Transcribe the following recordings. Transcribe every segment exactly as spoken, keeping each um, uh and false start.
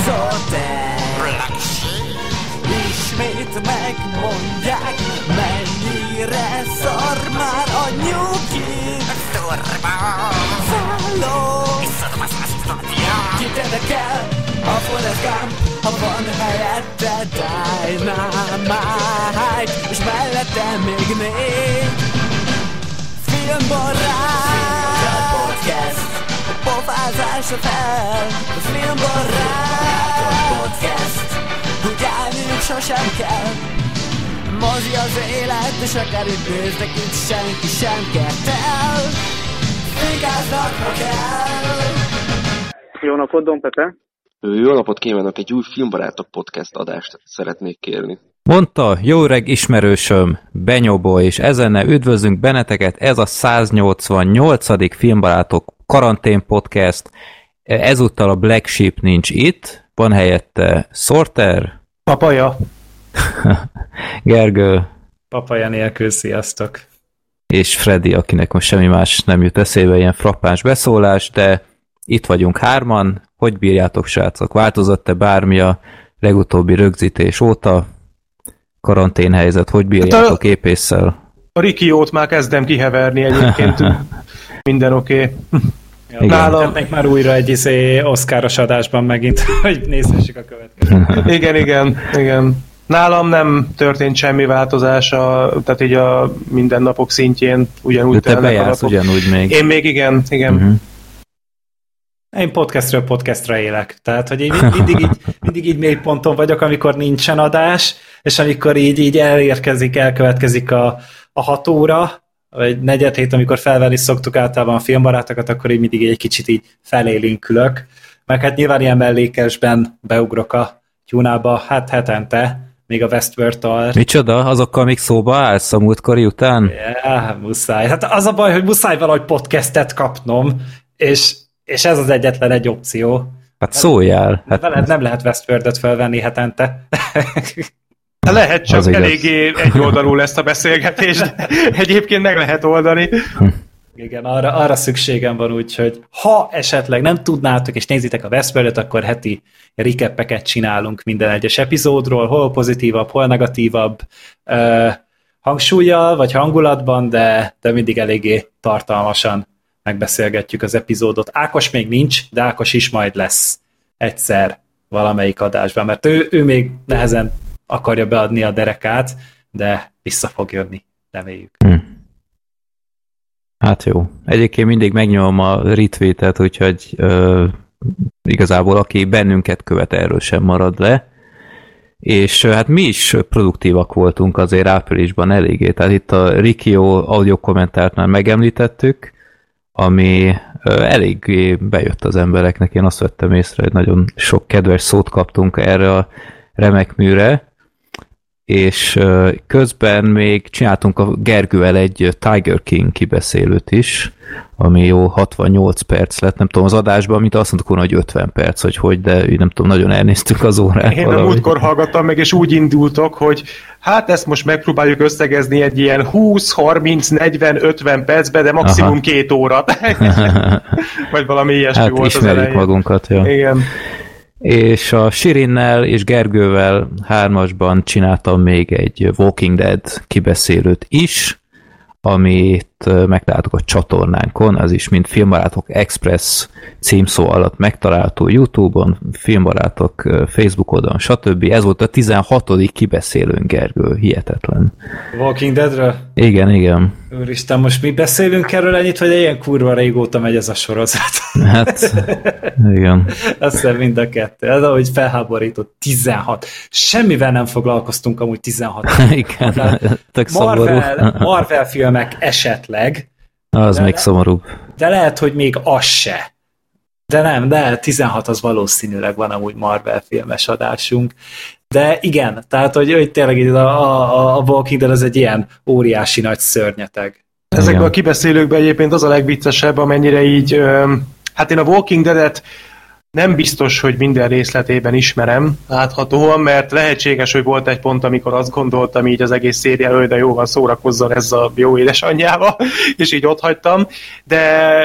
Sorter. Ismét megmondják, mennyire szar már a nyugi. Szálló, kit érdekel a Forrest Gump, ha van helyette Dynamite, és mellette még négy filmbarát podcast, a pofázásra fel, a filmbarát podcast, úgy állniuk sosem kell. Mozi az élet, és akár itt néznek, itt senki sem kettel. Figáznak, ha kell. Jó napot, Don Pepe! Jó napot kívánok, egy új Filmbarátok podcast adást szeretnék kérni. Mondta jó öreg ismerősöm, Benyobó, és ezennel üdvözlünk benneteket, ez a száznyolcvannyolcadik Filmbarátok karantén podcast. Ezúttal a Black Sheep nincs itt, van helyette Sorter. Papaja. Gergő. Papaja nélkül, sziasztok. És Freddy, akinek most semmi más nem jut eszébe, ilyen frappáns beszólás, de itt vagyunk hárman. Hogy bírjátok, srácok? Változott-e bármi a legutóbbi rögzítés óta? Karanténhelyzet, hogy bírjátok hát a, éppésszel? A Rikiót már kezdem kiheverni egyébként. Minden oké. Okay. Nálam már újra egy izé oszkáros adásban megint, hogy nézzessük a következőt. Igen, igen, igen. Nálam nem történt semmi változás, a, tehát így a mindennapok szintjén ugyanúgy de te bejársz ugyanúgy még. Én még igen, igen. Uh-huh. Én podcastről podcastra élek. Tehát, hogy én mindig így, mindig így mélyponton vagyok, amikor nincsen adás, és amikor így, így elérkezik, elkövetkezik a, a hat óra, vagy negyed hét, amikor felvenni szoktuk általában a filmbarátokat, akkor így mindig egy kicsit így felélénkülök. Meg hát nyilván ilyen mellékesben beugrok a tyúnába, hát hetente, még a Westworld-tal. Micsoda? Azokkal még szóba állsz a múltkori után? Ja, muszáj. Hát az a baj, hogy muszáj valahogy podcastet kapnom, és és ez az egyetlen egy opció. Hát szóljál. Hát nem, nem lehet Westworld-öt felvenni hetente. Lehet, csak az eléggé egyoldalú lesz a beszélgetés, de egyébként meg lehet oldani. Igen, arra, arra szükségem van úgy, hogy ha esetleg nem tudnátok, és nézitek a Westworld-öt, akkor heti recap-eket csinálunk minden egyes epizódról, hol pozitívabb, hol negatívabb uh, hangsúlyjal, vagy hangulatban, de, de mindig eléggé tartalmasan megbeszélgetjük az epizódot. Ákos még nincs, de Ákos is majd lesz egyszer valamelyik adásban, mert ő, ő még nehezen akarja beadni a derekát, de vissza fog jönni, reméljük. Hm. Hát jó. Egyébként mindig megnyomom a retweetet, úgyhogy ö, igazából aki bennünket követ, erről sem marad le. És hát mi is produktívak voltunk azért áprilisban eléggé. Tehát itt a Rikio audio kommentárt már megemlítettük, ami eléggé bejött az embereknek. Én azt vettem észre, hogy nagyon sok kedves szót kaptunk erre a remek műre, és közben még csináltunk a Gergővel egy Tiger King kibeszélőt is, ami jó hatvannyolc perc lett, nem tudom, az adásban, mint azt mondtuk volna, hogy ötven perc, hogy hogy, de nem tudom, nagyon elnéztük az órát. Én a múltkor hallgattam meg, és úgy indultok, hogy hát ezt most megpróbáljuk összegezni egy ilyen húsz, harminc, negyven, ötven percbe, de maximum aha. két óra. Vagy valami ilyesmi hát volt az elején. Hát ismerjük magunkat, jó. Igen. És a Sirinnel és Gergővel hármasban csináltam még egy Walking Dead kibeszélőt is, amit megtaláltuk a csatornánkon, az is mint Filmbarátok Express címszó alatt megtalálható YouTube-on, Filmbarátok Facebook oldalon, stb. Ez volt a tizenhatodik kibeszélőnk, Gergő, hihetetlen. Walking Deadről? Igen, igen. Úristen, most mi beszélünk erről ennyit, vagy ilyen kurva régóta megy ez a sorozat? Hát, igen. Azt hiszem mind a kettő. Ez ahogy felháborított, tizenhat. Semmivel nem foglalkoztunk amúgy tizenhat. Igen, tök Marvel, Marvel filmek esetleg. Az még le, szomorúbb. De lehet, hogy még az se. De nem, de tizenhat az valószínűleg van amúgy Marvel filmes adásunk. De igen, tehát, hogy, hogy tényleg a, a, a Walking Dead az egy ilyen óriási nagy szörnyeteg. Ezekben a kibeszélőkben egyébként az a legviccesebb, amennyire így, ö, hát én a Walking Dead-et nem biztos, hogy minden részletében ismerem láthatóan, mert lehetséges, hogy volt egy pont, amikor azt gondoltam így az egész szériáról, de jóval szórakozzon ez a jó édesanyjával, és így otthagytam, de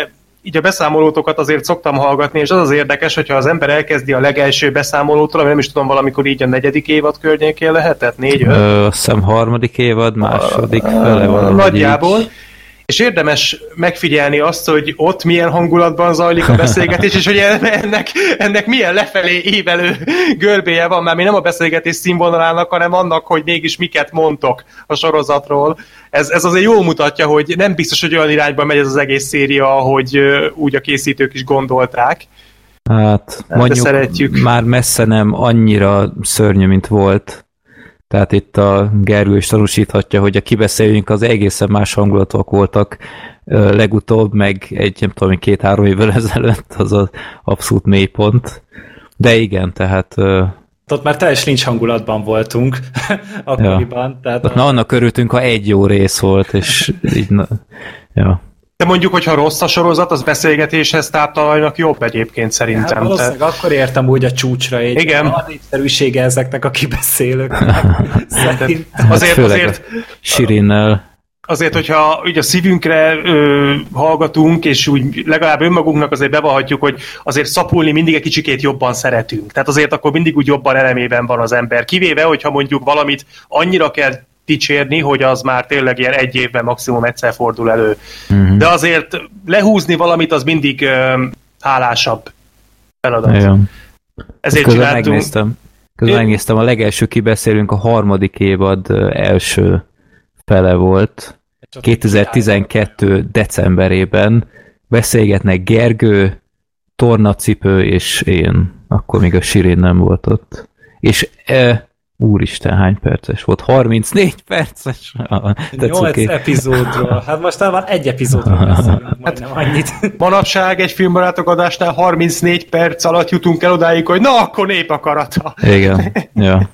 így a beszámolótokat azért szoktam hallgatni, és az az érdekes, hogyha az ember elkezdi a legelső beszámolótól, ami nem is tudom, valamikor így a negyedik évad környékén lehetett, négy, öt? Ö, azt hiszem harmadik évad, második fele valahogy nagyjából. így. És érdemes megfigyelni azt, hogy ott milyen hangulatban zajlik a beszélgetés, és hogy ennek, ennek milyen lefelé évelő görbéje van, már mi nem a beszélgetés színvonalának, hanem annak, hogy mégis miket mondtok a sorozatról. Ez, ez azért jól mutatja, hogy nem biztos, hogy olyan irányba megy ez az egész széria, hogy úgy a készítők is gondolták. Hát mondjuk már messze nem annyira szörnyű, mint volt. Tehát itt a Gergő is tanúsíthatja, hogy a kibeszéljünk az egészen más hangulatok voltak legutóbb, meg egy, nem tudom, két-három évvel ezelőtt, az az abszolút mélypont. De igen, tehát... Ott már teljes lincs hangulatban voltunk akkoriban. Ja. Tehát Na, annak örültünk, ha egy jó rész volt, és így... Na, ja. De mondjuk, hogyha rossz a sorozat, az beszélgetéshez táptalajnak jobb egyébként szerintem. Hát valószínűleg te... akkor értem úgy a csúcsra, egy igen. A népszerűsége ezeknek a kibeszélőknek. Szerint. Azért, azért... Sirinnel. Azért, hogyha ugye a szívünkre ö, hallgatunk, és úgy legalább önmagunknak azért bevallhatjuk, hogy azért szapulni mindig egy kicsikét jobban szeretünk. Tehát azért akkor mindig úgy jobban elemében van az ember. Kivéve, hogyha mondjuk valamit annyira kell dicsérni, hogy az már tényleg ilyen egy évben maximum egyszer fordul elő. Uh-huh. De azért lehúzni valamit az mindig uh, hálásabb feladat. Igen. Ezért közben csináltunk... megnéztem. Közben Én... megnéztem, a legelső kibeszélünk a harmadik évad első fele volt. kétezer-tizenkettő decemberében beszélgetnek Gergő, Tornacipő és én. Akkor még a Sirin nem volt ott. És... E... Úristen, hány perces volt? harmincnégy perces? nyolc epizódról. Hát most talán egy epizódról beszélünk, majdnem annyit. Manapság egy filmbarátok adásnál harmincnégy perc alatt jutunk el odáig, hogy na, akkor nép akarata. Igen, ja.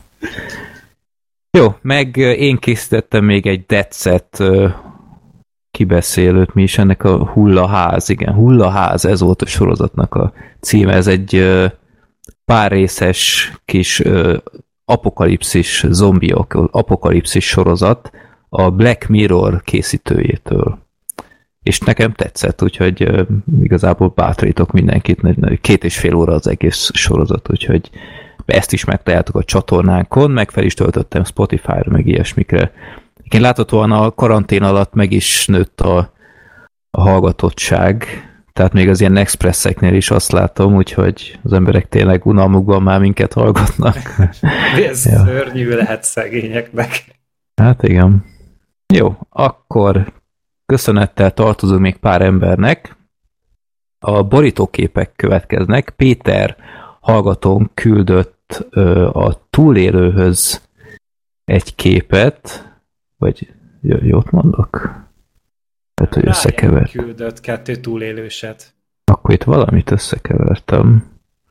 Jó, meg én készítettem még egy Dead Set kibeszélőt, mi is ennek a Hullaház, igen, Hullaház, ez volt a sorozatnak a címe, ez egy pár részes kis apokalipszis, zombiok, apokalipszis sorozat a Black Mirror készítőjétől. És nekem tetszett, úgyhogy uh, igazából bátorítok mindenkit, két és fél óra az egész sorozat, úgyhogy ezt is megtaláltuk a csatornánkon, meg fel is töltöttem Spotify-ra, meg ilyesmikre. Én láthatóan a karantén alatt meg is nőtt a, a hallgatottság, tehát még az ilyen expresseknél is azt látom, úgyhogy az emberek tényleg unalmukban már minket hallgatnak. Ez ja. Szörnyű lehet szegényeknek. Hát igen. Jó, akkor köszönettel tartozunk még pár embernek. A borítóképek következnek. Péter hallgatón küldött ö, a túlélőhöz egy képet, vagy jót mondok? Hát, hogy összekevert. Küldött kettő túlélőset. Akkor itt valamit összekevertem.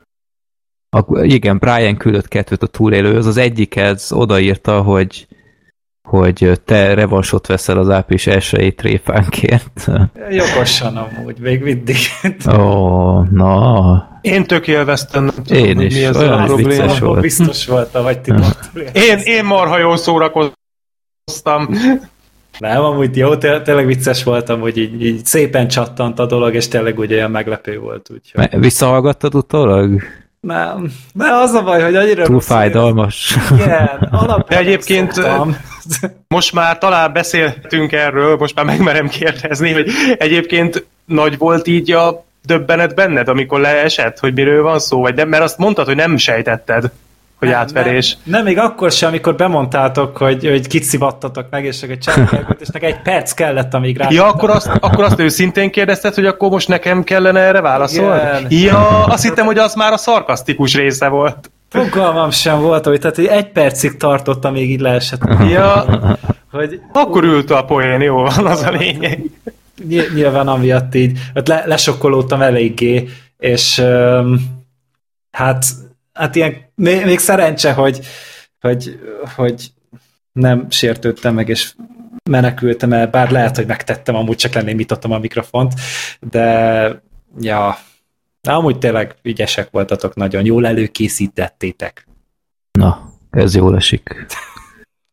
A, igen, Brian küldött kettőt a túlélőhöz. Az egyikhez odaírta, hogy hogy te revansot veszel az április elsőjei tréfánkért. Jogosan amúgy, még mindig. Ó, oh, na. Én tök élveztem, nem tudom, én is, mi ez olyan a probléma. volt. Biztos voltam, vagy ti én, én marha jól szórakoztam. Nem, amúgy jó, té- tényleg vicces voltam, hogy így, így szépen csattant a dolog, és tényleg úgy olyan meglepő volt. Úgyhogy... Visszahallgattad utólag? Nem, de az a baj, hogy annyira... Túl fájdalmas. Igen, alapvetően egyébként szoktam. Most már talán beszéltünk erről, most már megmerem kérdezni, hogy egyébként nagy volt így a döbbenet benned, amikor leesett, hogy miről van szó, vagy nem, mert azt mondtad, hogy nem sejtetted, hogy nem, átverés. Nem, nem, még akkor sem, amikor bemondtátok, hogy, hogy kit szivattatok meg, és egy csámkelgőt, és nekem egy perc kellett, amíg rá... Ja, akkor azt, akkor azt őszintén kérdezted, hogy akkor most nekem kellene erre válaszolni? Igen. Ja, azt hittem, hogy az már a szarkasztikus része volt. Fogalmam sem volt, hogy tehát egy percig tartott, amíg így leesett. Ja, hogy... akkor ült a poén, jó, az a lényeg. Nyilván amiatt így, le, lesokkolódtam eléggé, és um, hát Hát ilyen, még, még szerencse, hogy, hogy, hogy nem sértődtem meg, és menekültem el, bár lehet, hogy megtettem, amúgy csak lenni, mitottam a mikrofont, de ja, de amúgy tényleg ügyesek voltatok, nagyon jól előkészítettétek. Na, ez jól esik.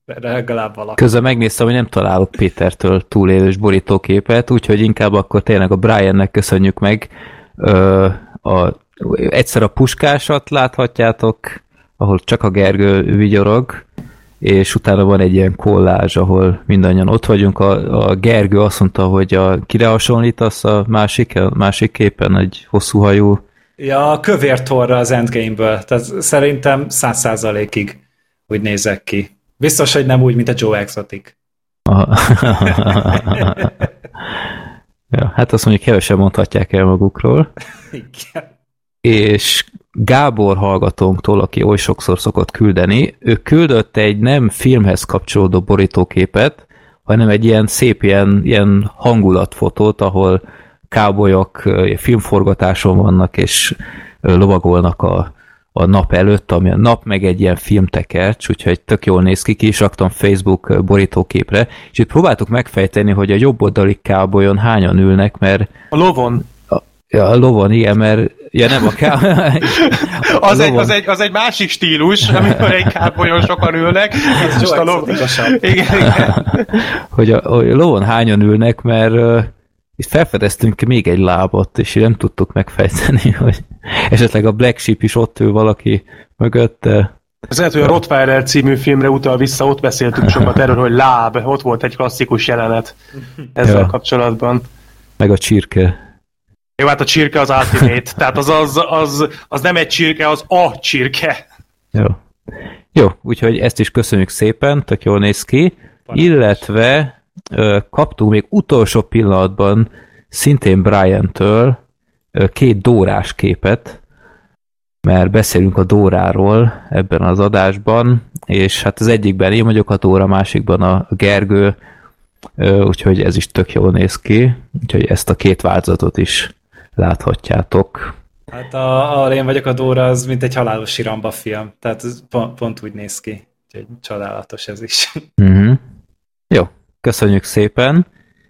legalább valaki. Közben megnéztem, hogy nem találok Pétertől túlélős borítóképet, úgyhogy inkább akkor tényleg a Briannek köszönjük meg. Ö, a, egyszer a Puskásat láthatjátok, ahol csak a Gergő vigyorog, és utána van egy ilyen kollázs, ahol mindannyian ott vagyunk. A, a Gergő azt mondta, hogy a, kire hasonlítasz a másik, a másik képen, egy hosszú hajú. Ja, a kövér Thorra az Endgame-ből. Tehát szerintem száz százalékig úgy nézek ki. Biztos, hogy nem úgy, mint a Joe Exotic. Ja, hát azt mondjuk kevesen mondhatják el magukról. Igen. És Gábor hallgatónktól, aki oly sokszor szokott küldeni, ő küldött egy nem filmhez kapcsolódó borítóképet, hanem egy ilyen szép ilyen, ilyen hangulatfotót, ahol kábolyok filmforgatáson vannak, és lovagolnak a, a nap előtt, ami a nap meg egy ilyen filmtekercs, úgyhogy tök jól néz ki, ki is raktam Facebook borítóképre, és itt próbáltuk megfejteni, hogy a jobb oldali kábolyon hányan ülnek, mert... A lovon. A, ja, a lovon, igen, mert... Ja, nem a kábolyon... az, egy, az, egy, az egy másik stílus, amikor egy kábolyon sokan ülnek. Ez most a lovon. Igen, igen. Hogy a, a lovon hányan ülnek, mert... Uh, itt felfedeztünk még egy lábat, és nem tudtuk megfejteni, hogy esetleg a Black Sheep is ott ül valaki mögötte. Ez lehet, hogy a Rottweiler című filmre utal vissza, ott beszéltünk sokat erről, hogy láb, ott volt egy klasszikus jelenet ezzel ja. kapcsolatban. Meg a csirke. Jó, hát a csirke az ultimate, tehát az, az, az, az nem egy csirke, az a csirke. Jó. Jó, úgyhogy ezt is köszönjük szépen, tök jól néz ki, Parancs. Illetve kaptunk még utolsó pillanatban szintén Brian-től két Dórás képet, mert beszélünk a Dóráról ebben az adásban, és hát az egyikben én vagyok a Dóra, másikban a Gergő, úgyhogy ez is tök jól néz ki, úgyhogy ezt a két változatot is láthatjátok. Hát a, a én vagyok a Dóra, az mint egy halálos siramba film, tehát ez pont, pont úgy néz ki, úgyhogy csodálatos ez is. Uh-huh. Jó. Köszönjük szépen,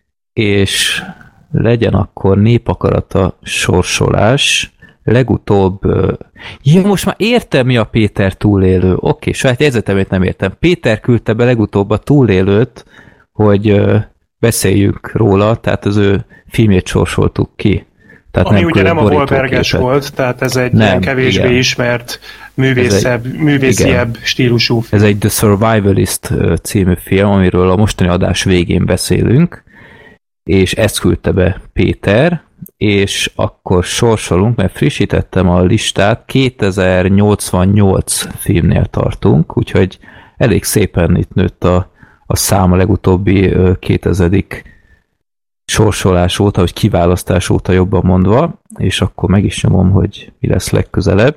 és legyen akkor népakarata sorsolás. Legutóbb... Ja, most már értem, mi a Péter túlélő. Oké, saját jegyzetemét nem értem. Péter küldte be legutóbb a túlélőt, hogy beszéljünk róla, tehát az ő filmjét sorsoltuk ki. Tehát ami nem ugye nem a Wahlberges volt, tehát ez egy nem, kevésbé igen. ismert, művészebb, egy, művésziebb igen. stílusú film. Ez egy The Survivalist című film, amiről a mostani adás végén beszélünk, és ezt küldte be Péter, és akkor sorsolunk, mert frissítettem a listát, kétezer-nyolcvannyolc filmnél tartunk, úgyhogy elég szépen itt nőtt a, a szám a legutóbbi kétezedik sorsolás óta, vagy kiválasztás óta jobban mondva, és akkor meg is nyomom, hogy mi lesz legközelebb.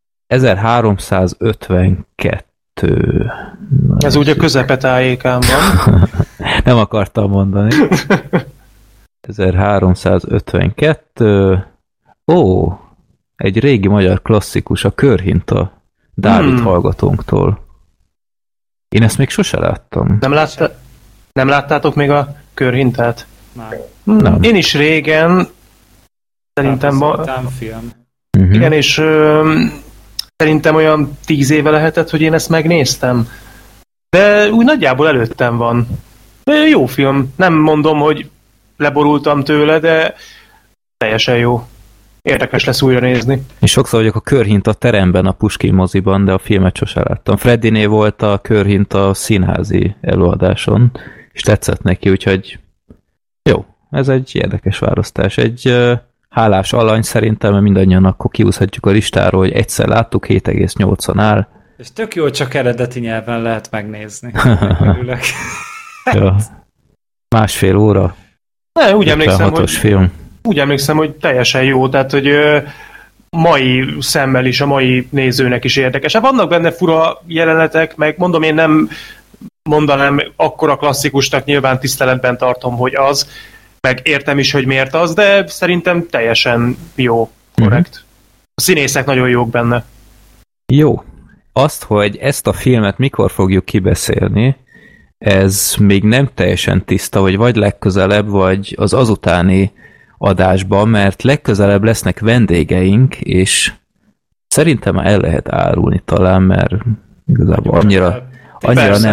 ezerháromszázötvenkettő. Na, ez úgy a közepetájékán van. Nem akartam mondani. ezerháromszázötvenkettő. Ó, egy régi magyar klasszikus, a Körhinta Dávid hmm. hallgatónktól. Én ezt még sose láttam. Nem, látta, nem láttátok még a Körhintát? Nem. Nem. Én is régen szerintem ba... film. Uh-huh. Igen, és ö, szerintem olyan tíz éve lehetett, hogy én ezt megnéztem. De úgy nagyjából előttem van. De jó film. Nem mondom, hogy leborultam tőle, de teljesen jó. Érdekes lesz újra nézni. Én sokszor vagyok a Körhinta teremben a Puskin moziban, de a filmet sosem láttam. Freddiné volt a Körhinta színházi előadáson, és tetszett neki, úgyhogy jó, ez egy érdekes választás. Egy uh, hálás alany szerintem, mert mindannyian akkor kiúszhatjuk a listáról, hogy egyszer láttuk, hét egész nyolcon áll. És tök jó, csak eredeti nyelven lehet megnézni. Ja. Másfél óra. Ne, úgy emlékszem, hogy, film. úgy emlékszem, hogy teljesen jó, tehát, hogy ö, mai szemmel is, a mai nézőnek is érdekes. Hát vannak benne fura jelenetek, meg mondom, én nem mondanám akkora klasszikusnak, nyilván tiszteletben tartom, hogy az, meg értem is, hogy miért az, de szerintem teljesen jó, korrekt. Mm-hmm. A színészek nagyon jók benne. Jó. Azt, hogy ezt a filmet mikor fogjuk kibeszélni, ez még nem teljesen tiszta, hogy vagy legközelebb, vagy az azutáni adásban, mert legközelebb lesznek vendégeink, és szerintem már el lehet árulni talán, mert igazából annyira, annyira nem,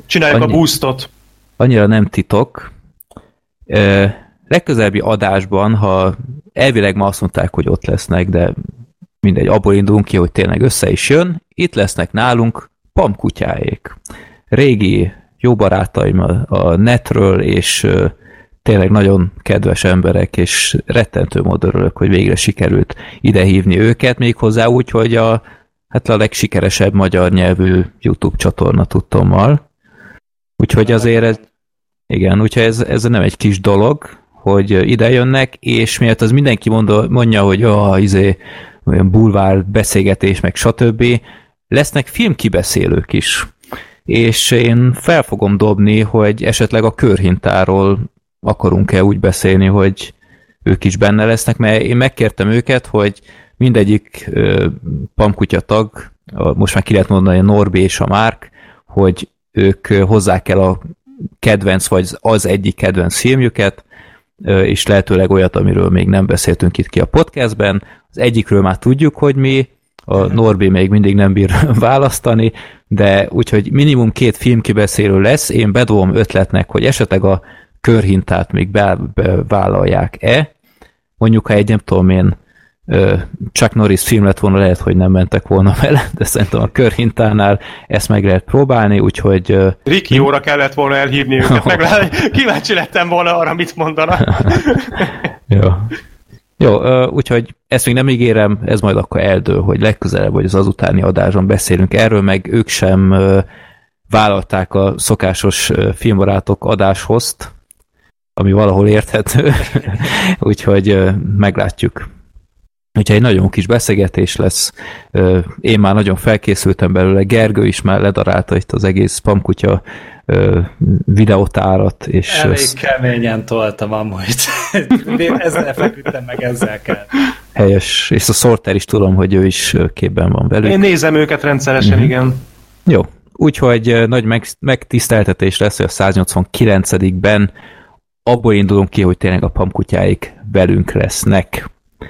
Csináljuk Annyi, a boostot. Annyira nem titok. E, legközelebbi adásban, ha elvileg ma azt mondták, hogy ott lesznek, de mindegy, abból indulunk ki, hogy tényleg össze is jön, itt lesznek nálunk pamkutyáék. Régi jó barátaim a, a netről, és uh, tényleg nagyon kedves emberek, és rettentő módon örülök, hogy végre sikerült idehívni őket, méghozzá úgy, hogy a, hát a legsikeresebb magyar nyelvű YouTube csatorna tudtommal. Úgyhogy azért ez, igen, úgyhogy ez, ez nem egy kis dolog, hogy ide jönnek, és miért az mindenki mondja, mondja hogy oh, izé, olyan bulvár beszélgetés, meg stb. Lesznek filmkibeszélők is. És én fel fogom dobni, hogy esetleg a körhintáról akarunk-e úgy beszélni, hogy ők is benne lesznek, mert én megkértem őket, hogy mindegyik uh, pamkutya tag, a, most már ki lehet mondani a Norbi és a Márk, hogy ők hozzák el a kedvenc, vagy az egyik kedvenc filmjüket, uh, és lehetőleg olyat, amiről még nem beszéltünk itt ki a podcastben. Az egyikről már tudjuk, hogy mi, a Norbi még mindig nem bír választani, de úgyhogy minimum két filmkibeszélő lesz, én bedobom ötletnek, hogy esetleg a körhintát még bevállalják-e. Mondjuk, ha egy, nem tudom én, Chuck Norris film lett volna, lehet, hogy nem mentek volna vele, de szerintem a körhintánál ezt meg lehet próbálni, úgyhogy... Ricky óra kellett volna elhívni őket, meg lehet, kíváncsi lettem volna arra, mit mondana. Jó. Jó, úgyhogy ezt még nem ígérem, ez majd akkor eldől, hogy legközelebb, vagy az azutáni adáson beszélünk erről, meg ők sem vállalták a szokásos filmbarátok adáshozt, ami valahol érthető, úgyhogy meglátjuk. Úgyhogy egy nagyon kis beszélgetés lesz. Én már nagyon felkészültem belőle, Gergő is már ledarálta itt az egész pamkutya videótárat. És elég ezt... keményen toltam amúgy. Ezzel feküdtem meg, ezzel kell. Helyes, és a Sorter is tudom, hogy ő is képben van velük. Én nézem őket rendszeresen, uh-huh. igen. Jó, úgyhogy nagy meg, megtiszteltetés lesz, hogy a száznyolcvankilencedikben abból indulunk ki, hogy tényleg a pamkutyáik velünk lesznek.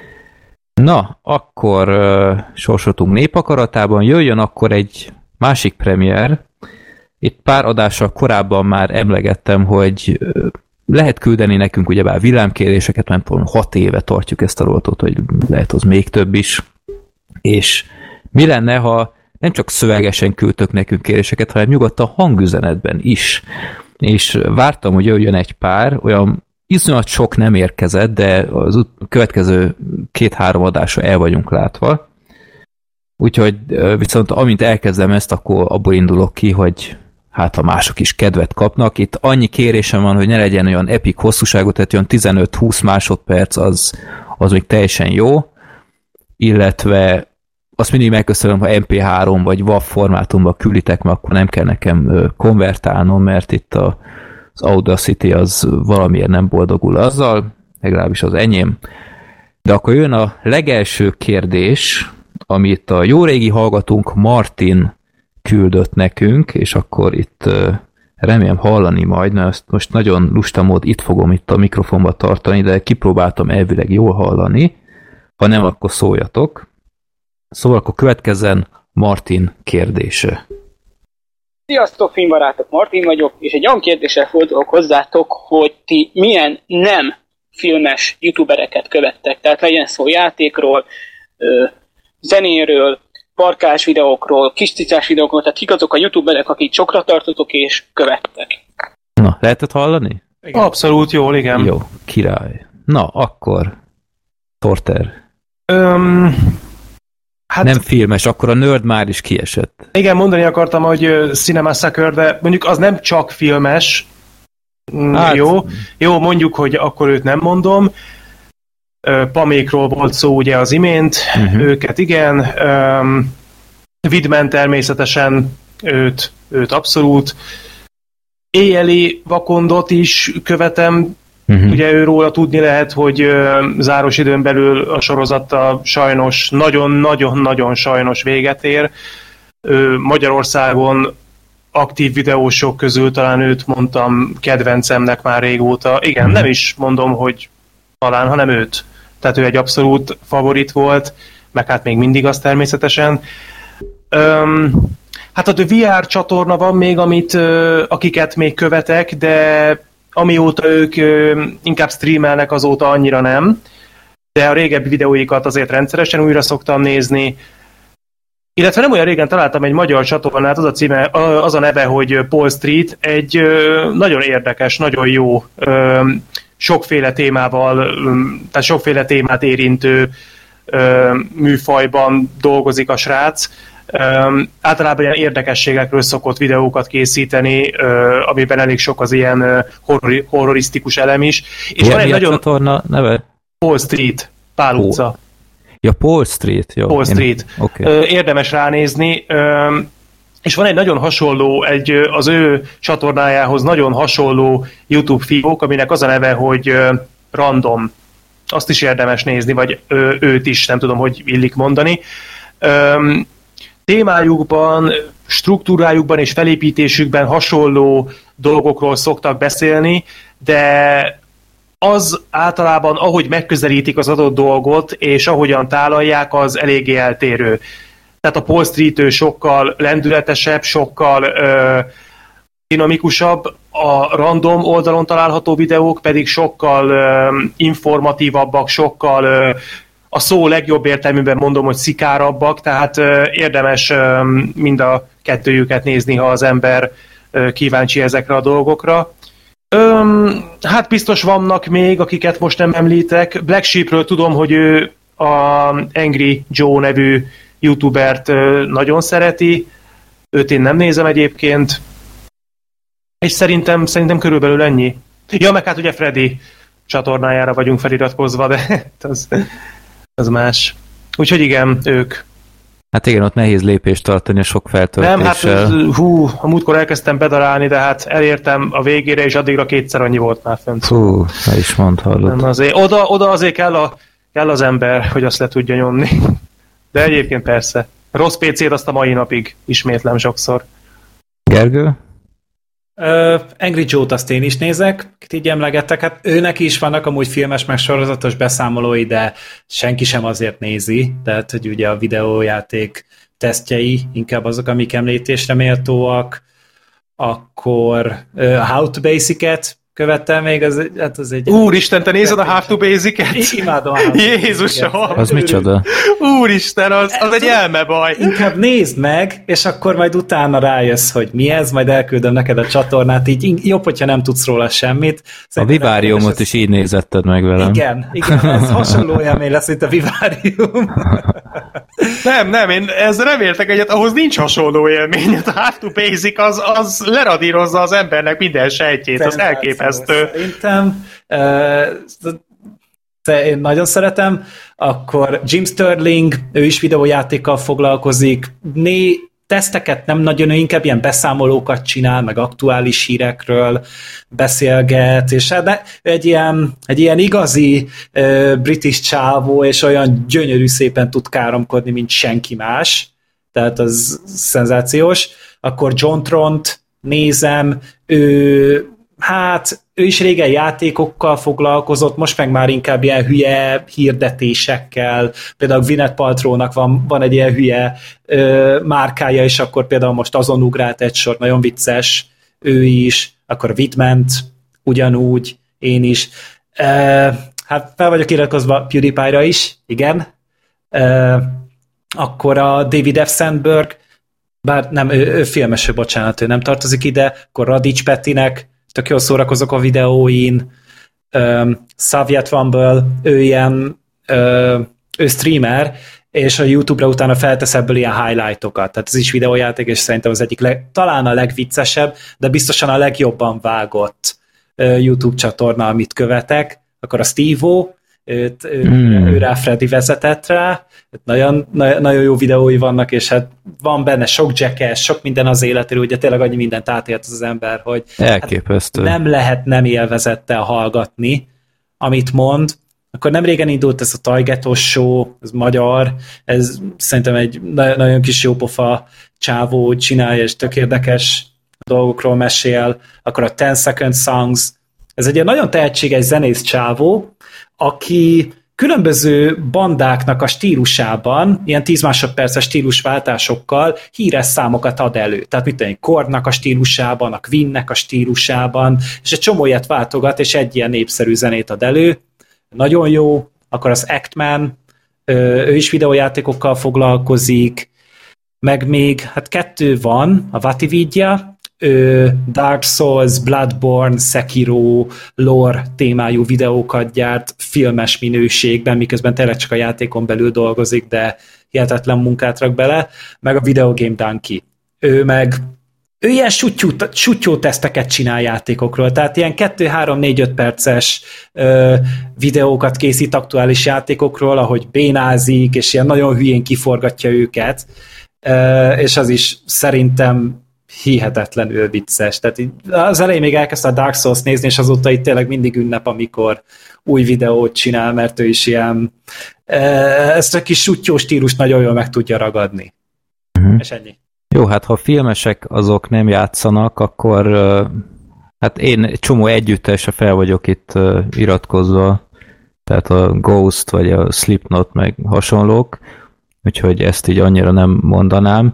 Na, akkor uh, sorsoltunk népakaratában, jöjjön akkor egy másik premier. Itt pár adással korábban már emlegettem, hogy uh, lehet küldeni nekünk ugyebár villámkéréseket, mert hat éve tartjuk ezt a rovatot, hogy lehet az még több is. És mi lenne, ha nem csak szövegesen küldtök nekünk kéréseket, hanem nyugodtan hangüzenetben is. És vártam, hogy jöjjön egy pár, olyan iszonyat sok nem érkezett, de az ut- következő két-három adásra el vagyunk látva. Úgyhogy viszont amint elkezdem ezt, akkor abból indulok ki, hogy hát ha mások is kedvet kapnak. Itt annyi kérésem van, hogy ne legyen olyan epik hosszúságú, tehát olyan tizenöt-húsz másodperc az, az még teljesen jó, illetve azt mindig megköszönöm, ha em pé három vagy WAV formátumban külditek, mert akkor nem kell nekem konvertálnom, mert itt a, az Audacity az valamiért nem boldogul azzal, legalábbis az enyém. De akkor jön a legelső kérdés, amit a jó régi hallgatónk Martin küldött nekünk, és akkor itt remélem hallani majd, mert ezt most nagyon lusta mód itt fogom itt a mikrofonba tartani, de kipróbáltam elvileg jól hallani. Ha nem, akkor szóljatok. Szóval akkor következzen Martin kérdése. Sziasztok, filmbarátok, Martin vagyok, és egy olyan kérdéssel fordulok hozzátok, hogy ti milyen nem filmes youtubereket követtek, tehát legyen szó játékról, zenéről, parkás videókról, kis cicás videókról, tehát kik azok a youtuberek, akik sokra tartotok és követtek. Na, lehetett hallani? Igen. Abszolút jól, igen. Jó, király. Na, akkor Sorter. Öm, hát, nem filmes, akkor a nerd már is kiesett. Igen, mondani akartam, hogy uh, Cinema Sucker, de mondjuk az nem csak filmes. Mm, hát, jó, jó, mondjuk, hogy akkor őt nem mondom. Uh, Pamékról volt szó ugye az imént, uh-huh. őket igen. Um, Vidman természetesen, őt, őt abszolút. Éjjeli Vakondot is követem, uh-huh. ugye őróla tudni lehet, hogy uh, záros időn belül a sorozata sajnos, nagyon-nagyon-nagyon sajnos véget ér. Uh, Magyarországon aktív videósok közül talán őt mondtam kedvencemnek már régóta. Igen, uh-huh. nem is mondom, hogy talán, hanem őt. Tehát ő egy abszolút favorit volt, meg hát még mindig az természetesen. Um, Hát a vé er csatorna van még, amit, akiket még követek, de amióta ők inkább streamelnek, azóta annyira nem. De a régebbi videóikat azért rendszeresen újra szoktam nézni. Illetve nem olyan régen találtam egy magyar csatornát, az a címe, az a neve, hogy Paul Street, egy nagyon érdekes, nagyon jó, sokféle témával, tehát sokféle témát érintő műfajban dolgozik a srác. Általában ilyen érdekességekről szokott videókat készíteni, amiben elég sok az ilyen horror, horrorisztikus elem is. És mi, van egy mi nagyon... a csatorna neve? Paul Street, Pál Paul. utca. Ja, Paul Street, jó. Paul Street. Én... Okay. Érdemes ránézni, és van egy nagyon hasonló, egy az ő csatornájához nagyon hasonló YouTube fiók, aminek az a neve, hogy Random. Azt is érdemes nézni, vagy őt is, nem tudom, hogy illik mondani. Témájukban, struktúrájukban és felépítésükben hasonló dolgokról szoktak beszélni, de az általában, ahogy megközelítik az adott dolgot, és ahogyan tálalják, az eléggé eltérő. Tehát a Paul Street ő sokkal lendületesebb, sokkal ö, dinamikusabb, a Random oldalon található videók pedig sokkal ö, informatívabbak, sokkal ö, a szó legjobb értelműben mondom, hogy szikárabbak, tehát ö, érdemes ö, mind a kettőjüket nézni, ha az ember ö, kíváncsi ezekre a dolgokra. Öm, hát biztos vannak még, akiket most nem említek. Black Sheepről tudom, hogy ő a Angry Joe nevű youtubert nagyon szereti. Őt én nem nézem egyébként. És szerintem, szerintem körülbelül ennyi. Ja, meg hát ugye Freddy csatornájára vagyunk feliratkozva, de az, az más. Úgyhogy igen, ők. Hát igen, ott nehéz lépést tartani a sok feltöltéssel. Nem, hát hú, a múltkor elkezdtem bedarálni, de hát elértem a végére, és addigra kétszer annyi volt már fönt. Hú, ne is mondd, hallott. Azért, oda, oda azért kell, a, kell az ember, hogy azt le tudja nyomni. De egyébként persze. Rossz pé cét azt a mai napig ismétlem sokszor. Gergő? Uh, Angry Joe-t azt én is nézek, kit így emlegettek, hát őnek is vannak amúgy filmes meg sorozatos beszámolói, de senki sem azért nézi, tehát hogy ugye a videójáték tesztjei inkább azok, amik említésre méltóak, akkor uh, How to Basic-et követtem még, az, hát az egy... Úristen, te nézed a How to Basic-et? Imádom a How to Jézusom! Az micsoda? Úristen, az, az egy elmebaj! Inkább nézd meg, és akkor majd utána rájössz, hogy mi ez, majd elküldöm neked a csatornát, így jobb, hogyha nem tudsz róla semmit. Szerintem a Vivariumot is így nézetted meg velem. Igen, igen, ez hasonló élmény lesz, mint a Vivarium. Nem, nem, én ezzel nem értek egyet, ahhoz nincs hasonló élmény. A How to Basic az, az leradírozza az embernek minden sejtjét, az elképesztő. Szerintem uh, én nagyon szeretem, akkor Jim Sterling, ő is videójátékkal foglalkozik, né, teszteket nem nagyon, ő inkább ilyen beszámolókat csinál, meg aktuális hírekről beszélget, és de egy ilyen, egy ilyen igazi uh, british csávó, és olyan gyönyörű szépen tud káromkodni, mint senki más, tehát az szenzációs. Akkor John Tront nézem, ő hát ő is régen játékokkal foglalkozott, most meg már inkább ilyen hülye hirdetésekkel, például Gwyneth Paltrownak van, van egy ilyen hülye ö, márkája, és akkor például most azon ugrált egy sor, nagyon vicces, ő is, akkor Whitment ugyanúgy, én is. E, hát fel vagyok iratkozva PewDiePie-ra is, igen. E, akkor a David F. Sandberg, bár nem, ő, ő filmeső, bocsánat, ő nem tartozik ide, akkor Radics Petinek, tök jól szórakozok a videóin, um, Soviet Rumble, ő ilyen, uh, ő streamer, és a YouTube-ra utána feltesz ebből ilyen highlightokat, tehát ez is videójáték, és szerintem az egyik leg, talán a legviccesebb, de biztosan a legjobban vágott uh, YouTube csatorna, amit követek, akkor a Steve-O, őt, ő, hmm. ő rá Freddy vezetett rá, nagyon, nagyon jó videói vannak, és hát van benne sok jackass, sok minden az életéről, ugye tényleg annyi mindent átélt az, az ember, hogy elképesztő. Hát nem lehet nem élvezettel hallgatni, amit mond. Akkor nem régen indult ez a Tajgetos show, ez magyar, ez szerintem egy nagyon kis jópofa csávó csinálja, és tök érdekes dolgokról mesél. Akkor a ten second songs, ez egy ilyen nagyon tehetséges zenész csávó, aki különböző bandáknak a stílusában, ilyen tíz másodperces stílusváltásokkal híres számokat ad elő. Tehát mit tudom, Kornnak a stílusában, a Queennek a stílusában, és egy csomó ilyet váltogat, és egy ilyen népszerű zenét ad elő. Nagyon jó. Akkor az Actman, ő is videójátékokkal foglalkozik, meg még, hát kettő van, a Vatividya, Dark Souls, Bloodborne, Sekiro, lore témájú videókat gyárt filmes minőségben, miközben tényleg csak a játékon belül dolgozik, de hihetetlen munkát rak bele, meg a Video Game Donkey. Ő meg ő ilyen sutyó teszteket csinál játékokról, tehát ilyen kettő három négy öt perces ö, videókat készít aktuális játékokról, ahogy bénázik, és ilyen nagyon hülyén kiforgatja őket, ö, és az is szerintem hihetetlenül vicces. Tehát az elején még elkezdte a Dark Souls nézni, és azóta itt tényleg mindig ünnep, amikor új videót csinál, mert ő is ilyen ezt a kis sutyó stílust nagyon jól meg tudja ragadni. Uh-huh. És ennyi. Jó, hát ha filmesek azok nem játszanak, akkor hát én csomó együttesre fel vagyok itt iratkozva, tehát a Ghost, vagy a Slipknot, meg hasonlók, úgyhogy ezt így annyira nem mondanám.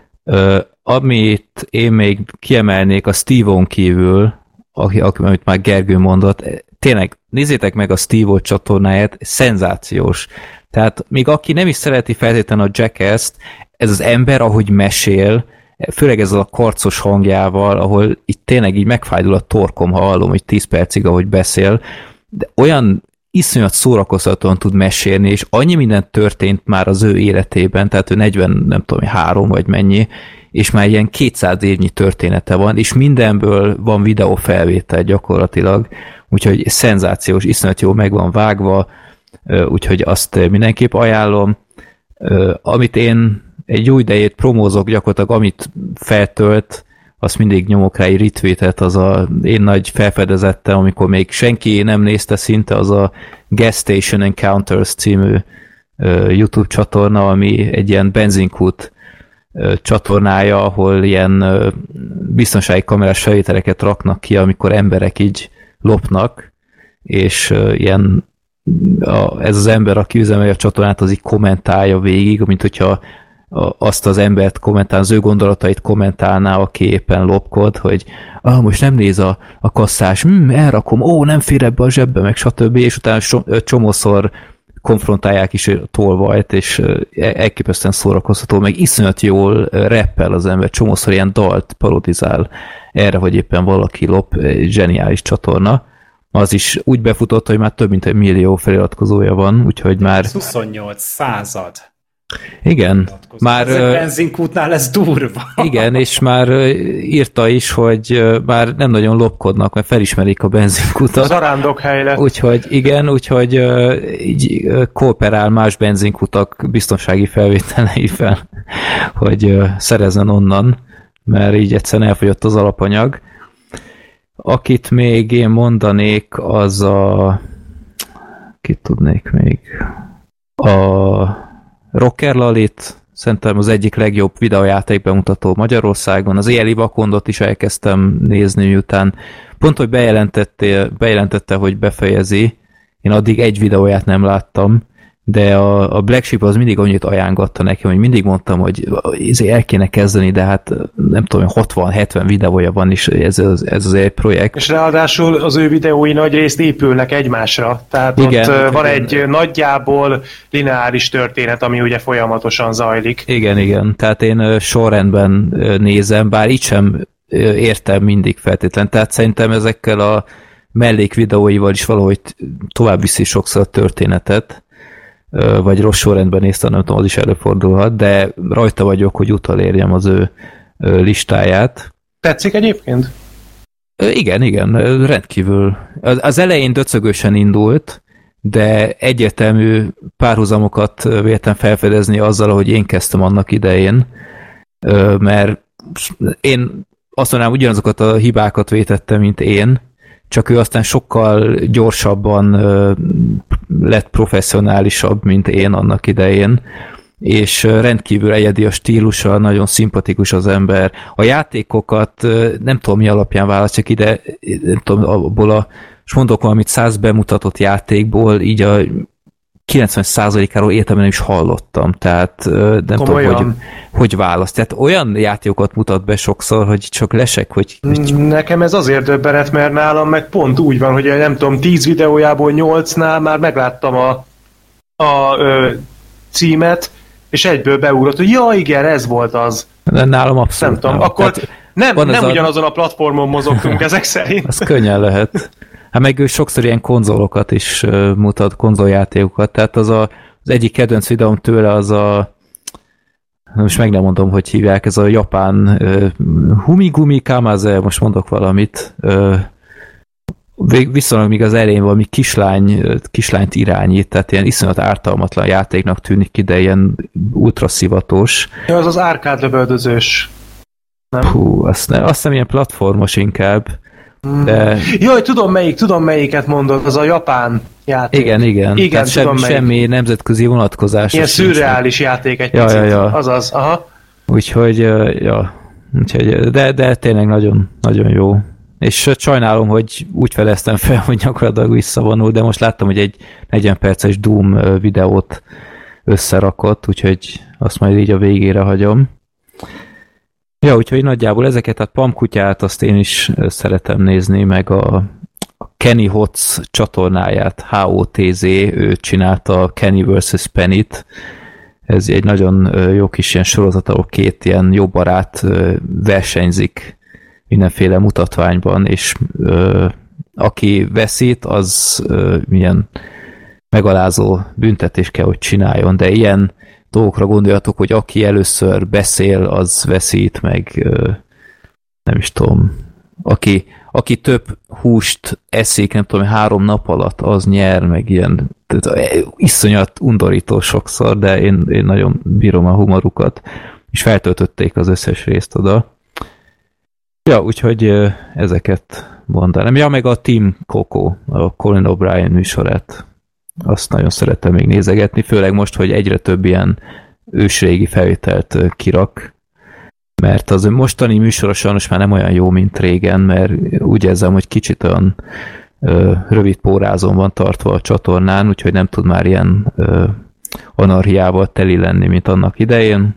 Amit én még kiemelnék a Steve-on kívül, amit már Gergő mondott, tényleg nézzétek meg a Steve-o csatornáját, szenzációs. Tehát még aki nem is szereti feltétlenül a Jackass-t, ez az ember, ahogy mesél, főleg ezzel a karcos hangjával, ahol itt tényleg így megfájdul a torkom, ha hallom, hogy tíz percig, ahogy beszél, de olyan iszonyat szórakoztatóan tud mesélni, és annyi minden történt már az ő életében, tehát ő negyven, nem tudom, három vagy mennyi, és már ilyen kétszáz évnyi története van, és mindenből van videófelvétel gyakorlatilag, úgyhogy szenzációs, iszonyat jó meg van vágva, úgyhogy azt mindenképp ajánlom. Amit én egy jó idejét promózok, gyakorlatilag amit feltölt, azt mindig nyomok rá egy retweetet, az a én nagy felfedezettem, amikor még senki nem nézte szinte, az a Gas Station Encounters című YouTube csatorna, ami egy ilyen benzinkút csatornája, ahol ilyen biztonsági kamerás felvételeket raknak ki, amikor emberek így lopnak, és ilyen a, ez az ember, aki üzemeli a csatornát, az így kommentálja végig, mint hogyha azt az embert kommentál, az ő gondolatait kommentálná, aki éppen lopkod, hogy ah, most nem néz a, a kasszás, hm, elrakom, ó, nem fér ebbe a zsebbe, meg stb. És utána csomószor konfrontálják is a tolvajt, és elképesztően szórakoztató, meg iszonyat jól rappel az ember, csomószor ilyen dalt parodizál erre, hogy éppen valaki lop, zseniális csatorna. Az is úgy befutott, hogy már több mint egy millió feliratkozója van, úgyhogy már... huszonnyolc század. Igen. Már, ez a benzinkútnál ez durva. Igen, és már írta is, hogy már nem nagyon lopkodnak, mert felismerik a benzinkutat. Zarándok hely lett. Úgyhogy igen, úgyhogy így kooperál más benzinkutak biztonsági felvételeivel, hogy szerezzen onnan, mert így egyszerűen elfogyott az alapanyag. Akit még én mondanék, az a... Kit tudnék még? A... Rocker Lalit, szerintem az egyik legjobb videójáték bemutató Magyarországon. Az éjjeli vakondot is elkezdtem nézni, miután pont, hogy bejelentette, bejelentette, hogy befejezi. Én addig egy videóját nem láttam, de a, a Black Sheep az mindig annyit ajángatta nekem, hogy mindig mondtam, hogy el kéne kezdeni, de hát nem tudom, hatvan-hetven videója van, és ez, ez, ez az egy projekt. És ráadásul az ő videói nagy részt épülnek egymásra, tehát igen, ott igen. Van egy nagyjából lineáris történet, ami ugye folyamatosan zajlik. Igen, igen, tehát én sorrendben nézem, bár így sem értem mindig feltétlen, tehát szerintem ezekkel a mellékvideóival is valahogy tovább viszi sokszor a történetet, vagy rossz sorrendben néztem, nem tudom, az is előfordulhat, de rajta vagyok, hogy utolérjem az ő listáját. Tetszik egyébként? Igen, igen, rendkívül. Az elején döcögősen indult, de egyértelmű párhuzamokat véltem felfedezni azzal, ahogy én kezdtem annak idején, mert én azt mondanám, ugyanazokat a hibákat vétettem, mint én, csak ő aztán sokkal gyorsabban ö, lett professzionálisabb, mint én annak idején, és rendkívül egyedi a stílusa, nagyon szimpatikus az ember. A játékokat nem tudom mi alapján választja ki, de nem tudom, abból a, és mondok valamit száz bemutatott játékból, így a kilencven százalékáról életemben nem is hallottam, tehát nem Komolyan. tudom, hogy, hogy választ. Tehát olyan játékokat mutat be sokszor, hogy csak lesek, hogy... Nekem ez azért döbbenet, mert nálam meg pont úgy van, hogy nem tudom, tíz videójából nyolcnál már megláttam a, a ö, címet, és egyből beugrott, hogy ja, igen, ez volt az. Nálam abszolút nem. Tudom, nem. akkor Tehát nem, nem a... ugyanazon a platformon mozogtunk ezek szerint. Az könnyen lehet. Hát meg ő sokszor ilyen konzolokat is uh, mutat, konzoljátékokat, tehát az a, az egyik kedvenc videóm tőle az a, most meg nem mondom, hogy hívják, ez a japán uh, Humigumi Kamaze, most mondok valamit, uh, viszonylag még az elején valami kislány, kislányt irányít, tehát ilyen iszonyat ártalmatlan játéknak tűnik ki, de ilyen ultraszivatos. Ja, az az árkád lövöldözős. Nem? Hú, azt, ne, azt nem ilyen platformos inkább. De... Jaj, tudom melyik, tudom melyiket mondod, az a japán játék. Igen, igen. igen Tehát semmi, semmi nemzetközi vonatkozás. Ilyen szürreális játék egy ja, picit. Ja, ja. Azaz, aha. Úgyhogy, ja. Úgyhogy, de, de tényleg nagyon, nagyon jó. És sajnálom, hogy úgy feleztem fel, hogy gyakorlatilag visszavonul, de most láttam, hogy egy negyven perces Doom videót összerakott, úgyhogy azt majd így a végére hagyom. Ja, úgyhogy nagyjából ezeket, a Pamkutyát azt én is szeretem nézni, meg a, a Kenny Hotz csatornáját, há o té zé, ő csinálta a Kenny versus. Pennyt. Ez egy nagyon jó kis ilyen sorozat, ahol két ilyen jó barát versenyzik mindenféle mutatványban, és ö, aki veszít, az ö, milyen megalázó büntetés kell, hogy csináljon, de ilyen dolgokra gondoljatok, hogy aki először beszél, az veszít, meg ö, nem is tudom, aki, aki több húst eszik, nem tudom, három nap alatt, az nyer, meg ilyen tehát, iszonyat undorító sokszor, de én, én nagyon bírom a humorukat, és feltöltötték az összes részt oda. Ja, úgyhogy ezeket mondanám. Ja, meg a Team Coco, a Colin O'Brien műsorát. Azt nagyon szeretem még nézegetni, főleg most, hogy egyre több ilyen ősrégi felvételt kirak, mert az mostani műsora sajnos már nem olyan jó, mint régen, mert úgy érzem, hogy kicsit olyan ö, rövid pórázon van tartva a csatornán, úgyhogy nem tud már ilyen ö, anarchiával teli lenni, mint annak idején.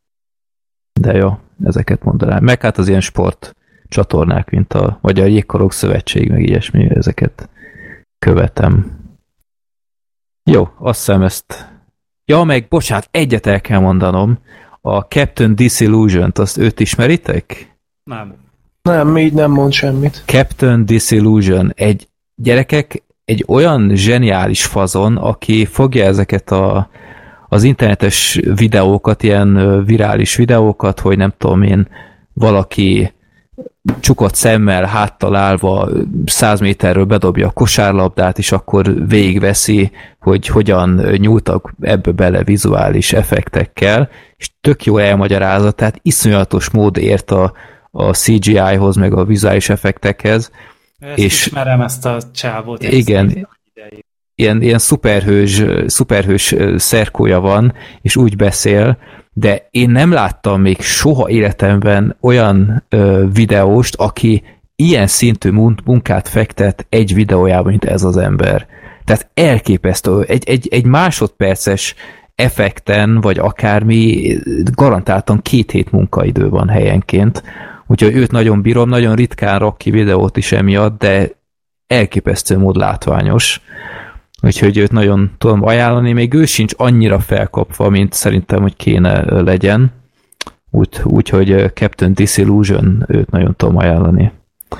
De jó, ezeket mondanám. Meg hát az ilyen sport csatornák, mint a, vagy a Jégkorok Szövetség, meg ilyesmi, ezeket követem. Jó, azt hiszem ezt... Ja, meg, bocsánat, egyet el kell mondanom, a Captain Disillusioned, azt őt ismeritek? Nem. Nem, így nem mond semmit. Captain Disillusion, egy gyerekek, egy olyan zseniális fazon, aki fogja ezeket a az internetes videókat, ilyen virális videókat, hogy nem tudom én, valaki csukott szemmel, háttal állva száz méterről bedobja a kosárlabdát, és akkor végigveszi, hogy hogyan nyúltak ebbe bele vizuális effektekkel, és tök jó elmagyarázat, tehát iszonyatos mód ért a, a cé gé í-hoz, meg a vizuális effektekhez. Ezt és ismerem ezt a csávót. Igen, ilyen, ilyen szuperhős, szuperhős szerkója van, és úgy beszél, de én nem láttam még soha életemben olyan ö, videóst, aki ilyen szintű munkát fektet egy videójában, mint ez az ember. Tehát elképesztő. Egy, egy, egy másodperces effekten, vagy akármi, garantáltan két hét munkaidő van helyenként. Úgyhogy őt nagyon bírom, nagyon ritkán rak ki videót is emiatt, de elképesztő mód látványos. Úgyhogy őt nagyon tudom ajánlani, még ő sincs annyira felkapva, mint szerintem, hogy kéne legyen. Úgyhogy úgy, Captain Disillusion, őt nagyon tudom ajánlani.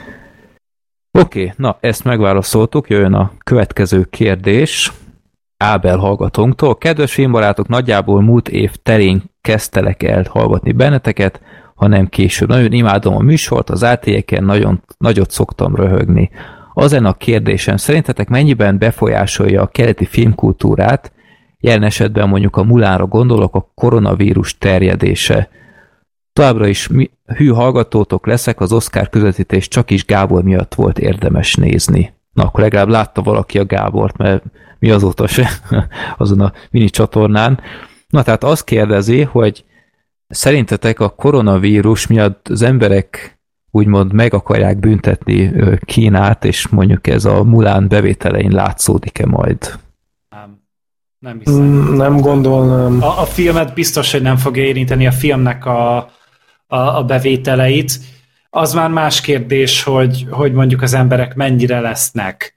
Oké, okay, na ezt megválaszoltuk, jöjjön a következő kérdés Ábel hallgatónktól. Kedves filmbarátok, nagyjából múlt év terén kezdtelek el hallgatni benneteket, ha nem később. Nagyon imádom a műsort, az á té é-ken nagyon, nagyot szoktam röhögni. Azen a kérdésem, szerintetek mennyiben befolyásolja a keleti filmkultúrát, jelen esetben mondjuk a Mulánra gondolok, a koronavírus terjedése. Továbbra is mi, hű hallgatótok leszek, az Oscar közvetítés csak is Gábor miatt volt érdemes nézni. Na, akkor legalább látta valaki a Gábort, mert mi azóta se azon a mini csatornán. Na, tehát azt kérdezi, hogy szerintetek a koronavírus miatt az emberek úgymond meg akarják büntetni Kínát, és mondjuk ez a Mulán bevételein látszódik-e majd? Nem. Nem hiszem. Mm, nem gondolnám. A, a filmet biztos, hogy nem fogja érinteni a filmnek a, a, a bevételeit. Az már más kérdés, hogy, hogy mondjuk az emberek mennyire lesznek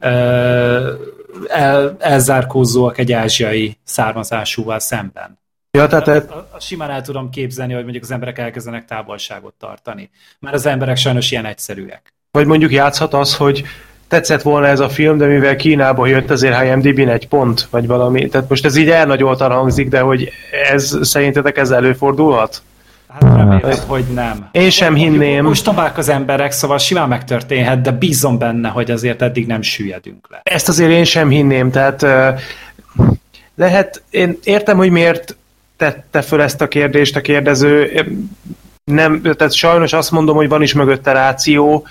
el, elzárkózóak egy ázsiai származásúval szemben. Ja, tehát a, a, a simán el tudom képzelni, hogy mondjuk az emberek elkezdenek távolságot tartani. Már az emberek sajnos ilyen egyszerűek. Vagy mondjuk játszhat az, hogy tetszett volna ez a film, de mivel Kínába jött, azért I M D B-n egy pont, vagy valami. Tehát most ez így elnagyoltan hangzik, de hogy ez szerintetek ez előfordulhat? Hát remélem, hogy nem. Én sem hinném. Most tovább az emberek, szóval simán megtörténhet, de bízom benne, hogy azért eddig nem süllyedünk le. Ezt azért én sem hinném, tehát uh, lehet, én értem, hogy miért tette föl ezt a kérdést a kérdező. Nem, tehát sajnos azt mondom, hogy van is mögötte ráció.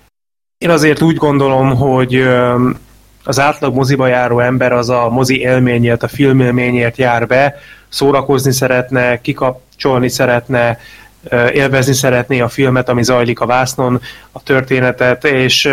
Én azért úgy gondolom, hogy uh, az átlag moziba járó ember az a mozi élményért, a film élményért jár be, szórakozni szeretne, kikapcsolni szeretne, élvezni szeretné a filmet, ami zajlik a vásznon, a történetet, és,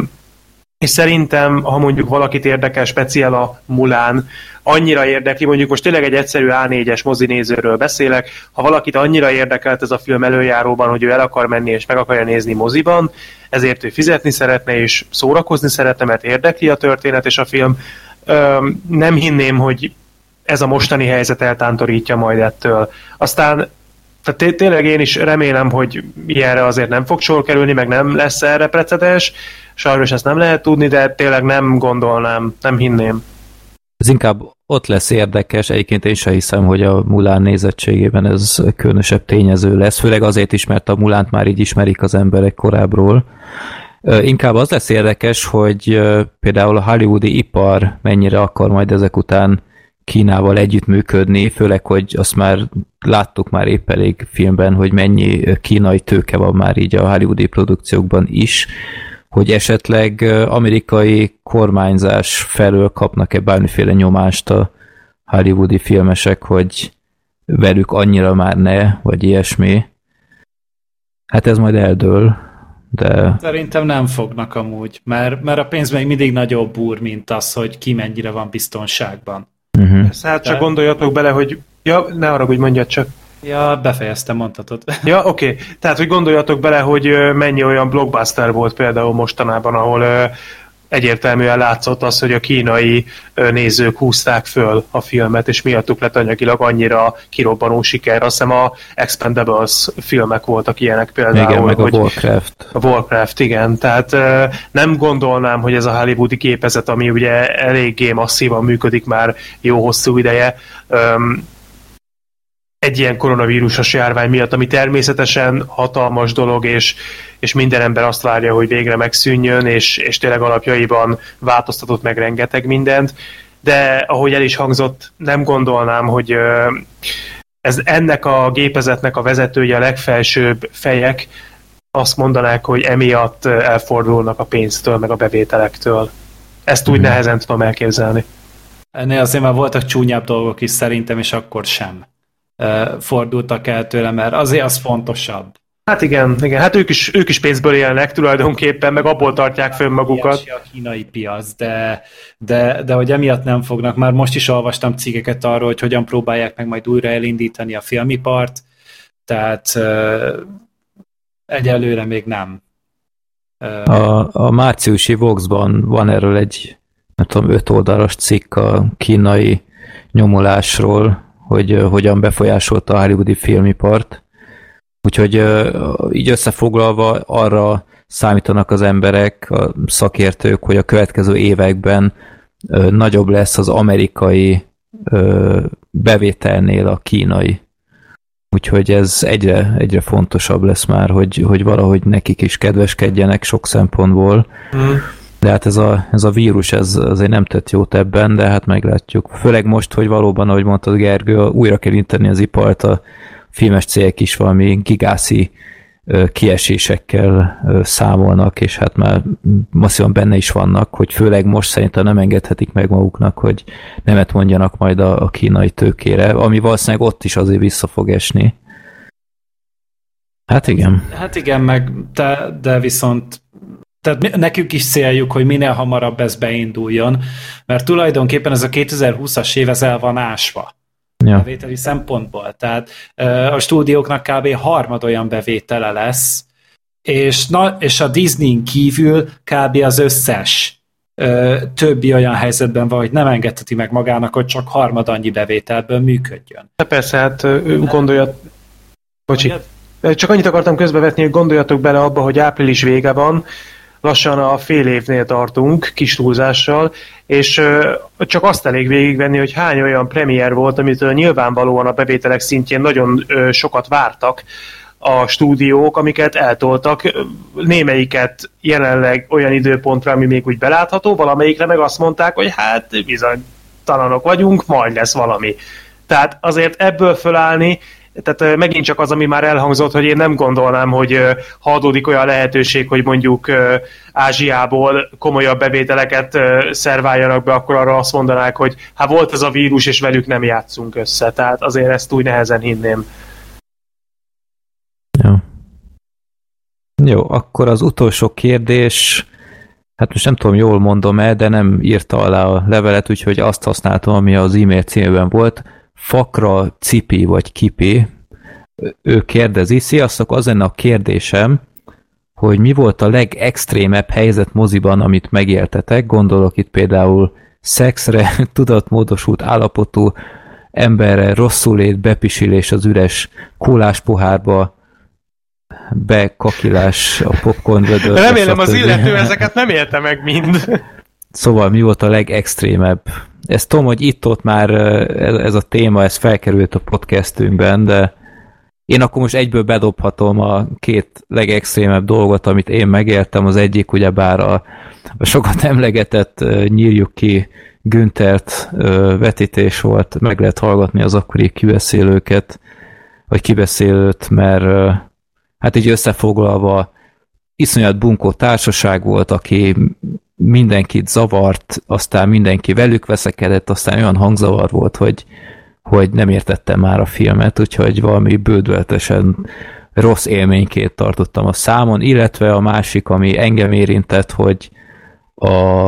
és szerintem, ha mondjuk valakit érdekel, speciál a Mulan, annyira érdekli, mondjuk most tényleg egy egyszerű á négyes mozinézőről beszélek, ha valakit annyira érdekelt ez a film előjáróban, hogy ő el akar menni és meg akarja nézni moziban, ezért ő fizetni szeretne és szórakozni szeretne, mert érdekli a történet és a film, nem hinném, hogy ez a mostani helyzet eltántorítja majd ettől. Aztán tehát tényleg én is remélem, hogy ilyenre azért nem fog sor kerülni, meg nem lesz erre precedens. Sajnos ezt nem lehet tudni, de tényleg nem gondolnám, nem hinném. Ez inkább ott lesz érdekes, egyébként én sem hiszem, hogy a Mulan nézettségében ez különösebb tényező lesz, főleg azért is, mert a Mulánt már így ismerik az emberek korábbról. Inkább az lesz érdekes, hogy például a hollywoodi ipar mennyire akar majd ezek után Kínával együttműködni, főleg, hogy azt már láttuk már épp elég filmben, hogy mennyi kínai tőke van már így a hollywoodi produkciókban is, hogy esetleg amerikai kormányzás felől kapnak-e bármiféle nyomást a hollywoodi filmesek, hogy velük annyira már ne, vagy ilyesmi. Hát ez majd eldől, de... Szerintem nem fognak amúgy, mert, mert a pénz még mindig nagyobb úr, mint az, hogy ki mennyire van biztonságban. Uh-huh. Hát csak gondoljatok bele, hogy... Ja, ne arra, hogy mondjad csak. Ja, befejeztem, mondhatod. Ja, oké. Okay. Tehát, hogy gondoljatok bele, hogy mennyi olyan blockbuster volt például mostanában, ahol egyértelműen látszott az, hogy a kínai nézők húzták föl a filmet, és miattuk lett anyagilag annyira kirobbanó siker. Azt hiszem a Expendables filmek voltak ilyenek például. Igen, meg a hogy Warcraft. A Warcraft, igen. Tehát nem gondolnám, hogy ez a hollywoodi képezet, ami ugye eléggé masszívan működik már jó hosszú ideje, egy ilyen koronavírusos járvány miatt, ami természetesen hatalmas dolog, és, és minden ember azt várja, hogy végre megszűnjön, és, és tényleg alapjaiban változtatott meg rengeteg mindent, de ahogy el is hangzott, nem gondolnám, hogy ez ennek a gépezetnek a vezetője, a legfelsőbb fejek azt mondanák, hogy emiatt elfordulnak a pénztől, meg a bevételektől. Ezt úgy nehezen tudom elképzelni. Ennél azért már voltak csúnyább dolgok is szerintem, és akkor sem fordultak el tőle, mert azért az fontosabb. Hát igen, igen. Hát ők is, ők is pénzből élnek tulajdonképpen, meg abból tartják fönn magukat. A kínai piac, de, de, de hogy emiatt nem fognak. Már most is olvastam cikkeket arról, hogy hogyan próbálják meg majd újra elindítani a filmipart, tehát uh, egyelőre még nem. Uh, a, a márciusi Vox-ban van erről egy, nem tudom, öt oldalas cikk a kínai nyomulásról, hogy uh, hogyan befolyásolta a hollywoodi filmipart. Úgyhogy uh, így összefoglalva arra számítanak az emberek, a szakértők, hogy a következő években uh, nagyobb lesz az amerikai uh, bevételnél a kínai. Úgyhogy ez egyre, egyre fontosabb lesz már, hogy, hogy valahogy nekik is kedveskedjenek sok szempontból. Mm. De hát ez a, ez a vírus, ez azért nem tett jót ebben, de hát meglátjuk. Főleg most, hogy valóban, ahogy mondtad, Gergő, újra kell inteni az ipart, a filmes cégek is valami gigászi ö, kiesésekkel ö, számolnak, és hát már masszívan benne is vannak, hogy főleg most szerintem nem engedhetik meg maguknak, hogy nemet mondjanak majd a, a kínai tőkére, ami valószínűleg ott is azért vissza fog esni. Hát igen. Hát igen, meg de, de viszont tehát nekünk is céljuk, hogy minél hamarabb ez beinduljon, mert tulajdonképpen ez a kétezer-húszas év ez el van ásva. Ja. Bevételi szempontból. Tehát a stúdióknak kb. Harmad olyan bevétele lesz, és, na, és a Disneyn kívül kb. Az összes ö, többi olyan helyzetben van, hogy nem engedheti meg magának, hogy csak harmad annyi bevételből működjön. De persze, hát gondoljat... Bocsi. Csak annyit akartam közbevetni, hogy gondoljatok bele abba, hogy április vége van, lassan a fél évnél tartunk, kis túlzással, és csak azt elég végigvenni, hogy hány olyan premier volt, amitől nyilvánvalóan a bevételek szintjén nagyon sokat vártak a stúdiók, amiket eltoltak, némelyiket jelenleg olyan időpontra, ami még úgy belátható, valamelyikre meg azt mondták, hogy hát bizonytalanok vagyunk, majd lesz valami. Tehát azért ebből fölállni, tehát megint csak az, ami már elhangzott, hogy én nem gondolnám, hogy ha adódik olyan lehetőség, hogy mondjuk Ázsiából komolyabb bevételeket szerváljanak be, akkor arra azt mondanák, hogy hát volt ez a vírus, és velük nem játszunk össze. Tehát azért ezt úgy nehezen hinném. Jó. Jó, akkor az utolsó kérdés, hát most nem tudom, jól mondom-e, de nem írta alá a levelet, úgyhogy azt használtam, ami az e-mail címében volt. Fakra Cipi vagy Kipi, ő kérdezi, sziasztok, az lenne a kérdésem, hogy mi volt a legextrémebb helyzet moziban, amit megéltetek, gondolok itt például szexre, tudatmódosult állapotú emberre, rosszul ét, bepisilés az üres kólás pohárba, bekakilás a popcorn vödör. Remélem az illető ezeket nem élte meg mind. Szóval mi volt a legextrémebb? Ezt tudom, hogy itt-ott már ez a téma, ez felkerült a podcastünkben, de én akkor most egyből bedobhatom a két legextrémebb dolgot, amit én megéltem. Az egyik ugyebár a, a sokat emlegetett Nyírjuk ki Günthert vetítés volt, meg lehet hallgatni az akkori kibeszélőket, vagy kibeszélőt, mert hát így összefoglalva iszonyat bunkó társaság volt, aki mindenkit zavart, aztán mindenki velük veszekedett, aztán olyan hangzavar volt, hogy, hogy nem értettem már a filmet, úgyhogy valami bődöltesen rossz élményként tartottam a számon, illetve a másik, ami engem érintett, hogy a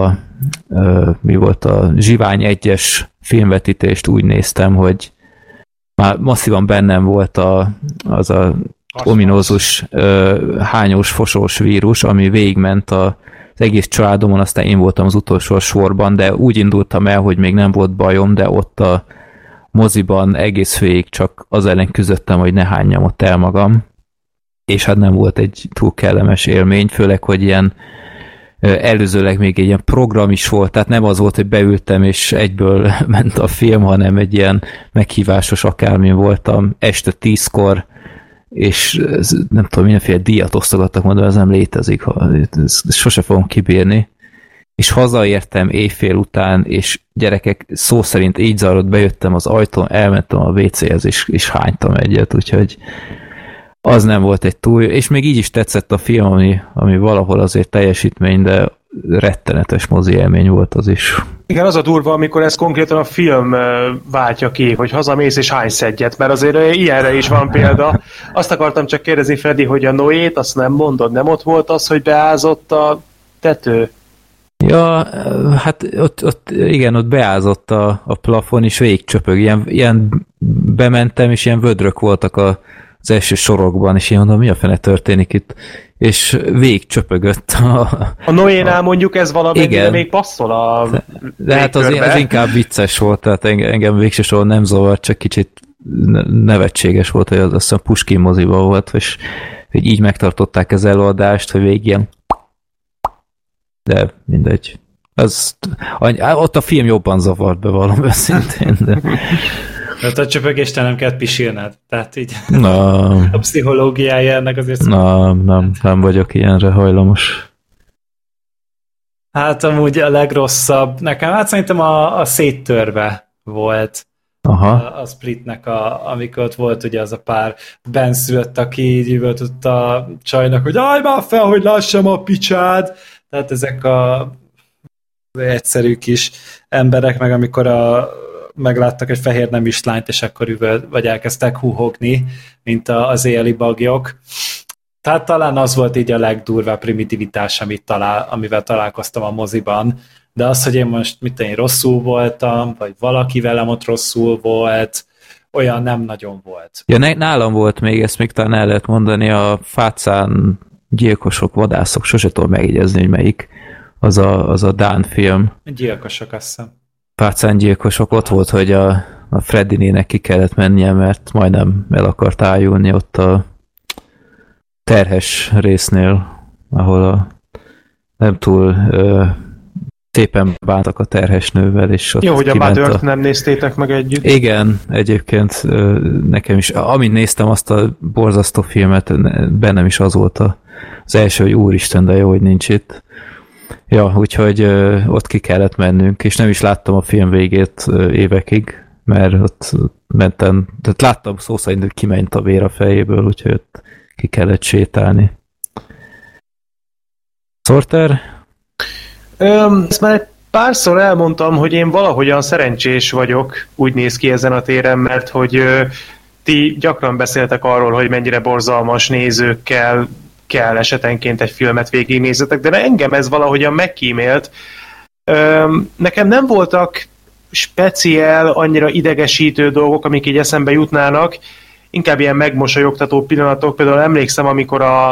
ö, mi volt a Zsivány egyes filmvetítést úgy néztem, hogy már masszívan bennem volt a, az a ominózus ö, hányós, fosós vírus, ami végigment a, az egész családomon, aztán én voltam az utolsó a sorban, de úgy indultam el, hogy még nem volt bajom, de ott a moziban egész végig csak az ellen küzdöttem, hogy ne hányjam ott el magam, és hát nem volt egy túl kellemes élmény, főleg, hogy ilyen előzőleg még egy ilyen program is volt, tehát nem az volt, hogy beültem és egyből ment a film, hanem egy ilyen meghívásos akármin voltam este tízkor, és nem tudom, mindenféle díjat osztogattak, mondom, ez nem létezik, ezt sose fogom kibírni. És hazaértem éjfél után, és gyerekek szó szerint így zajlott, bejöttem az ajtón, elmentem a vé céhez, és, és hánytam egyet, úgyhogy az nem volt egy túl, és még így is tetszett a film, ami, ami valahol azért teljesítmény, de rettenetes mozi élmény volt az is. Igen, az a durva, amikor ez konkrétan a film váltja ki, hogy hazamész és hánysz egyet, mert azért ilyenre is van példa. Azt akartam csak kérdezni, Freddy, hogy a Noét, azt nem mondod, nem ott volt az, hogy beázott a tető? Ja, hát ott, ott igen, ott beázott a, a plafon, és végigcsöpög. Ilyen, ilyen bementem, és ilyen vödrök voltak a, az első sorokban, és én mondom, mi a fene történik itt? És végigcsöpögött a... A Noénál mondjuk ez valamennyire még passzol a... De, de hát az, az inkább vicces volt, tehát engem, engem végsősorban nem zavart, csak kicsit nevetséges volt, hogy az, azt hiszem Puskin moziban volt, és hogy így megtartották az előadást, hogy végig ilyen... De mindegy. Az, ott a film jobban zavart be valami szintén, de... Tehát a csöpögéstől nem kellett pisilned. Tehát így na, a pszichológiája ennek azért... Na, nem, nem vagyok ilyenre hajlamos. Hát amúgy a legrosszabb nekem, hát szerintem a, a széttörve volt. Aha. A, a Splitnek, a, amikor ott volt ugye az a pár benszülött, aki így üvöltött a csajnak, hogy állj már fel, hogy lássam a picsád. Tehát ezek a egyszerű kis emberek, meg amikor a megláttak egy fehér neműs lányt, és akkor üvölt, vagy elkezdtek húhogni, mint a, az éjjeli bagyok. Tehát talán az volt így a legdurvább primitivitás, amit talál, amivel találkoztam a moziban, de az, hogy én most mit én rosszul voltam, vagy valaki velem ott rosszul volt, olyan nem nagyon volt. Ja, nálam volt még, ezt még talán el lehet mondani, a Fácán gyilkosok, vadászok, sose tudom megjegyezni, hogy melyik, az a, az a dán film. Gyilkosok, azt hiszem. Fácán gyilkosok, ott volt, hogy a, a Freddy-nének ki kellett mennie, mert majdnem el akart ájulni ott a terhes résznél, ahol a nem túl ö, szépen bántak a terhes nővel, és ott jó, hogy a Mother-t a... nem néztétek meg együtt. Igen, egyébként ö, nekem is, amint néztem azt a borzasztó filmet, bennem is az volt az első, hogy úristen, de jó, hogy nincs itt. Ja, úgyhogy ö, ott ki kellett mennünk, és nem is láttam a film végét ö, évekig, mert ott mentem, tehát láttam szó szerint, hogy kiment a vér a fejéből, úgyhogy ott ki kellett sétálni. Sorter? Öm, ezt már egy párszor elmondtam, hogy én valahogyan szerencsés vagyok, úgy néz ki ezen a téren, mert hogy ö, ti gyakran beszéltek arról, hogy mennyire borzalmas nézőkkel kell esetenként egy filmet végignézzetek, de engem ez valahogyan megkímélt. Öm, nekem nem voltak speciál, annyira idegesítő dolgok, amik így eszembe jutnának, inkább ilyen megmosolyogtató pillanatok. Például emlékszem, amikor a,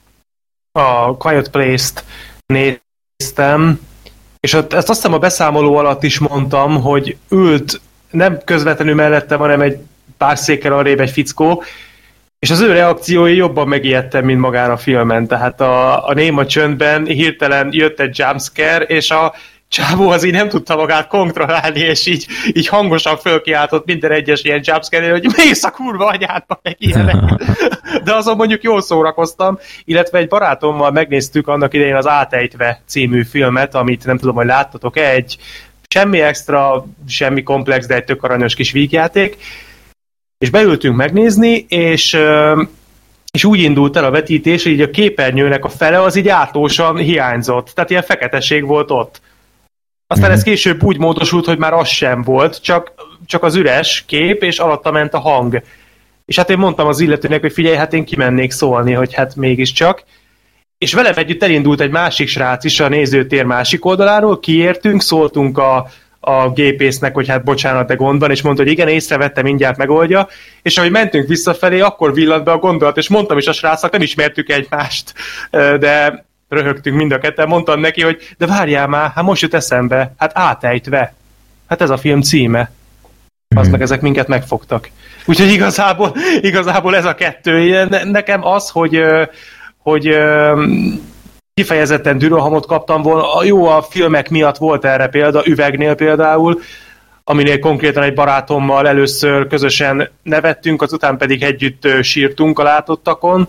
a Quiet Place-t néztem, és ott, ezt azt hiszem a beszámoló alatt is mondtam, hogy ült nem közvetlenül mellettem, hanem egy pár székkel arrébb egy fickó, és az ő reakciói jobban megijedtem, mint magán a filmen. Tehát a, a néma csöndben hirtelen jött egy jumpscare, és a csávó az így nem tudta magát kontrollálni, és így, így hangosan fölkiáltott minden egyes ilyen jumpscare-nél, hogy mész a kurva anyádba, meg ilyenek. De azon mondjuk jól szórakoztam, illetve egy barátommal megnéztük annak idején az Átejtve című filmet, amit nem tudom, hogy láttatok-e, egy semmi extra, semmi komplex, de egy tök aranyos kis vígjáték, és beültünk megnézni, és, és úgy indult el a vetítés, hogy így a képernyőnek a fele az így átlósan hiányzott, tehát ilyen feketeség volt ott. Aztán ez később úgy módosult, hogy már az sem volt, csak, csak az üres kép, és alatta ment a hang. És hát én mondtam az illetőnek, hogy figyelj, hát én kimennék szólni, hogy hát mégiscsak. És velem együtt elindult egy másik srác is a nézőtér másik oldaláról, kiértünk, szóltunk a, a gépésznek, hogy hát bocsánat, de gond van, és mondta, hogy igen, észrevette, mindjárt megoldja. És ahogy mentünk visszafelé, akkor villant be a gondolat, és mondtam is a srácnak, nem ismertük egymást, de röhögtünk mind a ketten, mondtam neki, hogy de várjál már, hát most jut eszembe, hát Átejtve. Hát ez a film címe. Az meg ezek minket megfogtak. Úgyhogy igazából, igazából ez a kettő. Nekem az, hogy, hogy kifejezetten dürohamot kaptam volna. Jó, a filmek miatt volt erre példa, Üvegnél például, aminél konkrétan egy barátommal először közösen nevettünk, azután pedig együtt sírtunk a látottakon.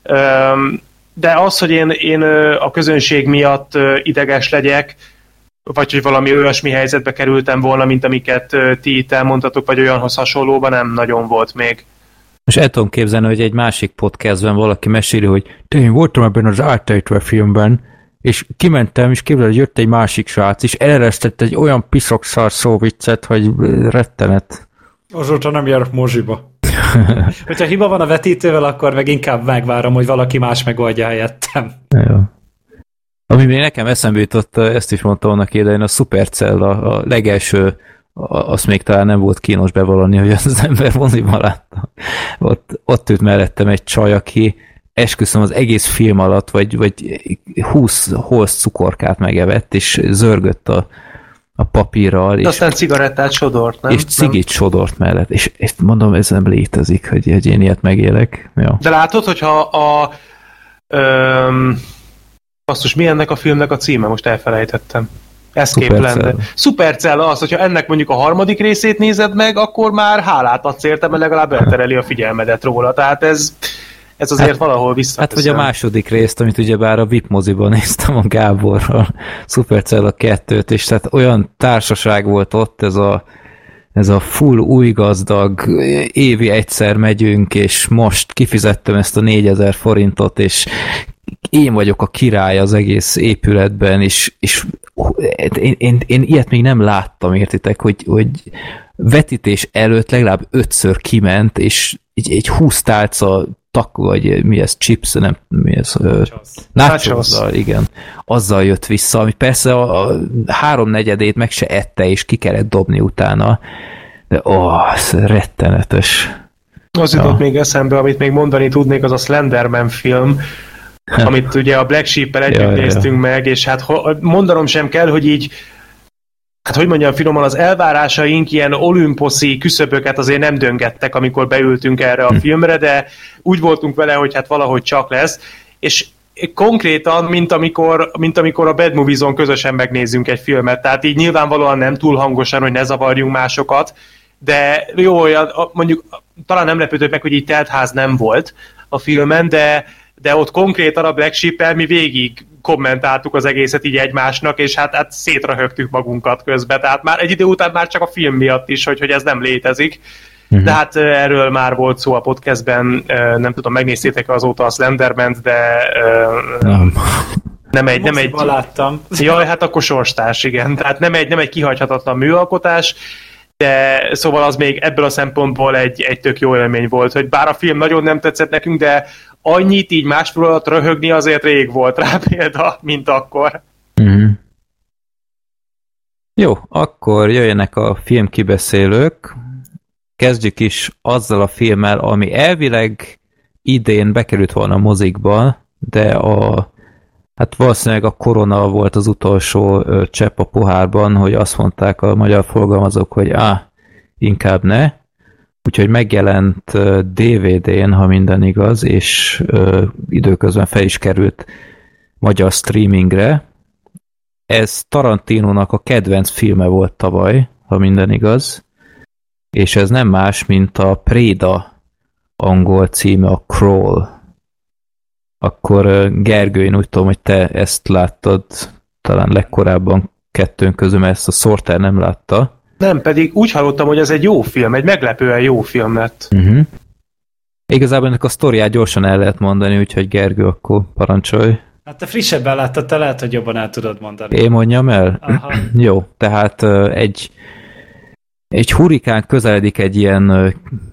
De az, hogy én, én a közönség miatt ideges legyek, vagy hogy valami olyasmi helyzetbe kerültem volna, mint amiket ti itt elmondtatok, vagy olyanhoz hasonlóban, nem nagyon volt még. Most el tudom képzelni, hogy egy másik podcastben valaki meséli, hogy te, én voltam ebben az Átejtve filmben, és kimentem, és képzeled, hogy jött egy másik srác, és eleresztett egy olyan piszokszar szóviccet, hogy rettenet. Azóta nem járok moziba. Hogyha hiba van a vetítővel, akkor meg inkább megvárom, hogy valaki más megoldja helyettem. Jó. Ami még nekem eszembe jutott, ezt is mondtam annak idején, a Supercell, a, a legelső, azt még talán nem volt kínos bevallani, hogy az ember moziban látta. Ott, ott ült mellettem egy csaj, aki esküszöm az egész film alatt, vagy, vagy húsz holsz cukorkát megevett, és zörgött a a papírral. De és aztán cigarettát sodort, nem? És cigit sodort mellett. És, és mondom, ez nem létezik, hogy, hogy én ilyet megélek. Jó. De látod, hogyha a öm, basszus, mi ennek a filmnek a címe? Most elfelejtettem. Escape Land. Supercell az, hogyha ennek mondjuk a harmadik részét nézed meg, akkor már hálát adsz érte, mert legalább eltereli a figyelmedet róla. Tehát ez, ez azért hát, valahol visszateszem. Hát vagy a második részt, amit ugyebár a vé i pé moziban néztem a Gáborral, Supercell a kettőt, és tehát olyan társaság volt ott, ez a, ez a full új gazdag, évi egyszer megyünk, és most kifizettem ezt a négyezer forintot, és én vagyok a király az egész épületben, és, és én, én, én ilyet még nem láttam, értitek, hogy, hogy vetítés előtt legalább ötször kiment, és egy, egy húsz tálca tak, vagy mi ez, chips, nem, mi ez, nachozzal, igen, azzal jött vissza, ami persze a, a háromnegyedét meg se ette, és ki kellett dobni utána, de ó, oh, ez rettenetes. Az jutott ja. még eszembe, amit még mondani tudnék, az a Slenderman film, amit ugye a Black Sheep-el együtt ja, néztünk ja. meg, és hát mondanom sem kell, hogy így hát hogy mondjam finoman, az elvárásaink ilyen olimposzi küszöböket azért nem döngettek, amikor beültünk erre a filmre, de úgy voltunk vele, hogy hát valahogy csak lesz, és konkrétan, mint amikor, mint amikor a Bad Movies-on közösen megnézzünk egy filmet, tehát így nyilvánvalóan nem túl hangosan, hogy ne zavarjunk másokat, de jó, mondjuk talán nem lepődött meg, hogy így teltház nem volt a filmen, de, de ott konkrétan a Black Sheep-el mi végig kommentáltuk az egészet így egymásnak, és hát, hát szétrahögtük magunkat közben, tehát már egy idő után már csak a film miatt is, hogy, hogy ez nem létezik. Uh-huh. De hát erről már volt szó a podcastben, nem tudom, megnéztétek azóta a Slenderman-t, de nem, nem egy... Nem egy láttam. Jaj, hát akkor sorstárs, igen. Tehát nem egy, nem egy kihagyhatatlan műalkotás, de szóval az még ebből a szempontból egy, egy tök jó élmény volt, hogy bár a film nagyon nem tetszett nekünk, de annyit így másfél alatt röhögni azért rég volt rá példa, mint akkor. Mm. Jó, akkor jöjjenek a filmkibeszélők. Kezdjük is azzal a filmmel, ami elvileg idén bekerült volna a mozikba, de a, hát valószínűleg a korona volt az utolsó csepp a pohárban, hogy azt mondták a magyar forgalmazók, hogy á, inkább ne. Úgyhogy megjelent dé vé dén, ha minden igaz, és ö, időközben fel is került magyar streamingre. Ez Tarantinónak a kedvenc filme volt tavaly, ha minden igaz, és ez nem más, mint a Préda angol címe, a Crawl. Akkor Gergő, én úgy tudom, hogy te ezt láttad talán legkorábban kettőnk közül, mert ezt a Sorter nem látta. Nem, pedig úgy hallottam, hogy ez egy jó film, egy meglepően jó film lett. Uh-huh. Igazából ennek a sztoriát gyorsan el lehet mondani, úgyhogy Gergő, akkor parancsolj. Hát te frissebben láttad, te lehet, hogy jobban el tudod mondani. Én mondjam el? Aha. Jó, tehát egy, egy hurikán közeledik egy ilyen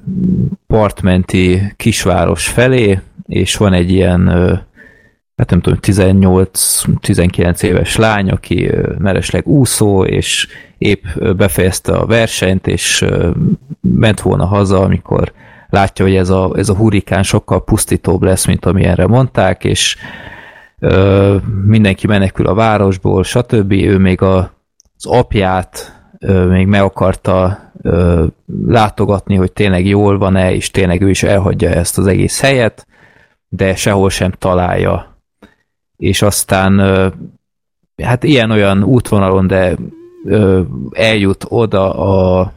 partmenti kisváros felé, és van egy ilyen, hát nem tudom, tizennyolc-tizenkilenc éves lány, aki mellesleg úszó, és épp befejezte a versenyt, és ment volna haza, amikor látja, hogy ez a, ez a hurikán sokkal pusztítóbb lesz, mint amilyenre mondták, és ö, mindenki menekül a városból, stb. Ő még a, az apját ö, még meg akarta ö, látogatni, hogy tényleg jól van-e, és tényleg ő is elhagyja ezt az egész helyet, de sehol sem találja. És aztán ö, hát ilyen-olyan útvonalon, de ö, eljut oda a,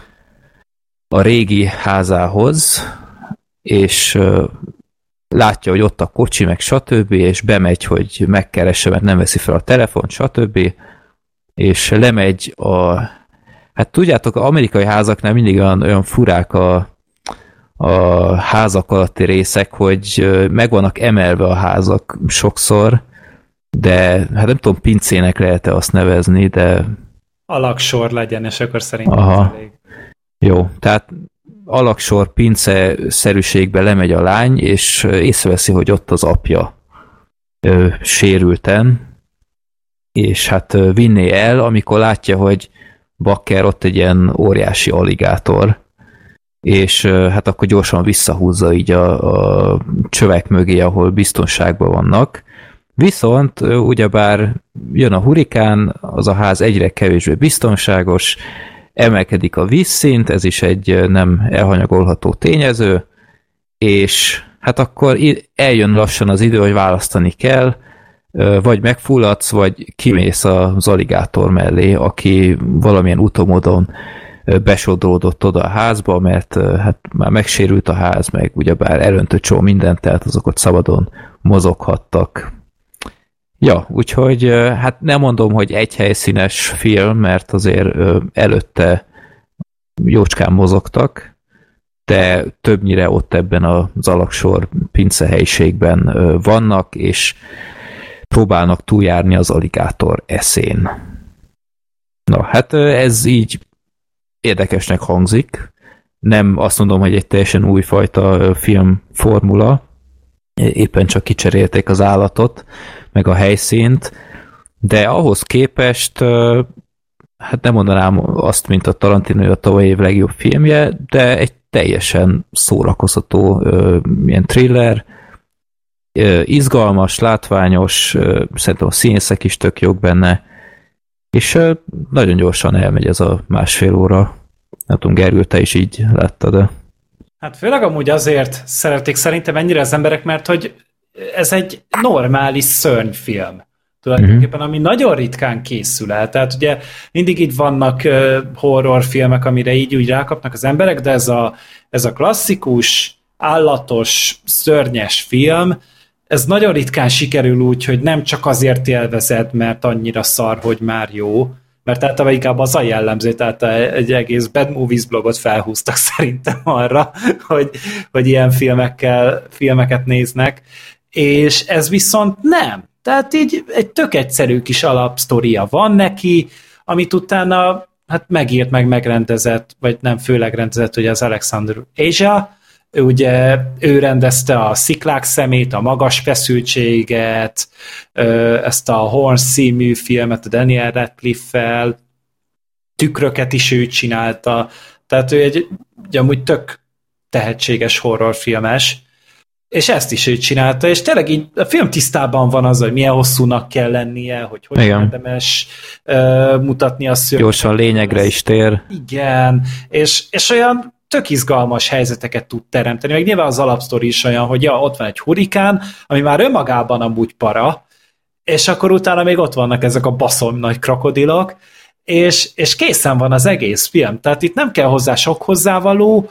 a régi házához, és ö, látja, hogy ott a kocsi, meg stb., és bemegy, hogy megkeresse, mert nem veszi fel a telefont, stb., és lemegy a... Hát tudjátok, az amerikai házaknál mindig olyan, olyan furák a, a házak alatti részek, hogy meg vannak emelve a házak sokszor, de hát nem tudom, pincének lehet-e azt nevezni, de... Alaksor legyen, és akkor szerintem Aha. elég. Jó, tehát alaksor, pince-szerűségbe lemegy a lány, és észreveszi, hogy ott az apja ö, sérülten, és hát ö, vinné el, amikor látja, hogy bakker, ott egy ilyen óriási aligátor, és ö, hát akkor gyorsan visszahúzza így a, a csövek mögé, ahol biztonságban vannak. Viszont ö, ugyebár jön a hurikán, az a ház egyre kevésbé biztonságos, emelkedik a vízszint, ez is egy nem elhanyagolható tényező, és hát akkor eljön lassan az idő, hogy választani kell, vagy megfulladsz, vagy kimész az aligátor mellé, aki valamilyen utómódon besodródott oda a házba, mert hát már megsérült a ház, meg ugyebár elöntött csó mindent, tehát azok ott szabadon mozoghattak. Ja, úgyhogy hát nem mondom, hogy egy helyszínes film, mert azért előtte jócskán mozogtak, de többnyire ott ebben az alaksor pincehelyiségben vannak, és próbálnak túljárni az aligátor eszén. Na, hát ez így érdekesnek hangzik, nem azt mondom, hogy egy teljesen újfajta filmformula, éppen csak kicserélték az állatot, meg a helyszínt, de ahhoz képest hát nem mondanám azt, mint a Tarantino a tavaly év legjobb filmje, de egy teljesen szórakoztató ilyen thriller, izgalmas, látványos, szerintem a színészek is tök jók benne, és nagyon gyorsan elmegy ez a másfél óra. Nem tudom, Gergő, te is így láttad, de... Hát főleg amúgy azért szeretik szerintem ennyire az emberek, mert hogy ez egy normális szörnyfilm. Tulajdonképpen, ami nagyon ritkán készül el. Tehát ugye mindig itt vannak uh, horrorfilmek, amire így úgy rákapnak az emberek, de ez a, ez a klasszikus, állatos, szörnyes film, ez nagyon ritkán sikerül úgy, hogy nem csak azért élvezed, mert annyira szar, hogy már jó, mert általában inkább az a jellemző, tehát egy egész Bad Movies blogot felhúztak szerintem arra, hogy, hogy ilyen filmekkel, filmeket néznek, és ez viszont nem. Tehát így egy tök egyszerű kis alapsztoria van neki, amit utána hát megírt, meg megrendezett, vagy nem főleg rendezett, ugye az Alexander Aja, ugye ő rendezte a Sziklák szemét, a Magas feszültséget, ezt a Horns című filmet a Daniel Radcliffe-fel, Tükröket is ő csinálta, tehát ő egy ugye, amúgy tök tehetséges horrorfilmes, és ezt is ő csinálta, és tényleg így a film tisztában van az, hogy milyen hosszúnak kell lennie, hogy hogy érdemes uh, mutatni a szörnyet. Gyorsan lényegre is tér. Igen, és, és olyan tök izgalmas helyzeteket tud teremteni, meg nyilván az alapsztori is olyan, hogy ja, ott van egy hurikán, ami már önmagában amúgy para, és akkor utána még ott vannak ezek a baszom nagy krokodilok, és, és készen van az egész film. Tehát itt nem kell hozzá sok hozzávaló,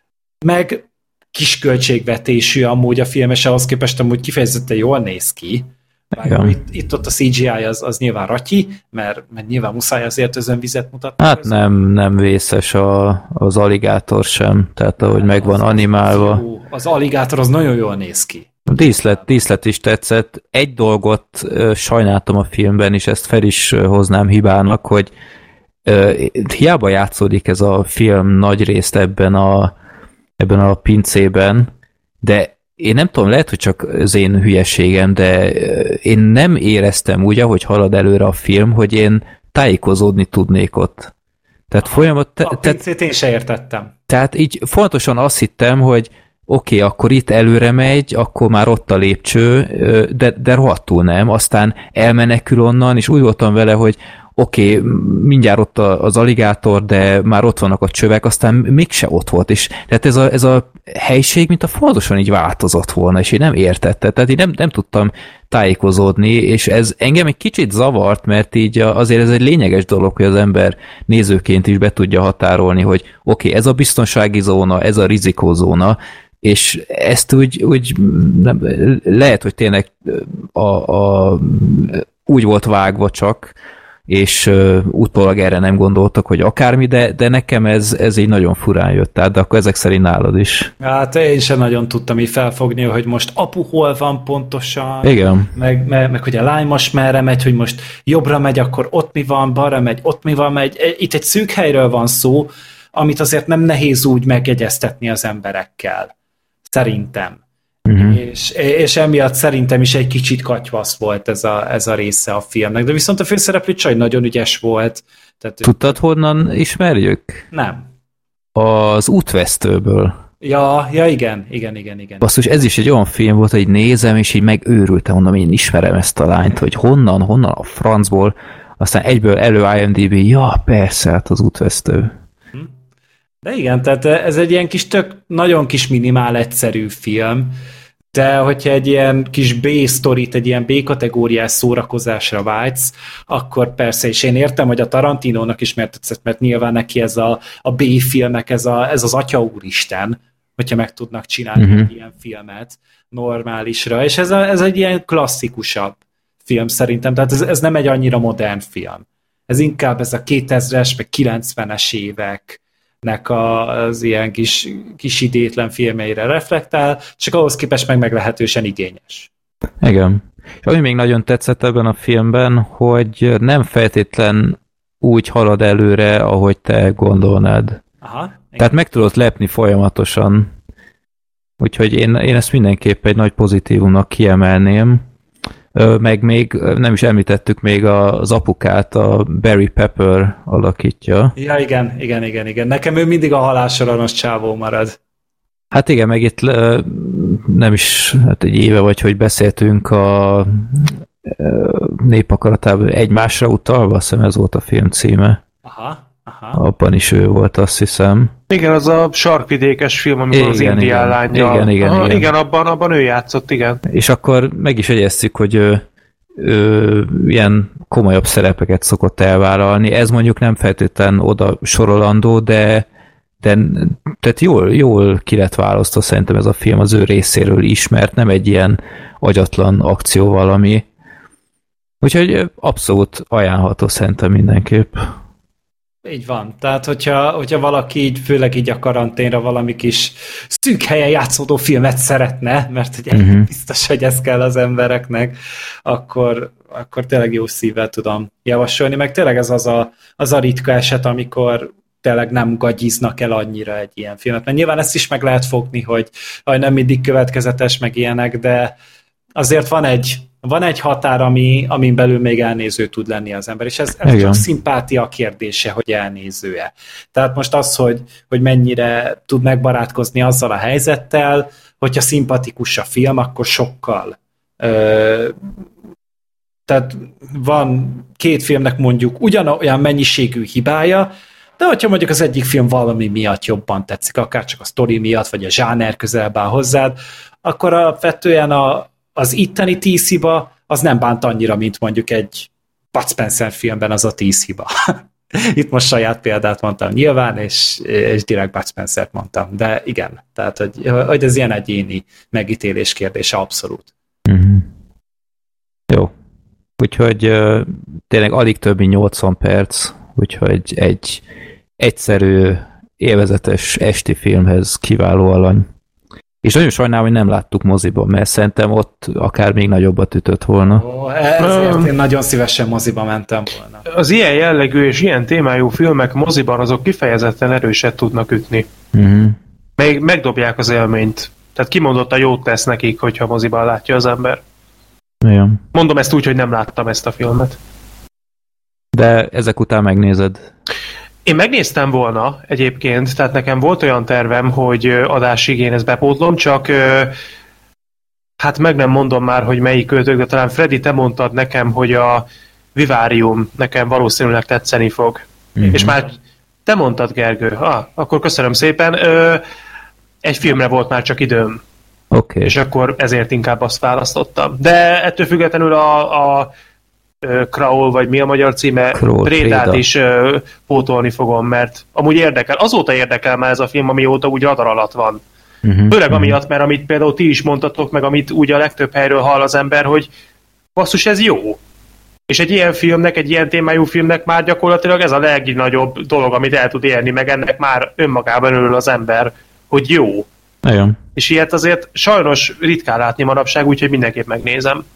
meg kis költségvetésű amúgy a film, és ahhoz képest amúgy kifejezetten jól néz ki. Itt, itt ott a cé gé í az, az nyilván ratyi, mert, mert nyilván muszáj azért özönvizet mutatni. Hát nem, nem vészes a, az aligátor sem, tehát ahogy hát meg van animálva. Jó, az aligátor az nagyon jól néz ki. A díszlet, díszlet is tetszett. Egy dolgot uh, sajnáltam a filmben, és ezt fel is uh, hoznám hibának, hogy uh, hiába játszódik ez a film nagy részt ebben a, ebben a pincében, de én nem tudom, lehet, hogy csak az én hülyeségem, de én nem éreztem úgy, ahogy halad előre a film, hogy én tájékozódni tudnék ott. Tehát folyamat... Te, a pincét én se értettem. Tehát így fontosan azt hittem, hogy oké, okay, akkor itt előre megy, akkor már ott a lépcső, de, de rohadtul nem. Aztán elmenekül onnan, és úgy voltam vele, hogy oké, okay, mindjárt ott az aligátor, de már ott vannak a csövek, aztán mégse ott volt, és tehát ez a, ez a helység, mint a fontosan így változott volna, és én nem értettem, tehát én nem, nem tudtam tájékozódni, és ez engem egy kicsit zavart, mert így azért ez egy lényeges dolog, hogy az ember nézőként is be tudja határolni, hogy oké, okay, ez a biztonsági zóna, ez a rizikózóna, és ezt úgy, úgy nem, lehet, hogy tényleg a, a, úgy volt vágva csak, és uh, utólag erre nem gondoltak, hogy akármi, de, de nekem ez, ez így nagyon furán jött át, de akkor ezek szerint nálad is. Hát én sem nagyon tudtam így felfogni, hogy most apu hol van pontosan, igen. Meg, meg, meg hogy a lány most merre megy, hogy most jobbra megy, akkor ott mi van, balra megy, ott mi van megy. Itt egy szűk helyről van szó, amit azért nem nehéz úgy megjegyeztetni az emberekkel. Szerintem. Uh-huh. És, és emiatt szerintem is egy kicsit katyvasz volt ez a, ez a része a filmnek, de viszont a főszereplő csaj nagyon ügyes volt. Tehát tudtad, honnan ismerjük? Nem. Az Útvesztőből. Ja, ja, igen, igen, igen, igen. Basszus, ez is egy olyan film volt, hogy nézem, és így megőrültem, mondom, én ismerem ezt a lányt, hogy honnan, honnan a francból, aztán egyből elő I M D B, ja, persze, hát az Útvesztő. De igen, tehát ez egy ilyen kis tök, nagyon kis minimál egyszerű film, de hogyha egy ilyen kis B-sztorit, egy ilyen B-kategóriás szórakozásra vágysz, akkor persze, és én értem, hogy a Tarantinónak is miért tetszett, mert nyilván neki ez a, a B-filmek, ez, a, ez az Atya Úristen, hogyha meg tudnak csinálni uh-huh. egy ilyen filmet normálisra, és ez, a, ez egy ilyen klasszikusabb film szerintem, tehát ez, ez nem egy annyira modern film. Ez inkább ez a kétezres, meg kilencvenes évek nek az ilyen kis, kis idétlen filmeire reflektál, csak ahhoz képest meg meglehetősen igényes. Igen. És ami még nagyon tetszett ebben a filmben, hogy nem feltétlen úgy halad előre, ahogy te gondolnád. Aha. Tehát meg tudod lepni folyamatosan. Úgyhogy én, én ezt mindenképp egy nagy pozitívumnak kiemelném. Meg még nem is említettük még az apukát, a Barry Pepper alakítja. Ja, igen, igen, igen, igen. Nekem ő mindig a halálsoronos csávó marad. Hát igen, meg itt nem is hát egy éve vagy, hogy beszéltünk a Népakaratában Egymásra utalva, azt hiszem ez volt a film címe. Aha, aha. Abban is ő volt, azt hiszem. Igen, az a sarkvidékes film, amikor igen, az indián lánnyal. Igen, igen, Aha, igen. igen abban, abban ő játszott, igen. És akkor meg is egyeztük, hogy ő, ő ilyen komolyabb szerepeket szokott elvállalni. Ez mondjuk nem feltétlen oda sorolandó, de, de tehát jól, jól ki lett választva szerintem ez a film az ő részéről is, mert nem egy ilyen agyatlan akció valami. Úgyhogy abszolút ajánlható szerintem mindenképp. Így van. Tehát, hogyha, hogyha valaki így, főleg így a karanténra valami kis szűk helyen játszódó filmet szeretne, mert ugye uh-huh. biztos, hogy ez kell az embereknek, akkor, akkor tényleg jó szívvel tudom javasolni, meg tényleg ez az a, az a ritka eset, amikor tényleg nem gagyiznak el annyira egy ilyen filmet. Mert nyilván ezt is meg lehet fogni, hogy, hogy nem mindig következetes, meg ilyenek, de azért van egy Van egy határ, ami, amin belül még elnéző tud lenni az ember, és ez, ez csak szimpátia kérdése, hogy elnéző-e. Tehát most az, hogy, hogy mennyire tud megbarátkozni azzal a helyzettel, hogyha szimpatikus a film, akkor sokkal. Ö, tehát van két filmnek mondjuk ugyanolyan mennyiségű hibája, de hogyha mondjuk az egyik film valami miatt jobban tetszik, akár csak a sztori miatt, vagy a zsáner közelbe áll hozzád, akkor alapvetően a az itteni tíz hiba, az nem bánt annyira, mint mondjuk egy Bud Spencer filmben az a tíz hiba. Itt most saját példát mondtam nyilván, és, és direkt Bud Spencert mondtam. De igen, tehát, hogy, hogy ez ilyen egyéni megítélés kérdése abszolút. Mm-hmm. Jó. Úgyhogy uh, tényleg alig több mint nyolcvan perc, úgyhogy egy egyszerű, élvezetes esti filmhez kiváló alany. És nagyon sajnálom, hogy nem láttuk moziban, mert szerintem ott akár még nagyobbat ütött volna. Ó, ezért én nagyon szívesen moziba mentem volna. Az ilyen jellegű és ilyen témájú filmek moziban azok kifejezetten erőset tudnak ütni. Uh-huh. Még megdobják az élményt. Tehát kimondottan jót tesz nekik, hogyha moziban látja az ember. Igen. Mondom ezt úgy, hogy nem láttam ezt a filmet. De ezek után megnézed? Én megnéztem volna egyébként, tehát nekem volt olyan tervem, hogy adásig én ezt bepótlom, csak hát meg nem mondom már, hogy melyik költők, de talán Freddy, te mondtad nekem, hogy a Vivarium nekem valószínűleg tetszeni fog. Mm-hmm. És már te mondtad, Gergő. Ah, akkor köszönöm szépen. Egy filmre volt már csak időm. Okay. És akkor ezért inkább azt választottam. De ettől függetlenül a, a Kraul, vagy mi a magyar címe, Prédát is uh, pótolni fogom, mert amúgy érdekel. Azóta érdekel már ez a film, amióta úgy radar alatt van. Uh-huh, Főleg uh-huh. amiatt, mert amit például ti is mondtatok, meg amit úgy a legtöbb helyről hall az ember, hogy basszus, ez jó. És egy ilyen filmnek, egy ilyen témájú filmnek már gyakorlatilag ez a legnagyobb dolog, amit el tud érni, meg ennek már önmagában örül az ember, hogy jó. Igen. És ilyet azért sajnos ritkán látni manapság, úgyhogy mindenképp megnézem.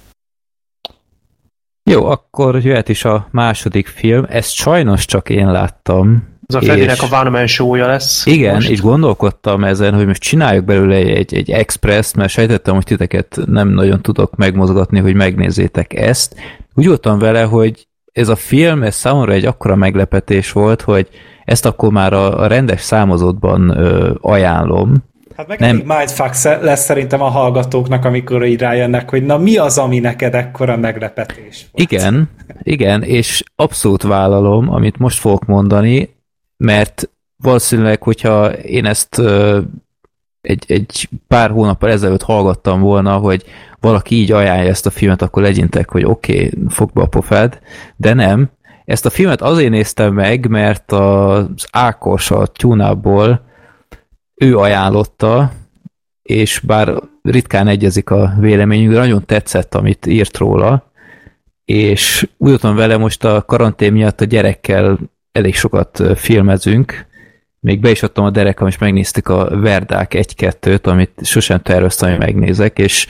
Jó, akkor jöhet is a második film. Ezt sajnos csak én láttam. Ez a Freddynek a One Man Show-ja lesz. Igen, most. És gondolkodtam ezen, hogy most csináljuk belőle egy, egy express, mert sejtettem, hogy titeket nem nagyon tudok megmozgatni, hogy megnézzétek ezt. Úgy voltam vele, hogy ez a film, ez számomra egy akkora meglepetés volt, hogy ezt akkor már a, a rendes számozottban ö, ajánlom. Hát meg nem mindfuck lesz szerintem a hallgatóknak, amikor így rájönnek, hogy na mi az, ami neked ekkora meglepetés volt. Igen, igen, és abszolút vállalom, amit most fogok mondani, mert valószínűleg, hogyha én ezt uh, egy, egy pár hónappal ezelőtt hallgattam volna, hogy valaki így ajánlja ezt a filmet, akkor legyintek, hogy oké, okay, fogd be a pofád, de nem. Ezt a filmet azért néztem meg, mert az Ákos a Tune-ból ő ajánlotta, és bár ritkán egyezik a véleményünk, de nagyon tetszett, amit írt róla, és úgy voltam vele, most a karantén miatt a gyerekkel elég sokat filmezünk, még be is adtam a derekam, és megnéztük a Verdák egy-kettőt, amit sosem terveztem, hogy megnézek, és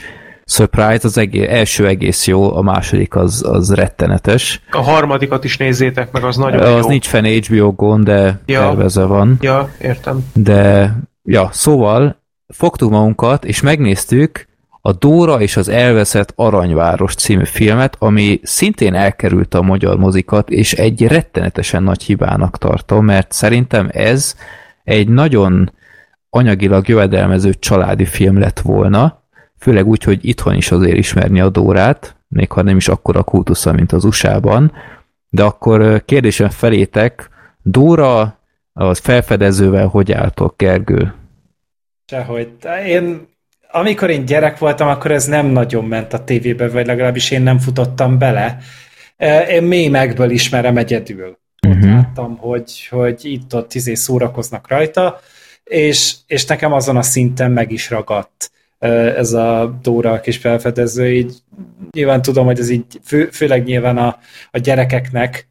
Surprise az egész, első egész jó, a második az, az rettenetes. A harmadikat is nézzétek meg, az nagyon az jó. Az nincs fenn há bé ó-gon, de ja. tervezve van. Ja, értem. De, ja, szóval fogtuk magunkat, és megnéztük a Dóra és az elveszett Aranyváros című filmet, ami szintén elkerült a magyar mozikat, és egy rettenetesen nagy hibának tartom, mert szerintem ez egy nagyon anyagilag jövedelmező családi film lett volna, főleg úgy, hogy itthon is azért ismerni a Dórát, még ha nem is akkora kultusza, mint az u es á-ban, de akkor kérdésem felétek, Dóra az felfedezővel hogy álltok, Gergő? Sehogy. Én, amikor én gyerek voltam, akkor ez nem nagyon ment a tévébe, vagy legalábbis én nem futottam bele. Én mémekből ismerem egyedül. Uh-huh. Ott láttam, hogy, hogy itt-ott izé szórakoznak rajta, és, és nekem azon a szinten meg is ragadt ez a Dóra kis felfedező. Így, nyilván tudom, hogy ez így fő, főleg nyilván a, a gyerekeknek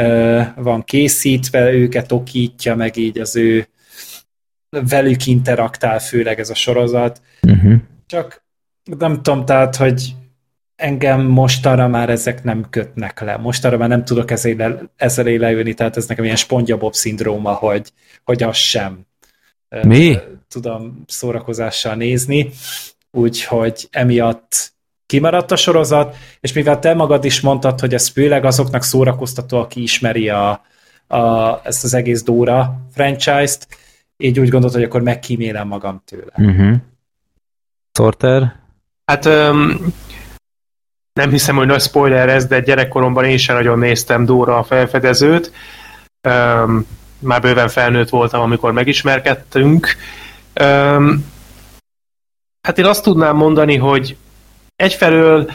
van készítve, őket okítja, meg így az ő velük interaktál főleg ez a sorozat. Uh-huh. Csak nem tudom, tehát, hogy engem mostanra már ezek nem kötnek le. Mostanra már nem tudok ezzel, ezzel leülni, tehát ez nekem ilyen SpongeBob szindróma, hogy, hogy az sem Mi? tudom szórakozással nézni, úgyhogy emiatt kimaradt a sorozat, és mivel te magad is mondtad, hogy ez főleg azoknak szórakoztató, aki ismeri a, a, ezt az egész Dóra franchise-t, így úgy gondolt, hogy akkor megkímélem magam tőle. Uh-huh. Sorter? Hát um, nem hiszem, hogy nagy spoiler ez, de gyerekkoromban én sem nagyon néztem Dóra a felfedezőt. Um, már bőven felnőtt voltam, amikor megismerkedtünk. Um, hát én azt tudnám mondani, hogy egyfelől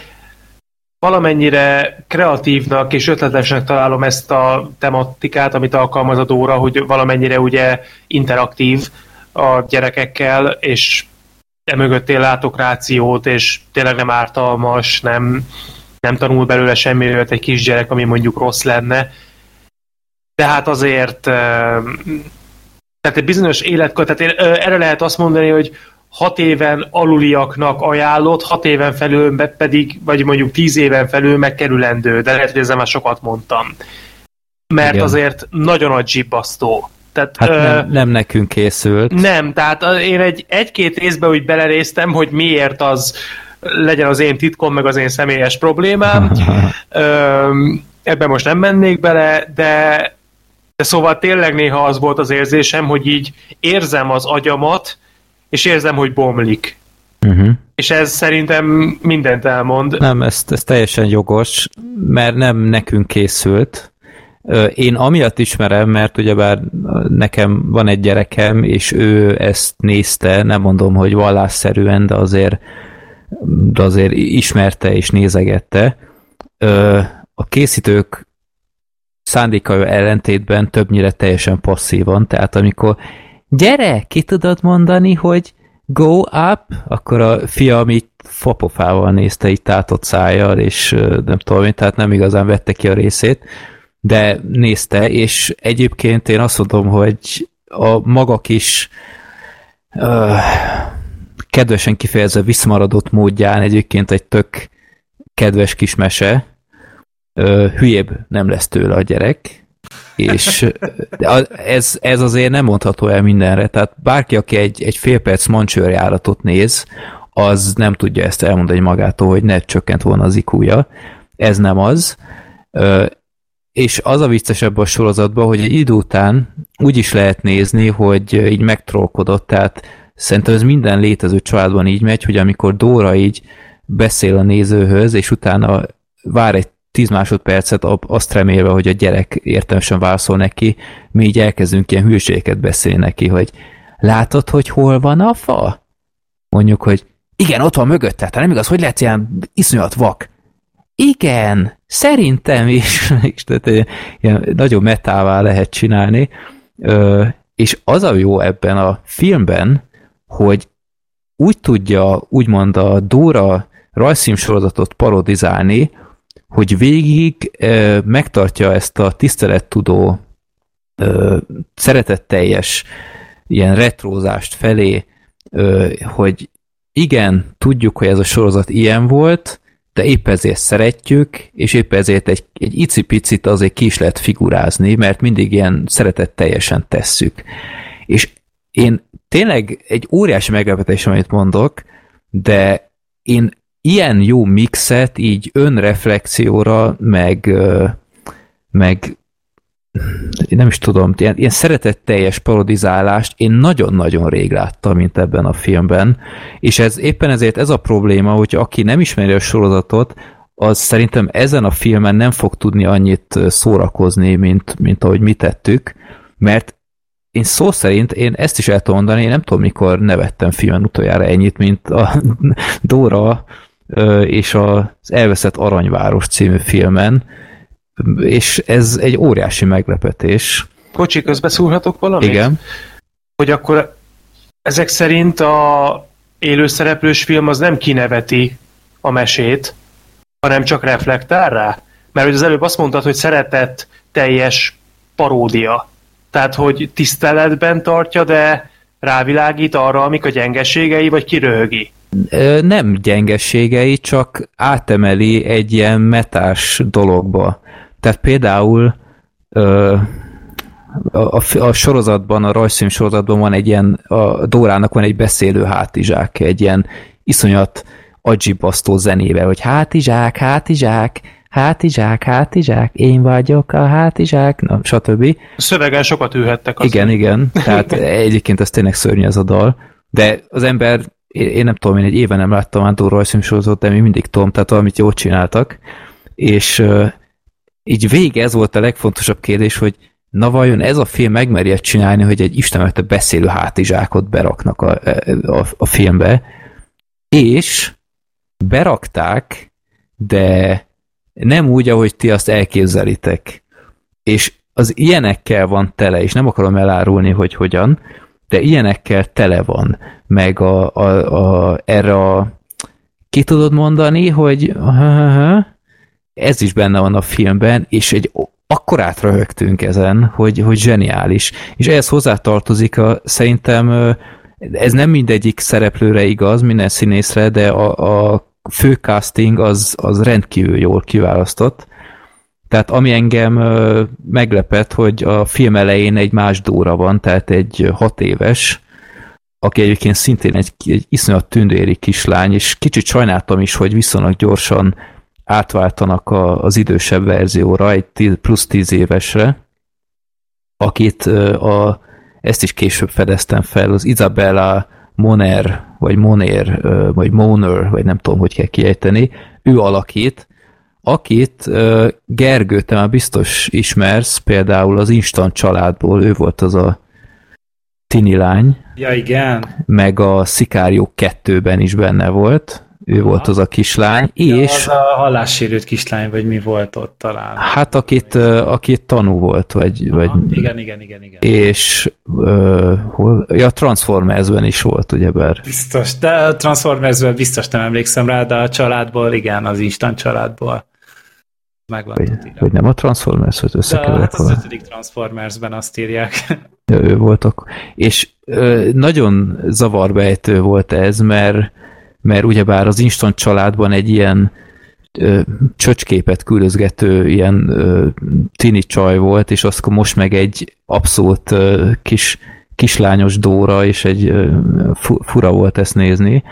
valamennyire kreatívnak és ötletesnek találom ezt a tematikát, amit alkalmaz a Dóra, hogy valamennyire ugye interaktív a gyerekekkel, és emögött én látok rációt, és tényleg nem ártalmas, nem, nem tanul belőle semmi, egy kisgyerek, ami mondjuk rossz lenne. De hát azért tehát egy bizonyos életkor, tehát erre lehet azt mondani, hogy hat éven aluliaknak ajánlott, hat éven felül pedig, vagy mondjuk tíz éven felül megkerülendő, de lehet, hogy ezzel már sokat mondtam. Mert igen, azért nagyon nagy zsibbasztó. Tehát, hát ö, nem, nem nekünk készült. Nem, tehát én egy, egy-két részben úgy belenéztem, hogy miért az legyen az én titkom, meg az én személyes problémám. ö, ebben most nem mennék bele, de, de szóval tényleg néha az volt az érzésem, hogy így érzem az agyamat, és érzem, hogy bomlik. Uh-huh. És ez szerintem mindent elmond. Nem, ez, ez teljesen jogos, mert nem nekünk készült. Én amiatt ismerem, mert ugyebár nekem van egy gyerekem, és ő ezt nézte, nem mondom, hogy vallásszerűen, de azért, de azért ismerte és nézegette. A készítők szándékai ellentétben többnyire teljesen passzívan, tehát amikor gyere, ki tudod mondani, hogy go up, akkor a fiam így fapofával nézte, így tátott szájjal, és nem tudom én, tehát nem igazán vette ki a részét, de nézte, és egyébként én azt mondom, hogy a maga kis uh, kedvesen kifejezve visszmaradott módján egyébként egy tök kedves kis mese, uh, hülyébb nem lesz tőle a gyerek, és ez, ez azért nem mondható el mindenre, tehát bárki, aki egy, egy fél perc mancsőrjáratot néz, az nem tudja ezt elmondani magától, hogy ne csökkent volna az i kú-ja. Ez nem az. És az a viccesebb a sorozatban, hogy egy idő után úgy is lehet nézni, hogy így megtrollkodott, tehát szerintem ez minden létező családban így megy, hogy amikor Dóra így beszél a nézőhöz, és utána vár egy tíz másodpercet azt remélve, hogy a gyerek értelmesen válaszol neki, mi így elkezdünk ilyen hülyeségeket beszélni neki, hogy látod, hogy hol van a fa? Mondjuk, hogy igen, ott van mögött, tehát nem igaz, hogy lehet ilyen iszonyat vak? Igen, szerintem is, és tehát ilyen nagyon metává lehet csinálni, Ö, és az a jó ebben a filmben, hogy úgy tudja, úgymond a Dóra rajzfilmsorozatot parodizálni, hogy végig ö, megtartja ezt a tisztelettudó, ö, szeretetteljes ilyen retrózást felé, ö, hogy igen, tudjuk, hogy ez a sorozat ilyen volt, de épp ezért szeretjük, és épp ezért egy, egy icipicit azért ki is lehet figurázni, mert mindig ilyen szeretetteljesen tesszük. És én tényleg egy óriási meglepetés, amit mondok, de én ilyen jó mixet így önreflexióra, meg, meg én nem is tudom, ilyen, ilyen szeretetteljes parodizálást én nagyon-nagyon rég láttam, mint ebben a filmben, és ez éppen ezért ez a probléma, hogy aki nem ismeri a sorozatot, az szerintem ezen a filmen nem fog tudni annyit szórakozni, mint, mint ahogy mi tettük, mert én szó szerint, én ezt is el tudom mondani, én nem tudom, mikor nevettem filmen utoljára ennyit, mint a Dóra és az Elveszett Aranyváros című filmen, és ez egy óriási meglepetés. Kocsi, közbeszúrhatok valamit? Igen. Hogy akkor ezek szerint a élőszereplős film az nem kineveti a mesét, hanem csak reflektál rá? Mert hogy az előbb azt mondtad, hogy szeretett teljes paródia. Tehát, hogy tiszteletben tartja, de rávilágít arra, amik a gyengeségei, vagy kiröhögi? Nem gyengeségei, csak átemeli egy ilyen metás dologba. Tehát például ö, a, a, a sorozatban, a rajzfilm sorozatban van egy ilyen, a Dórának van egy beszélő hátizsák, egy ilyen iszonyat agibasztó zenével, hogy hátizsák, hátizsák, hátizsák, hátizsák, én vagyok a hátizsák, na, stb. A szövegen sokat ülhettek azon. Igen, igen, tehát egyébként ez tényleg szörnyű ez a dal, de az ember, én nem tudom, én egy éve nem láttam már Dóra rajzfilm sorozatot, de még mindig tudom, tehát valamit jól csináltak, és így végig ez volt a legfontosabb kérdés, hogy na vajon ez a film megmeri csinálni, hogy egy istenmerte beszélő hátizsákot beraknak a, a, a filmbe, és berakták, de nem úgy, ahogy ti azt elképzelitek. És az ilyenekkel van tele, és nem akarom elárulni, hogy hogyan, de ilyenekkel tele van, meg a, a, a, erre a ki tudod mondani, hogy ez is benne van a filmben, és egy akkorát röhögtünk ezen, hogy, hogy zseniális. És ehhez hozzátartozik a, szerintem ez nem mindegyik szereplőre igaz, minden színészre, de a, a fő casting az, az rendkívül jól kiválasztott. Tehát ami engem meglepett, hogy a film elején egy más Dóra van, tehát egy hat éves, aki egyébként szintén egy, egy iszonyat tündéri kislány, és kicsit sajnáltam is, hogy viszonylag gyorsan átváltanak a, az idősebb verzióra, egy tíz, plusz tíz évesre, akit a, ezt is később fedeztem fel, az Isabella Moner, vagy Moner, vagy Moner, vagy nem tudom, hogy kell kiejteni, ő alakít, akit Gergő, te már biztos ismersz, például az Instant családból, ő volt az a tini lány. Ja, igen. Meg a Szikárió kettőben is benne volt, ő ja. volt az a kislány, ja, és... az a hallássérült kislány, vagy mi volt ott talán? Hát akit, akit tanú volt, vagy... Aha, vagy igen, igen, igen, igen. És uh, hol? Ja, Transformersben is volt, ugyebár. Biztos, de a Transformersben biztos nem emlékszem rá, de a családból, igen, az Instant családból. Megvan Hogy, hogy nem a Transformers-ot összekeverek. Hát az ötödik Transformersben azt írják. Ja, ő volt akkor. És ö, nagyon zavarbejtő volt ez, mert, mert ugyebár az Instant családban egy ilyen ö, csöcsképet küldözgető ilyen ö, tini csaj volt, és azt most meg egy abszolút ö, kis, kislányos Dóra, és egy ö, fura volt ezt nézni.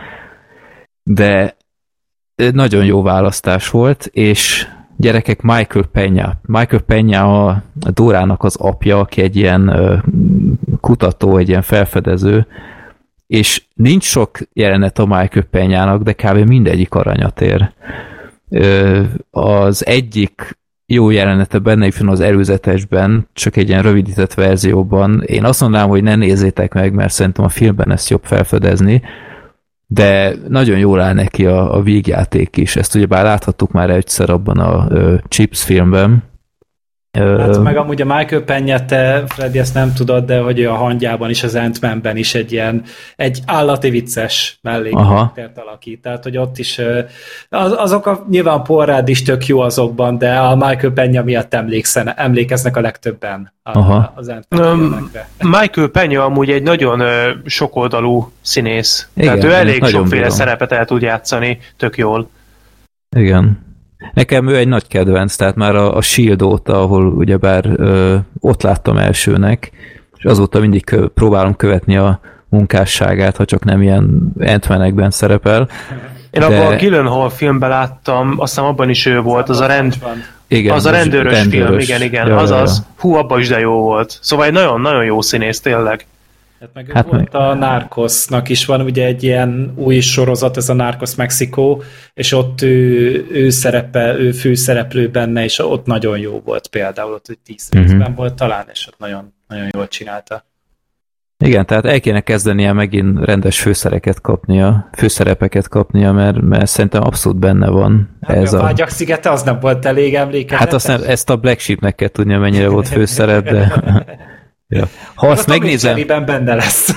De nagyon jó választás volt, és gyerekek, Michael Peña. Michael Peña a, a Dórának az apja, aki egy ilyen ö, kutató, egy ilyen felfedező, és nincs sok jelenet a Michael Peñának, de kb. Mindegyik aranyat ér. Ö, az egyik jó jelenete benne is van az előzetesben, csak egy ilyen rövidített verzióban. Én azt mondanám, hogy ne nézzétek meg, mert szerintem a filmben ezt jobb felfedezni, de nagyon jól áll neki a, a vígjáték is. Ezt ugyebár láthattuk már egyszer abban a uh, Chips filmben, Hát meg amúgy a Michael Peña, te, Freddy, ezt nem tudod, de hogy a hangjában is, az Ant-Man-ben is egy ilyen, egy állati vicces mellékkaraktert alakít. Tehát, hogy ott is az, azok a, nyilván Paul Rudd is tök jó azokban, de a Michael Peña miatt emlékeznek a legtöbben a, az Ant-Man-filmekre. Michael Peña amúgy egy nagyon sokoldalú színész. Igen, tehát ő elég sokféle bírom. szerepet el tud játszani, tök jól. Igen. Nekem ő egy nagy kedvenc, tehát már a, a Shield óta, ahol ugyebár ö, ott láttam elsőnek, és azóta mindig kö, próbálom követni a munkásságát, ha csak nem ilyen Ant-Man-ekben szerepel. Én de... abban a Gyllenhaal filmben láttam, aztán abban is ő volt, az a, rend... igen, az a rendőrös, rendőrös film, igen, igen, ja, azaz. Ja, ja. Hú, abban is de jó volt. Szóval egy nagyon-nagyon jó színész, tényleg. Hát meg hát volt meg... a Narcosnak is van ugye egy ilyen új sorozat, ez a Narcos Mexico, és ott ő, ő szerepel, ő főszereplő benne, és ott nagyon jó volt például, ott tíz részben uh-huh. volt talán, és ott nagyon, nagyon jól csinálta. Igen, tehát el kéne kezdenie megint rendes főszereket kapnia, főszerepeket kapnia, mert, mert szerintem abszolút benne van. Hát ez a Vágyak szigete, az nem volt elég emlékezetes. Hát azt nem, ezt a Black Sheepnek kell tudnia, mennyire volt főszerep, de... Ja. Ha hát azt megnézem... Jerryben benne lesz.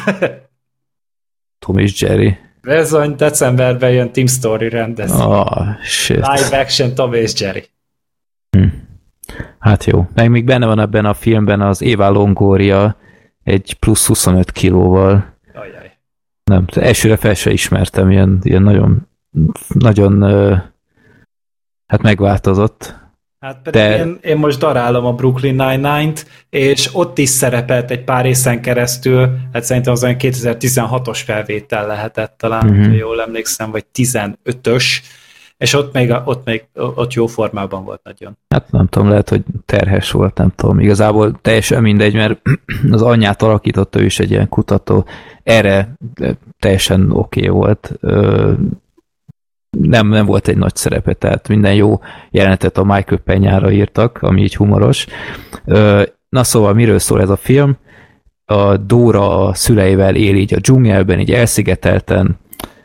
Tom és Jerry. Bizony, decemberben jön Team Story rendezni. Oh, shit. Live action Tom és Jerry. Hm. Hát jó. Meg még benne van ebben a filmben az Eva Longoria egy plusz huszonöt kilóval. Ajaj. Nem, elsőre fel se ismertem, ilyen, ilyen nagyon nagyon uh, hát megváltozott. Hát pedig de... én, én most darálom a Brooklyn Nine-Nine-t, és ott is szerepelt egy pár részen keresztül, hát szerintem az olyan kétezer-tizenhatos felvétel lehetett talán, uh-huh. ha jól emlékszem, vagy tizenötös, és ott még, ott még ott jó formában volt nagyon. Hát nem tudom, lehet, hogy terhes volt, nem tudom. Igazából teljesen mindegy, mert az anyját alakította, ő is egy ilyen kutató. Erre teljesen oké okay volt. Nem, nem volt egy nagy szerepe, tehát minden jó jelenetet a Michael Peñára írtak, ami így humoros. Na szóval miről szól ez a film? A Dora a szüleivel él így a dzsungelben, így elszigetelten.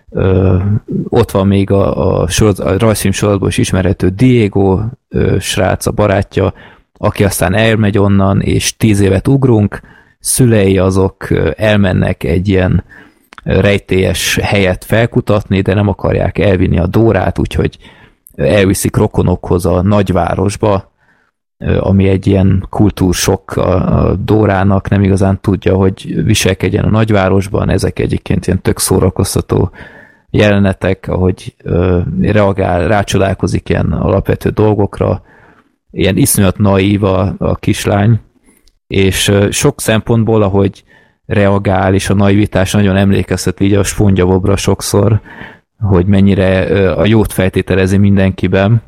Ott van még a, a, sorozat, a rajzfilm sorozatból is ismerhető Diego srác, a barátja, aki aztán elmegy onnan, és tíz évet ugrunk, szülei azok elmennek egy ilyen rejtélyes helyet felkutatni, de nem akarják elvinni a Dórát, úgyhogy elviszik rokonokhoz a nagyvárosba, ami egy ilyen kultúrsok a Dórának, nem igazán tudja, hogy viselkedjen a nagyvárosban, ezek egyébként ilyen tök szórakoztató jelenetek, ahogy reagál, rácsodálkozik ilyen alapvető dolgokra, ilyen iszonyat naív a, a kislány, és sok szempontból, ahogy reagál, és a naivitás nagyon emlékeztet így a SpongeBobra sokszor, hogy mennyire a jót feltételezi mindenkiben,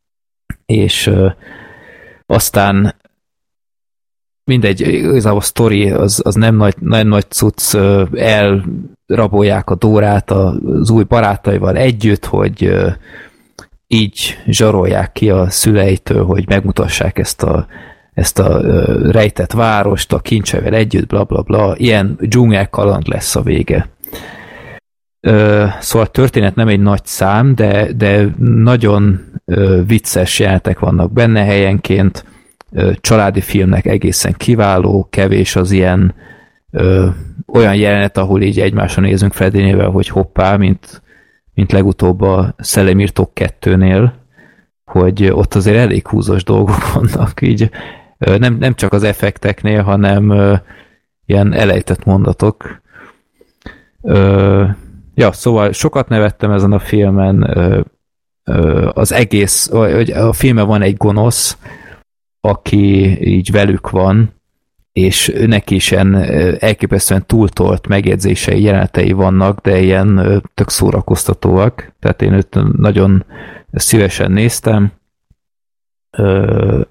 és aztán mindegy, igazából a sztori az, az nem nagy, nagyon nagy cucc, elrabolják a Dórát az új barátaival együtt, hogy így zsarolják ki a szüleitől, hogy megmutassák ezt a ezt a rejtett várost, a kincseivel együtt, bla bla bla, ilyen dzsungel kaland lesz a vége. Szóval a történet nem egy nagy szám, de, de nagyon vicces jelenetek vannak benne helyenként, családi filmnek egészen kiváló, kevés az ilyen olyan jelenet, ahol így egymásra nézünk Freddynével, hogy hoppá, mint, mint legutóbb a Szellemírtók kettőnél, hogy ott azért elég húzós dolgok vannak, így nem, nem csak az effekteknél, hanem uh, ilyen elejtett mondatok. Uh, ja, szóval sokat nevettem ezen a filmen, uh, uh, az egész, vagy a filmben van egy gonosz, aki így velük van, és neki is ilyen elképesztően túltolt megjegyzései, jelenetei vannak, de ilyen tök szórakoztatóak, tehát én őt nagyon szívesen néztem. Uh,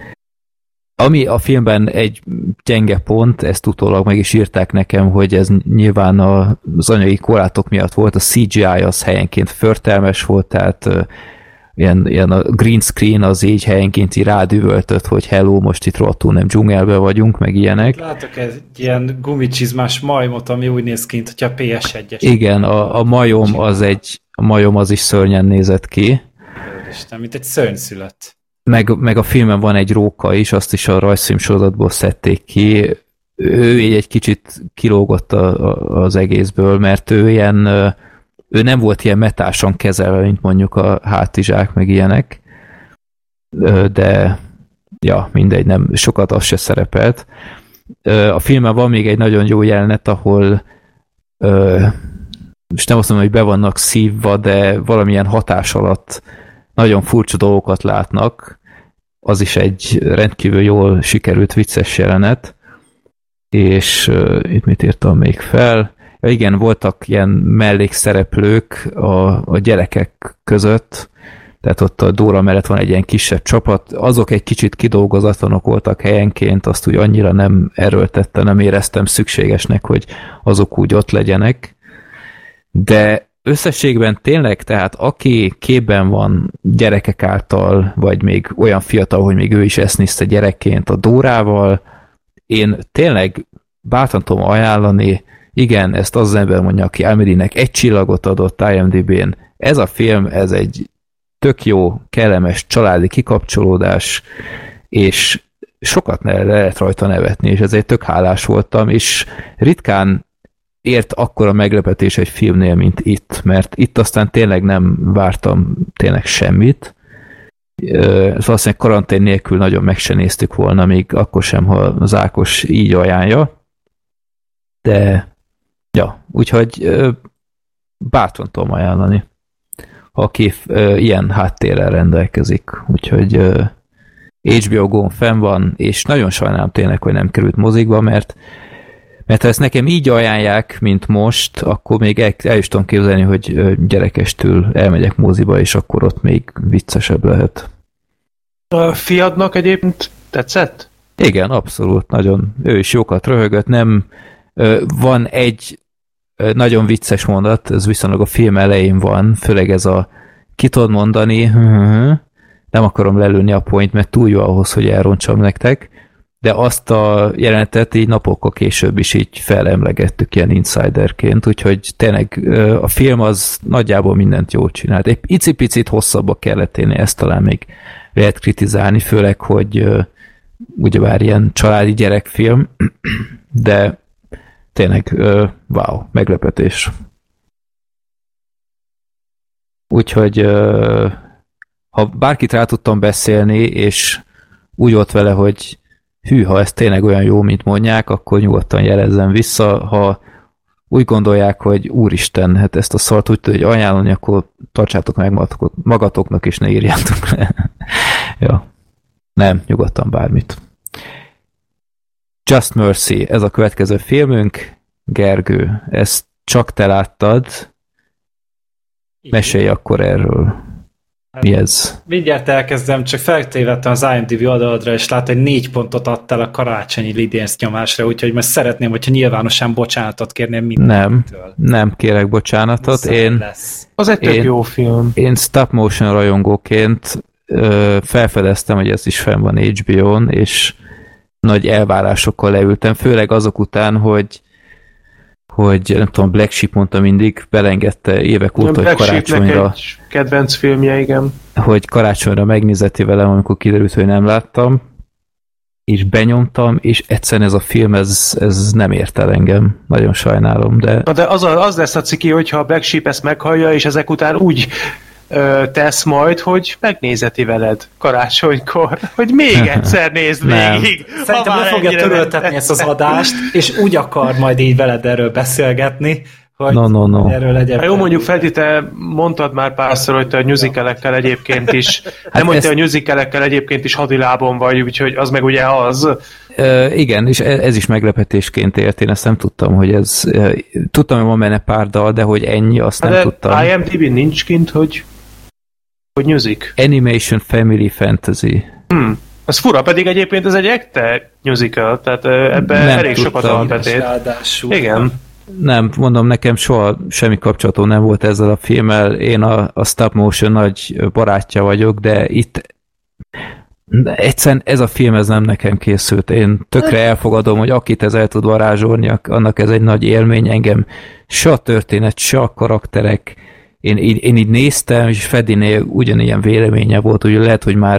Ami a filmben egy gyenge pont, ezt utólag meg is írták nekem, hogy ez nyilván az anyagi korlátok miatt volt, a cé gé í az helyenként förtelmes volt, tehát uh, ilyen, ilyen a green screen az így helyenként így rádüvöltött, hogy hello, most itt rohadtul nem dzsungelben vagyunk, meg ilyenek. Látok egy ilyen gumicsizmás majmot, ami úgy néz ki, hogy a pé es egyes. Igen, a, a majom az egy, a majom az is szörnyen nézett ki. Isten, mint egy szörnyszülött. meg, meg a filmen van egy róka is, azt is a rajzfilm sorozatból szedték ki. Ő így egy kicsit kilógott a, a, az egészből, mert ő ilyen, ő nem volt ilyen metásan kezelve, mint mondjuk a hátizsák, meg ilyenek. De ja, mindegy, nem, sokat az se szerepelt. A filmben van még egy nagyon jó jelenet, ahol és nem azt mondom, hogy be vannak szívva, de valamilyen hatás alatt nagyon furcsa dolgokat látnak. Az is egy rendkívül jól sikerült vicces jelenet. És uh, itt mit írtam még fel? Ja, igen, voltak ilyen mellékszereplők a, a gyerekek között, tehát ott a Dóra mellett van egy ilyen kisebb csapat, azok egy kicsit kidolgozatlanok voltak helyenként, azt úgy annyira nem erőltette, nem éreztem szükségesnek, hogy azok úgy ott legyenek. De összességben tényleg, tehát aki képben van gyerekek által, vagy még olyan fiatal, hogy még ő is eszniszte gyerekként a Dórával, én tényleg bátran tudom ajánlani, igen, ezt az ember mondja, aki Amélie-nek egy csillagot adott I M D B-n. Ez a film, ez egy tök jó, kellemes családi kikapcsolódás, és sokat ne lehet rajta nevetni, és ezért tök hálás voltam, és ritkán ért akkora meglepetés egy filmnél, mint itt, mert itt aztán tényleg nem vártam tényleg semmit. Valószínűleg karantén nélkül nagyon meg se néztük volna, még akkor sem, ha az Ákos így ajánlja. De ja, úgyhogy bátran tudom ajánlani, aki ilyen háttérrel rendelkezik. Úgyhogy há bé o Go-n fenn van, és nagyon sajnálom tényleg, hogy nem került mozikba, mert mert ha ezt nekem így ajánlják, mint most, akkor még el, el is tudom képzelni, hogy gyerekestől elmegyek moziba, és akkor ott még viccesebb lehet. A fiadnak egyébként tetszett? Igen, abszolút, nagyon. Ő is jókat röhögött, nem van egy nagyon vicces mondat, ez viszonylag a film elején van, főleg ez a ki tudod mondani, nem akarom lelőni a point, mert túl jó ahhoz, hogy elrontsam nektek, de azt a jelenetet így napokkal később is így felemlegettük ilyen insiderként, úgyhogy tényleg a film az nagyjából mindent jól csinált. Egy icipicit hosszabbba kellett élni, ezt talán még lehet kritizálni, főleg, hogy ugyebár ilyen családi gyerekfilm, de tényleg wow, meglepetés. Úgyhogy ha bárkit rá tudtam beszélni, és úgy volt vele, hogy hű, ha ez tényleg olyan jó, mint mondják, akkor nyugodtan jelezzen vissza. Ha úgy gondolják, hogy úristen, hát ezt a szart úgy tudja ajánlani, akkor tartsátok meg magatoknak, és ne írjátok le. Ja. Nem, nyugodtan bármit. Just Mercy, ez a következő filmünk. Gergő, ezt csak te láttad. Mesélj akkor erről. Mi ez? Mindjárt elkezdem, csak feltévettem az I M D B oldaladra, és látom, hogy négy pontot adtál a karácsonyi Lidénz nyomásra, úgyhogy most szeretném, hogyha nyilvánosan bocsánatot kérném mindenkitől. Nem, nem kérek bocsánatot. Én, az egy tök én, jó film. Én stop motion rajongóként ö, felfedeztem, hogy ez is fenn van há bé o-n, és nagy elvárásokkal leültem, főleg azok után, hogy hogy nem tudom, Black Sheep mondta mindig, belengedte évek óta, hogy karácsonyra egy kedvenc filmje, igen. Hogy karácsonyra megnézeti velem, amikor kiderült, hogy nem láttam, és benyomtam, és egyszerűen ez a film, ez, ez nem ért el engem. Nagyon sajnálom, de... Na de az, a, az lesz a ciki, hogyha a Black Sheep ezt meghallja, és ezek után úgy ö, tesz majd, hogy megnézeti veled karácsonykor, hogy még egyszer nézd végig. Szerintem le fogja töröltetni ezt az adást, és úgy akar majd így veled erről beszélgetni, hogy no, no, no. erről legyen. Jó, mondjuk Fedi, te mondtad már párszor, hogy te a musicalekkel egyébként is, hát nem, hogy ezt... te a musicalekkel egyébként is hadilábon vagy, úgyhogy az meg ugye az. Uh, igen, és ez is meglepetésként élt, én ezt nem tudtam, hogy ez, uh, tudtam, hogy van benne pár dal, de hogy ennyi, azt hát nem tudtam. I M D B nincs kint, hogy hogy music. Animation Family Fantasy. Hmm. Az fura, pedig egyébként ez egy ekte musical, tehát ebben nem elég tudtam. Sokat alapvetét. Igen. Nem, mondom, nekem soha semmi kapcsolatom nem volt ezzel a filmmel. Én a, a stop motion nagy barátja vagyok, de itt de egyszerűen ez a film ez nem nekem készült. Én tökre elfogadom, hogy akit ez el tud varázsolni, annak ez egy nagy élmény. Engem se a történet, se a karakterek. Én így, én így néztem, és Fedinél ugyanilyen véleménye volt, hogy lehet, hogy már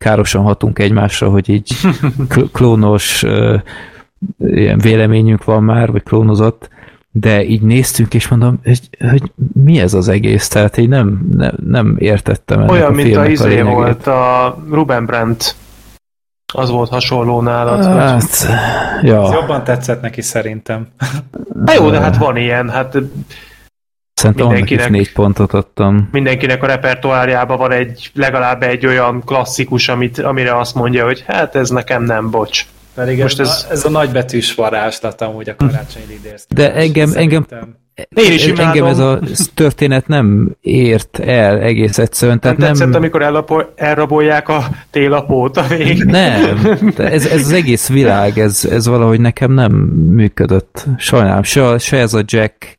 károsan hatunk egymásra, hogy így klónos ilyen véleményünk van már, vagy klónozott, de így néztünk, és mondom, hogy, hogy mi ez az egész? Tehát így nem, nem, nem értettem ennek olyan, a mint a izé lényegét. volt a Ruben Brandt. Az volt hasonló nálad. Hát, ja. Ez jobban tetszett neki szerintem. Na jó, de hát van ilyen, hát szerintem annak is négy pontot adtam. Mindenkinek a repertoárjában van egy, legalább egy olyan klasszikus, amit, amire azt mondja, hogy hát ez nekem nem, bocs. Pedig Most ez, ez... A, ez a nagybetűs varázslat amúgy a karácsonyi lidérsz. De engem, engem, én is engem ez a történet nem ért el egész egyszerűen. Nem tehát tetszett, nem... amikor ellapol, elrabolják a télapót a végén? Nem, ez, ez az egész világ, ez, ez valahogy nekem nem működött. Sajnálom, se, se ez a Jack,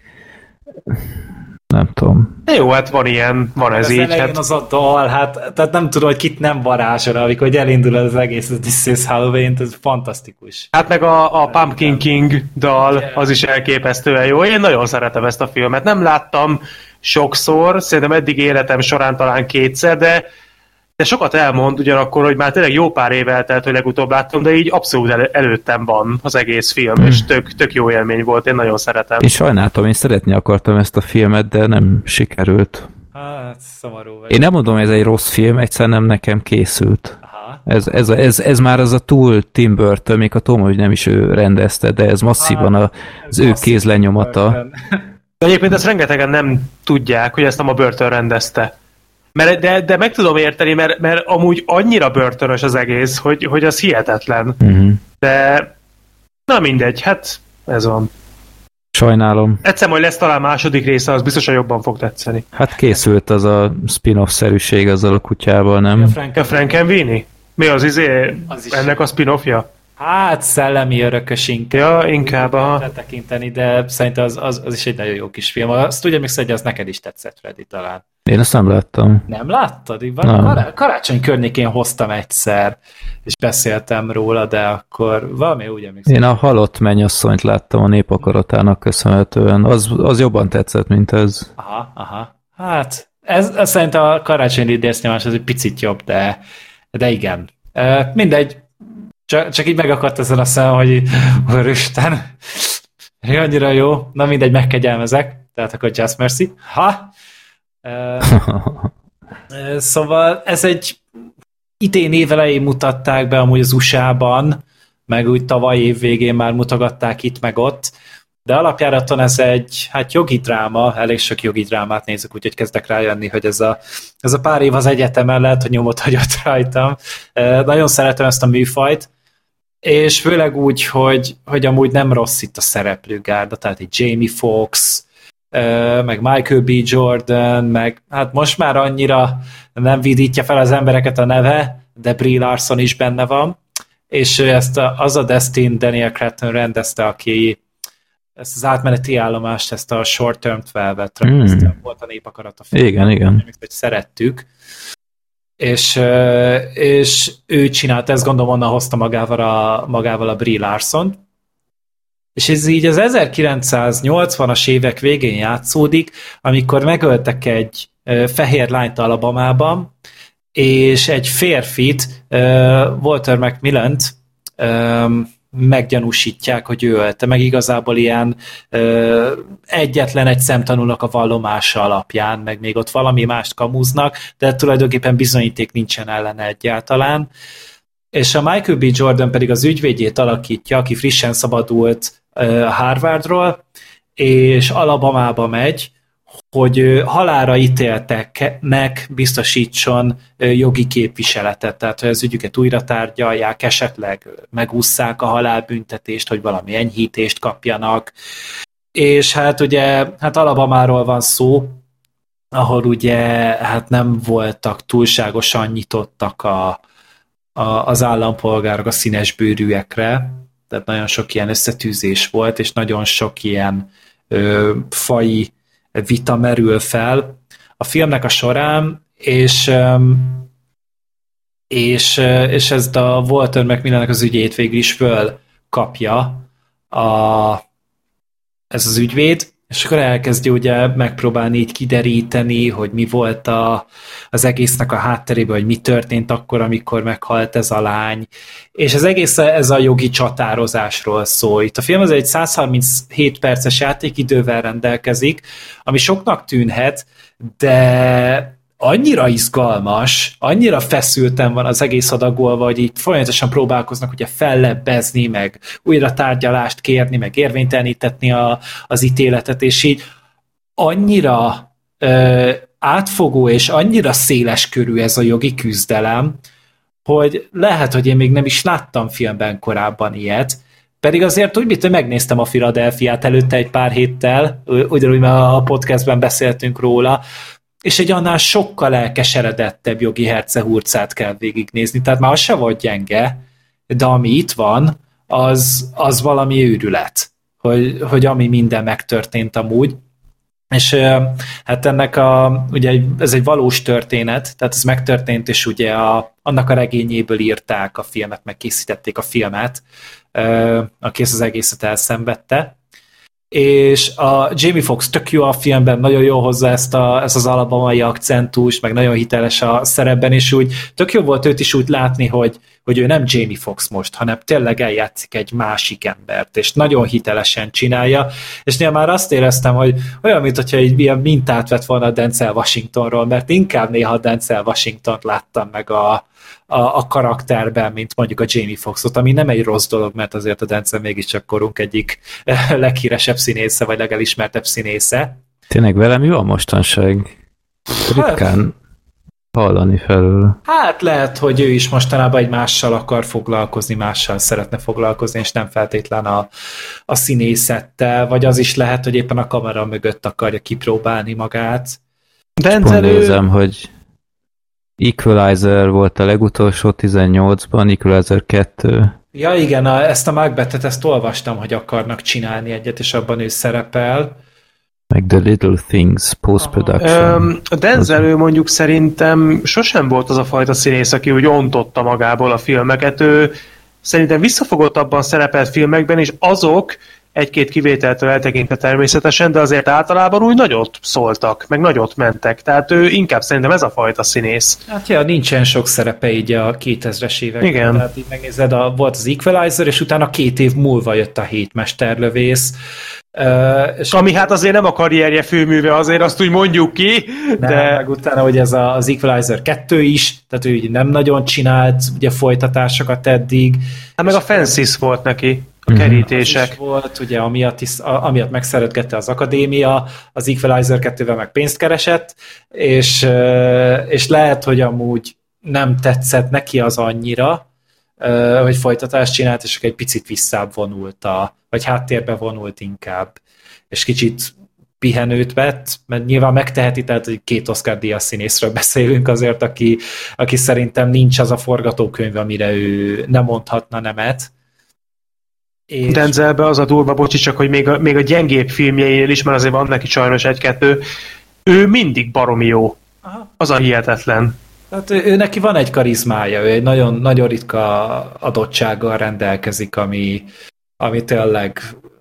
nem tudom. Jó, hát van ilyen, van ez, ez így. Hát... az a dal, hát tehát nem tudom, hogy kit nem varázsol, amikor elindul az egész a This is Halloween, ez fantasztikus. Hát meg a, a Pumpkin King dal, az is elképesztően jó. Én nagyon szeretem ezt a filmet. Nem láttam sokszor, szerintem eddig életem során talán kétszer, de, de sokat elmond ugyanakkor, hogy már tényleg jó pár év eltelt, hogy legutóbb láttam, de így abszolút el, előttem van az egész film, mm. és tök, tök jó élmény volt, én nagyon szeretem. Én sajnáltam, én szeretni akartam ezt a filmet, de nem sikerült. Hát, szomorú vagy. Én nem mondom, ez egy rossz film, egyszerűen nem nekem készült. Aha. Ez, ez, ez, ez már az a túl Tim Burton, még a Tom, hogy nem is ő rendezte, de ez masszívan a, az ő kézlenyomata. De egyébként ezt rengetegen nem tudják, hogy ezt nem a Burton rendezte. Mert, de, de meg tudom érteni, mert, mert amúgy annyira börtönös az egész, hogy, hogy az hihetetlen. Uh-huh. De na mindegy, hát ez van. Sajnálom. Egyszer majd lesz talán második része, az biztosan jobban fog tetszeni. Hát készült az a spin-off-szerűség azzal a kutyával, nem? A, Frank- a Frankenweenie? Mi az izé? Az ennek a spin-offja? Hát szellemi örökös inkább. Ja, inkább, aha. tekinteni, de szerintem az, az, az is egy nagyon jó kis film. Azt ugye még hogy az neked is tetszett, Freddy, talán. Én azt nem láttam. Nem láttad? Én kará- karácsony környékén hoztam egyszer, és beszéltem róla, de akkor valami úgy emlékszem. Én a Halott mennyasszonyt láttam a Népakaratának köszönhetően. Az, az jobban tetszett, mint ez. Aha, aha. Hát, ez, ez szerintem a karácsonyi idéznyomás az egy picit jobb, de, de igen. E, mindegy. Csak, csak így megakadt ezen a szem, hogy úristen, annyira jó. Na mindegy, megkegyelmezek. Tehát akkor Just Mercy. Ha! Uh, szóval ez egy idén évelején mutatták be amúgy az u es á-ban, meg úgy tavaly év végén már mutogatták itt meg ott, de alapjáraton ez egy hát jogi dráma, elég sok jogi drámát nézek, úgyhogy kezdek rájönni, hogy ez a, ez a pár év az egyetemen lehet, hogy nyomot hagyott rajtam. Uh, nagyon szeretem ezt a műfajt, és főleg úgy, hogy, hogy amúgy nem rossz itt a szereplőgárda, tehát egy Jamie Foxx, meg Michael B. Jordan, meg hát most már annyira nem vidítja fel az embereket a neve, de Brie Larson is benne van, és ezt a, az a Destin Daniel Cretton rendezte, aki ezt az átmeneti állomást, ezt a Short Term tizenkettőt rendezte, mm. volt a Népakarat a film. Igen, igen. Hogy szerettük. És, és ő csinált, ezt gondolom onnan hozta magával a, magával a Brie Larson. És ez így az ezerkilencszáznyolcvanas évek végén játszódik, amikor megöltek egy fehér lányt Alabamában, és egy férfit, Walter Macmillant meggyanúsítják, hogy ő ölte, meg igazából ilyen egyetlen egy szemtanúnak a vallomása alapján, meg még ott valami mást kamuznak, de tulajdonképpen bizonyíték nincsen ellene egyáltalán. És a Michael B. Jordan pedig az ügyvédjét alakítja, aki frissen szabadult a Harvardról, és Alabamába megy, hogy halálra ítélteknek biztosítson jogi képviseletet, tehát hogy az ügyüket újra tárgyalják, esetleg megússzák a halálbüntetést, hogy valami enyhítést kapjanak. És hát ugye, hát Alabamáról van szó, ahol ugye hát nem voltak túlságosan nyitottak a, a, az állampolgárok a színes bőrűekre, tehát nagyon sok ilyen összetűzés volt, és nagyon sok ilyen ö, faji vita merül fel a filmnek a során, és, és, és ezt a Walter Macmillannek az ügyét végül is fölkapja a, ez az ügyvéd, És akkor elkezdi ugye megpróbálni így kideríteni, hogy mi volt a, az egésznek a hátterében, hogy mi történt akkor, amikor meghalt ez a lány. És az egész ez a jogi csatározásról szól. Itt a film az egy száz harminchét perces játékidővel rendelkezik, ami soknak tűnhet, de annyira izgalmas, annyira feszülten van az egész adagolva, hogy így folyamatosan próbálkoznak ugye fellebbezni, meg újra tárgyalást kérni, meg érvénytelenítetni a, az ítéletet, és így annyira ö, átfogó és annyira széles körű ez a jogi küzdelem, hogy lehet, hogy én még nem is láttam filmben korábban ilyet, pedig azért úgy, mint, hogy megnéztem a Philadelphiát előtte egy pár héttel, ugyanúgy már a podcastben beszéltünk róla, és egy annál sokkal elkeseredettebb jogi hercehurcát kell végignézni, tehát már az se volt gyenge, de ami itt van, az, az valami őrület, hogy, hogy ami minden megtörtént amúgy, és hát ennek a, ugye ez egy valós történet, tehát ez megtörtént, és ugye a, annak a regényéből írták a filmet, meg készítették a filmet, aki ezt az egészet elszenvedte, és a Jamie Foxx tök jó a filmben, nagyon jó hozzá ezt, a, ezt az alabamai akcentus, meg nagyon hiteles a szerepben, és úgy tök jó volt őt is úgy látni, hogy, hogy ő nem Jamie Foxx most, hanem tényleg eljátszik egy másik embert, és nagyon hitelesen csinálja, és néha már azt éreztem, hogy olyan, mintha egy ilyen mintát vett volna a Denzel Washingtonról, mert inkább néha a Denzel Washingtont láttam meg a A, a karakterben, mint mondjuk a Jamie Foxxot, ami nem egy rossz dolog, mert azért a Denzel mégiscsak korunk egyik leghíresebb színésze, vagy legelismertebb színésze. Tényleg velem mi van mostanság? Ritkán hallani felől. Hát lehet, hogy ő is mostanában egy mással akar foglalkozni, mással szeretne foglalkozni, és nem feltétlen a, a színészettel, vagy az is lehet, hogy éppen a kamera mögött akarja kipróbálni magát. Denzel ő... nézem, hogy Equalizer volt a legutolsó tizennyolcban, Equalizer kettő. Ja igen, a, ezt a Macbethet, ezt olvastam, hogy akarnak csinálni egyet, és abban ő szerepel. Meg The Little Things post-production. Um, a Denzel ő mondjuk szerintem sosem volt az a fajta színész, aki úgy ontotta magából a filmeket. Ő szerintem visszafogottabban szerepelt filmekben, és azok egy-két kivételtől eltekintve természetesen, de azért általában úgy nagyot szóltak, meg nagyot mentek. Tehát ő inkább szerintem ez a fajta színész. Hát ja, nincsen sok szerepe így a kétezres években. Igen. Tehát így megnézed, a, volt az Equalizer, és utána két év múlva jött a Hét mesterlövész. Uh, és Ami hát azért nem a karrierje főműve, azért azt úgy mondjuk ki, nem, de... meg utána ugye ez a, az Equalizer kettő is, tehát ő nem nagyon csinált ugye folytatásokat eddig. Hát meg a Fences volt neki. A kerítések. Az is volt, ugye, amiatt, is, amiatt megszeretgette az akadémia, az Equalizer kettővel meg pénzt keresett, és, és lehet, hogy amúgy nem tetszett neki az annyira, hogy folytatást csinált, és egy picit visszább vonult, a, vagy háttérbe vonult inkább, és kicsit pihenőt vett, mert nyilván megteheti, tehát hogy két Oscar-díjas színészről beszélünk azért, aki, aki szerintem nincs az a forgatókönyv, amire ő nem mondhatna nemet. És... Denzelbe az a durva, bocsi, csak hogy még a, még a gyengébb filmjeinél is, mert azért van neki sajnos egy-kettő, ő mindig baromi jó. Aha. Az a hihetetlen. Tehát ő, ő neki van egy karizmája, ő egy nagyon, nagyon ritka adottsággal rendelkezik, ami, ami tényleg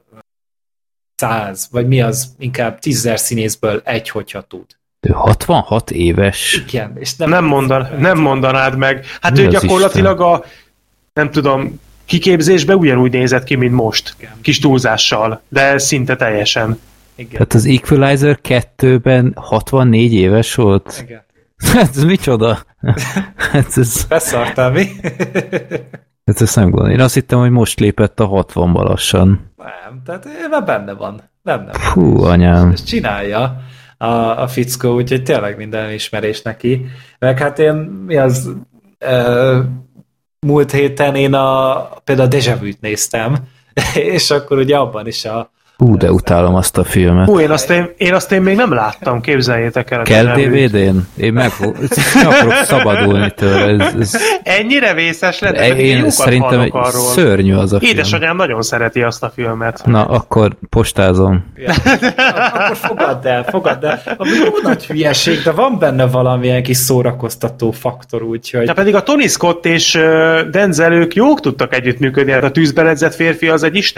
száz, vagy mi az, inkább tízezer színészből egy, hogyha tud. Ő hatvanhat éves. Igen, és nem, nem, mondan, nem mondanád meg. Hát mi ő gyakorlatilag Isten? a nem tudom, kiképzésben ugyanúgy nézett ki, mint most. Igen. Kis túlzással, de szinte teljesen. Igen. Tehát az Equalizer kettőben hatvannégy éves volt? Igen. Hát ez micsoda? Hát ez... Beszartál, mi? Hát ezt nem gondolom. Én azt hittem, hogy most lépett a hatvanba lassan. Nem, tehát ő már benne van. Benne van. Hú, anyám. És csinálja a, a fickó, úgyhogy tényleg minden ismerés neki. Meg hát én, mi az... Uh, múlt héten én a, például a Déjà Vu-t néztem, és akkor ugye abban is a... Hú, de utálom azt a filmet. Hú, én azt én, én, azt én még nem láttam, képzeljétek el. Kell dé vé dén? Én meg akarok szabadulni tőle. Ez, ez... Ennyire vészes lett? Én, én szerintem szörnyű az a film. Édesanyám nagyon szereti azt a filmet. Na, akkor postázom. Ja, akkor fogadd el, fogadd el. Ami jó nagy hülyeség, de van benne valamilyen kis szórakoztató faktor, úgyhogy... De pedig a Tony Scott és Denzel ők jók tudtak együttműködni, hát a tűzben edzett férfi az egy isten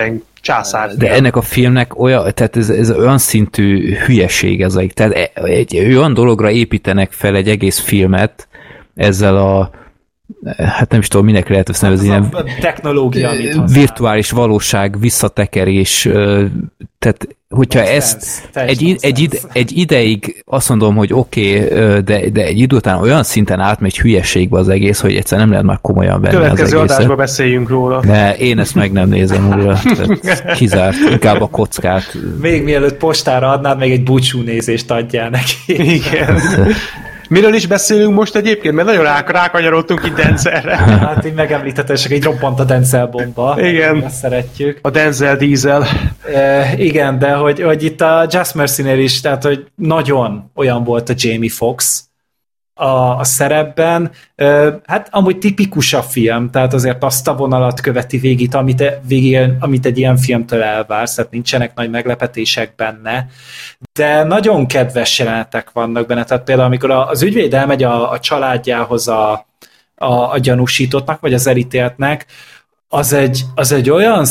császár. De ennek a filmnek olyan, tehát ez, ez olyan szintű hülyeség ezek. Tehát egy olyan dologra építenek fel egy egész filmet ezzel a hát nem is tudom, minek lehet ezt nevezni, hát a technológia, amit virtuális valóság, visszatekerés, tehát hogyha Most ezt ez, egy, egy, ide, egy ideig azt mondom, hogy oké, okay, de, de egy idő után olyan szinten átmegy hülyeségbe az egész, hogy egyszer nem lehet már komolyan venni Következő az egészet. adásban beszéljünk róla. De én ezt meg nem nézem újra. Kizárt, inkább a kockát. Még mielőtt postára adnád, még egy búcsú nézést adjál neki. Igen. Miről is beszélünk most egyébként? Mert nagyon rá, rákanyarodtunk itt Denzelre. Hát így megemlítettem, csak egy robbant a Denzel bomba. Igen. Ezt szeretjük. A Denzel Diesel. E, igen, de hogy, hogy itt a Just Mercy-nél is, tehát hogy nagyon olyan volt a Jamie Foxx a, a szerepben. E, hát amúgy tipikus a film, tehát azért azt a vonalat követi végig, amit, végig, amit egy ilyen filmtől elvársz, tehát nincsenek nagy meglepetések benne, de nagyon kedves jelenetek vannak benne, tehát például amikor az ügyvéd elmegy a, a családjához a, a, a gyanúsítottnak, vagy az elítéltnek, az egy, az egy olyan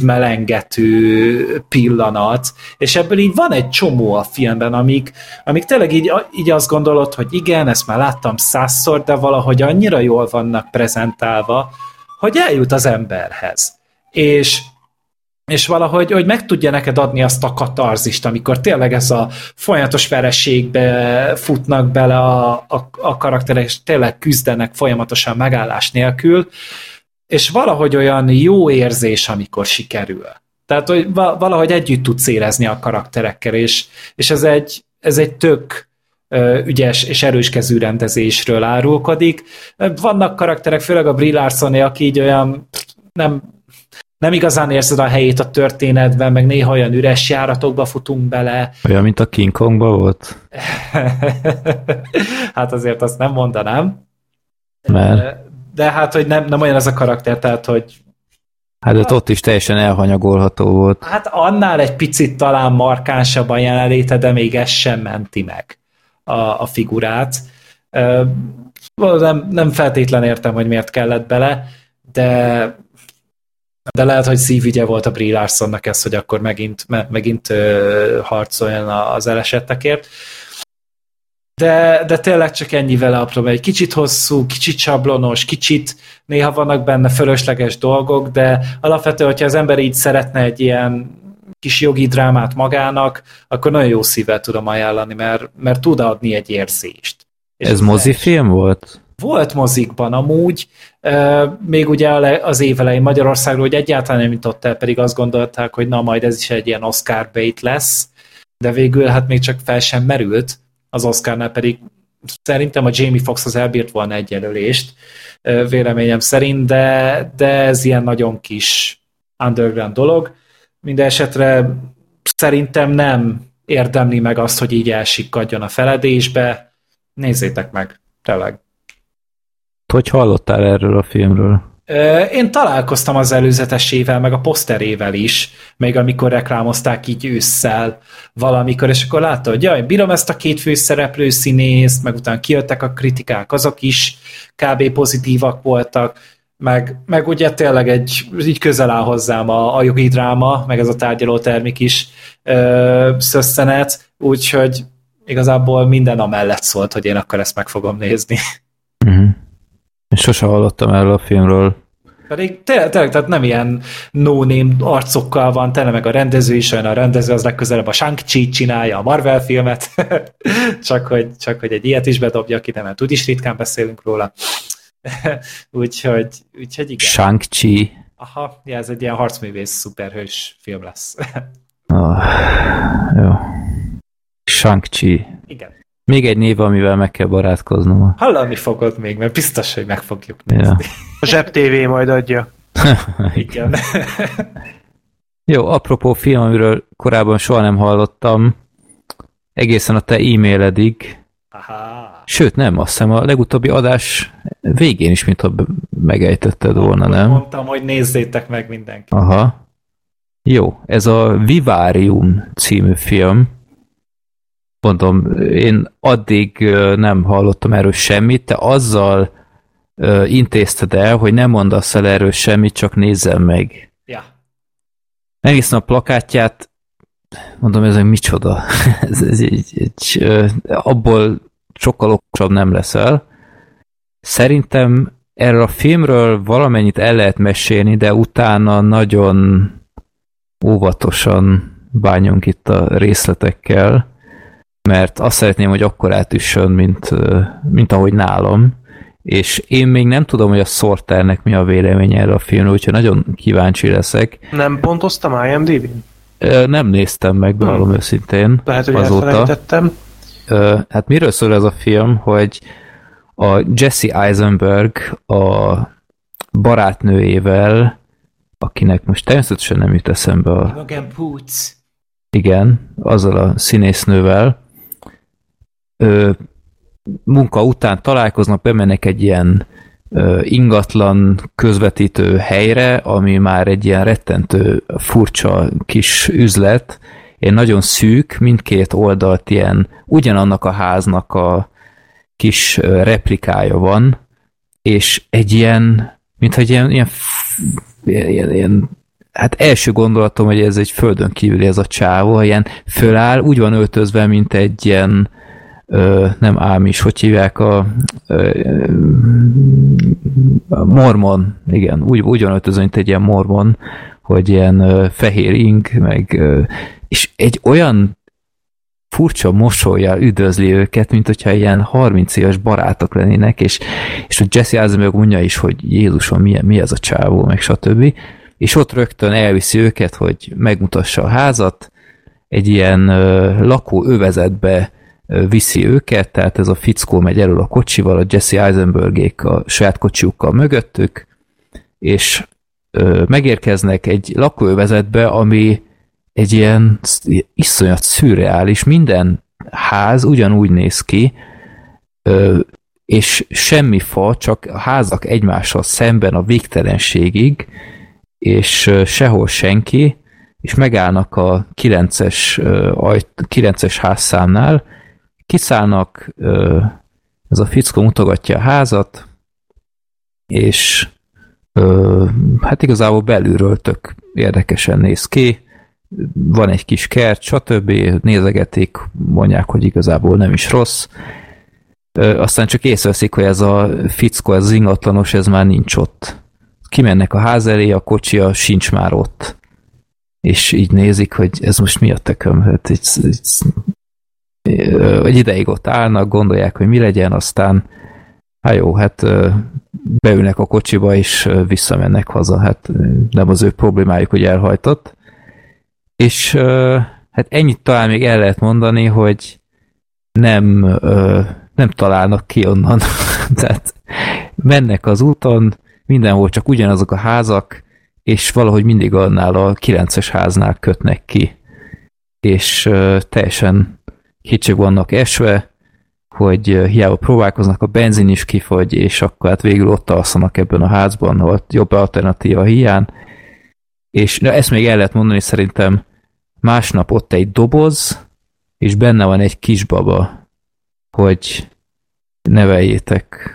szívmelengető pillanat, és ebből így van egy csomó a filmben, amik, amik tényleg így, így azt gondolod, hogy igen, ezt már láttam százszor, de valahogy annyira jól vannak prezentálva, hogy eljut az emberhez. És és valahogy hogy meg tudja neked adni azt a katarzist, amikor tényleg ez a folyamatos vereségbe futnak bele a, a, a karakterek, és tényleg küzdenek folyamatosan megállás nélkül, és valahogy olyan jó érzés, amikor sikerül. Tehát, hogy valahogy együtt tudsz érezni a karakterekkel, és, és ez, egy, ez egy tök ügyes és erős kezű rendezésről árulkodik. Vannak karakterek, főleg a Brie Larson, aki így olyan nem nem igazán érzed a helyét a történetben, meg néha olyan üres járatokba futunk bele. Olyan, mint a King Kongban volt? Hát azért azt nem mondanám. Mert... De hát, hogy nem, nem olyan ez a karakter, tehát, hogy... Hát de ott is teljesen elhanyagolható volt. Hát annál egy picit talán markánsabb a jelenléte, de még ez sem menti meg a, a figurát. Nem, nem feltétlen értem, hogy miért kellett bele, de de lehet, hogy szívügye volt a Brie Larsonnak ez, hogy akkor megint, me, megint ö, harcoljon az elesettekért. De, de tényleg csak ennyivel a probléma. Egy kicsit hosszú, kicsit sablonos, kicsit néha vannak benne fölösleges dolgok, de alapvetően, hogyha az ember így szeretne egy ilyen kis jogi drámát magának, akkor nagyon jó szívvel tudom ajánlani, mert, mert tud adni egy érzést. És ez mozifilm volt? Volt mozikban amúgy, még ugye az év elején Magyarországról, hogy egyáltalán nem jutott el, pedig azt gondolták, hogy na majd ez is egy ilyen Oscar bait lesz, de végül hát még csak fel sem merült, az Oscarnál pedig szerintem a Jamie Foxx az elbírt volna egy jelölést, véleményem szerint, de, de ez ilyen nagyon kis underground dolog. Minden esetre szerintem nem érdemli meg azt, hogy így elsikkadjon a feledésbe. Nézzétek meg, tényleg. Hogy hallottál erről a filmről? Én találkoztam az előzetesével, meg a poszterével is, még amikor reklámozták így ősszel valamikor, és akkor látta, hogy jaj, bírom ezt a két főszereplő színészt, meg utána kijöttek a kritikák, azok is kb. Pozitívak voltak, meg, meg ugye tényleg egy, így közel áll hozzám a, a jogi dráma, meg ez a tárgyalótermik is ö, szösszenet, úgyhogy igazából minden amellett szólt, hogy én akkor ezt meg fogom nézni. Uh-huh. Sose hallottam erről a filmről. Pedig tényleg, tényleg, tehát nem ilyen no-name arcokkal van, tényleg meg a rendező is, olyan a rendező az legközelebb a Shang-Chi csinálja a Marvel filmet, csak, hogy, csak hogy egy ilyet is bedobja ki, de mert úgyis ritkán beszélünk róla. úgyhogy, úgyhogy igen. Shang-Chi. Aha, ja, ez egy ilyen harcművész szuperhős film lesz. oh, jó. Shang-Chi. Igen. Még egy név, amivel meg kell barátkoznom. Hallani fogod még, mert biztos, hogy meg fogjuk nézni. Ja. A Zseb té vé majd adja. Igen. Jó, apropó film, amiről korábban soha nem hallottam, egészen a te e-mailedig. Aha. Sőt, nem, azt hiszem a legutóbbi adás végén is, mintha megejtetted volna, nem? Mondtam, hogy nézzétek meg mindenki. Aha. Jó, ez a Vivarium című film. Mondom, én addig nem hallottam erről semmit, te azzal intézted el, hogy nem mondasz el erről semmit, csak nézzem meg. Ja. megnéztem a plakátját, mondom, ez egy micsoda. ez, ez egy, egy, abból sokkal okosabb nem leszel. Szerintem erről a filmről valamennyit el lehet mesélni, de utána nagyon óvatosan bánjunk itt a részletekkel, mert azt szeretném, hogy akkor átüssön, mint, mint ahogy nálam. És én még nem tudom, hogy a Sorternek mi a véleménye erről a filmről, úgyhogy nagyon kíváncsi leszek. Nem pontoztam I M D B-n? Nem néztem meg, bevallom hmm. őszintén. Lehet, hogy azóta. elfelejtettem. Hát miről szól ez a film, hogy a Jesse Eisenberg a barátnőjével, akinek most természetesen nem jut eszembe a... Imogen Poots. Igen, azzal a színésznővel. Ö, munka után találkoznak, bemennek egy ilyen ö, ingatlan közvetítő helyre, ami már egy ilyen rettentő furcsa kis üzlet, egy nagyon szűk, mindkét oldalt ilyen ugyanannak a háznak a kis replikája van, és egy ilyen, mintha egy ilyen, ilyen, ilyen, ilyen hát első gondolatom, hogy ez egy földön kívüli ez a csávó, ilyen föláll, úgy van öltözve, mint egy ilyen ö, nem ámis, hogy hívják a, ö, a mormon, igen, úgy, úgy van öltözve, mint egy ilyen mormon, hogy ilyen ö, fehér ing, meg ö, és egy olyan furcsa mosollyal üdvözli őket, mint hogyha ilyen harminc éves barátok lennének, és, és a Jesse Eisenberg mondja is, hogy Jézusom, mi, mi ez a csávó, meg stb. És ott rögtön elviszi őket, hogy megmutassa a házat, egy ilyen ö, lakóövezetbe ö, viszi őket, tehát ez a fickó megy elől a kocsival, a Jesse Eisenbergék a saját kocsiukkal mögöttük, és ö, megérkeznek egy lakóövezetbe, ami egy ilyen iszonyat szürreális, minden ház ugyanúgy néz ki, ö, és semmi fa, csak a házak egymással szemben a végtelenségig, és sehol senki, és megállnak a kilences, kilences házszámnál, kiszállnak, ez a fickó mutogatja a házat, és hát igazából belülről tök érdekesen néz ki, van egy kis kert, stb. Nézegetik, mondják, hogy igazából nem is rossz. Aztán csak észreveszik, hogy ez a fickó, ez az ingatlanos, ez már nincs ott. Kimennek a ház elé, a kocsia sincs már ott. És így nézik, hogy ez most mi a tököm? Hát így, így, egy ideig ott állnak, gondolják, hogy mi legyen, aztán hát jó, hát beülnek a kocsiba, és visszamennek haza. Hát nem az ő problémájuk, hogy elhajtott. És hát ennyit talán még el lehet mondani, hogy nem, nem találnak ki onnan. Tehát mennek az úton, mindenhol csak ugyanazok a házak, és valahogy mindig annál a kilences háznál kötnek ki. És teljesen kicsik vannak esve, hogy hiába próbálkoznak, a benzin is kifogy, és akkor hát végül ott alszanak ebben a házban, ahol jobb alternatíva hiány. És na, ezt még el lehet mondani, szerintem másnap ott egy doboz, és benne van egy kisbaba, hogy neveljétek.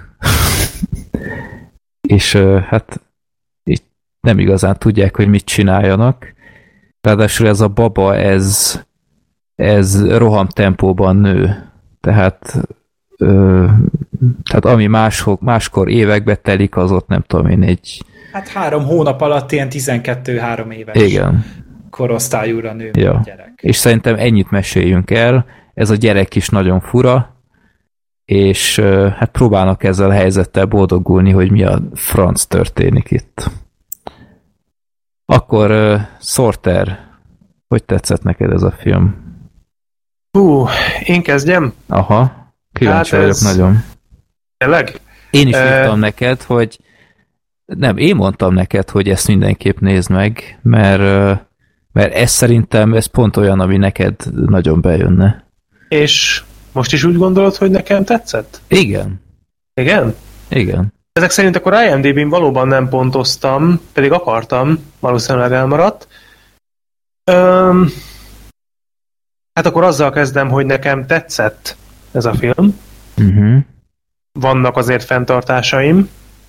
És hát így nem igazán tudják, hogy mit csináljanak. Ráadásul ez a baba, ez, ez rohamtempóban nő. Tehát, ö, tehát ami máshol, máskor évekbe telik, az ott nem tudom én egy... Hát három hónap alatt ilyen tizenkét-három éves igen. korosztályúra nő ja. a gyerek. És szerintem ennyit meséljünk el. Ez a gyerek is nagyon fura, és hát próbálnak ezzel a helyzettel boldogulni, hogy mi a franc történik itt. Akkor uh, Sorter, hogy tetszett neked ez a film? Hú, én kezdjem? Aha, kíváncsi hát vagyok ez... nagyon. Tényleg? Én is írtam uh... neked, hogy nem, én mondtam neked, hogy ezt mindenképp nézd meg, mert, mert ez szerintem, ez pont olyan, ami neked nagyon bejönne. És most is úgy gondolod, hogy nekem tetszett? Igen. Igen? Igen. Ezek szerint akkor I M D B-n valóban nem pontoztam, pedig akartam, valószínűleg elmaradt. Öm, hát akkor azzal kezdem, hogy nekem tetszett ez a film. Uh-huh. Vannak azért fenntartásaim,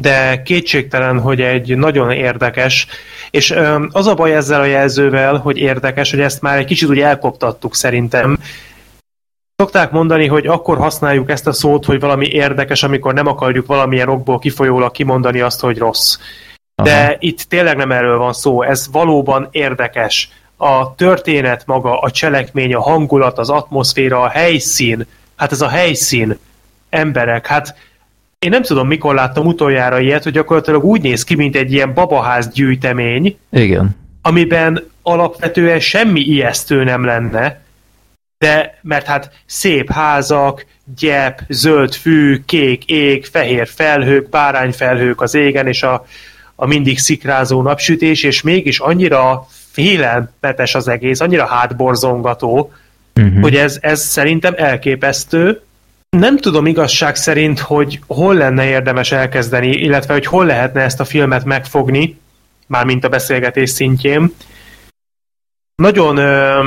de kétségtelen, hogy egy nagyon érdekes, és az a baj ezzel a jelzővel, hogy érdekes, hogy ezt már egy kicsit úgy elkoptattuk szerintem. Szokták mondani, hogy akkor használjuk ezt a szót, hogy valami érdekes, amikor nem akarjuk valamilyen okból kifolyólag kimondani azt, hogy rossz. De aha, itt tényleg nem erről van szó, ez valóban érdekes. A történet maga, a cselekmény, a hangulat, az atmoszféra, a helyszín, hát ez a helyszín, emberek, hát én nem tudom, mikor láttam utoljára ilyet, hogy gyakorlatilag úgy néz ki, mint egy ilyen babaház gyűjtemény, igen, amiben alapvetően semmi ijesztő nem lenne, de mert hát szép házak, gyep, zöld fű, kék ég, fehér felhők, bárányfelhők az égen, és a, a mindig szikrázó napsütés, és mégis annyira félelmetes az egész, annyira hátborzongató, uh-huh, hogy ez, ez szerintem elképesztő. Nem tudom igazság szerint, hogy hol lenne érdemes elkezdeni, illetve hogy hol lehetne ezt a filmet megfogni, mármint a beszélgetés szintjén. Nagyon ö,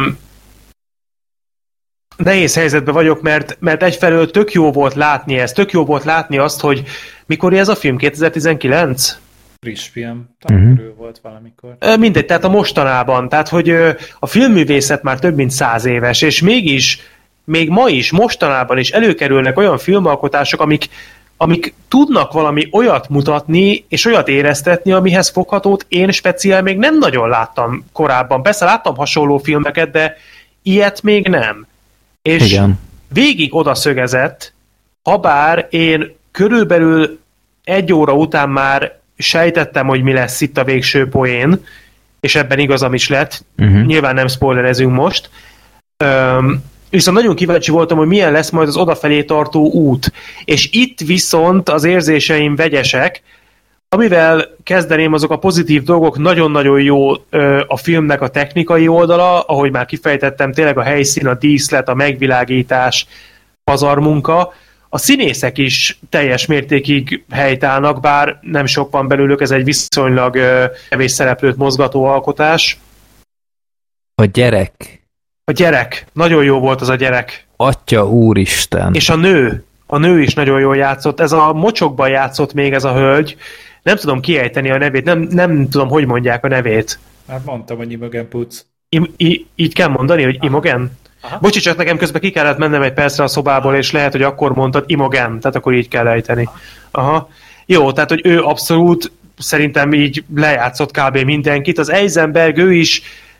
nehéz helyzetben vagyok, mert, mert egyfelől tök jó volt látni ezt, tök jó volt látni azt, hogy mikor ez a film, kétezer-tizenkilenc? Friss film, talán uh-huh, volt valamikor. Mindegy, tehát a mostanában, tehát hogy a filmművészet már több mint száz éves, és mégis még ma is, mostanában is előkerülnek olyan filmalkotások, amik, amik tudnak valami olyat mutatni, és olyat éreztetni, amihez foghatót én speciál még nem nagyon láttam korábban. Persze láttam hasonló filmeket, de ilyet még nem. És igen, végig odaszögezett, habár én körülbelül egy óra után már sejtettem, hogy mi lesz itt a végső poén, és ebben igazam is lett. Uh-huh. Nyilván nem spoilerezünk most. Üm, Viszont nagyon kíváncsi voltam, hogy milyen lesz majd az odafelé tartó út. És itt viszont az érzéseim vegyesek, amivel kezdeném, azok a pozitív dolgok, nagyon-nagyon jó ö, a filmnek a technikai oldala, ahogy már kifejtettem, tényleg a helyszín, a díszlet, a megvilágítás, pazarmunka. A színészek is teljes mértékig helytállnak, bár nem sok van belőlük, ez egy viszonylag ö, kevés szereplőt mozgató alkotás. A gyerek. A gyerek. Nagyon jó volt az a gyerek. Atya úristen. És a nő. A nő is nagyon jól játszott. Ez a mocsokban játszott még ez a hölgy. Nem tudom kiejteni a nevét. Nem, nem tudom, hogy mondják a nevét. Hát mondtam, hogy Imogen Poots. I, I, így kell mondani, hogy aha, Imogen? Aha. Bocsi, csak nekem közben ki kellett mennem egy percre a szobából, és lehet, hogy akkor mondtad Imogen. Tehát akkor így kell ejteni. Aha. Jó, tehát, hogy ő abszolút szerintem így lejátszott kb. Mindenkit. Az Eisenberg, ő is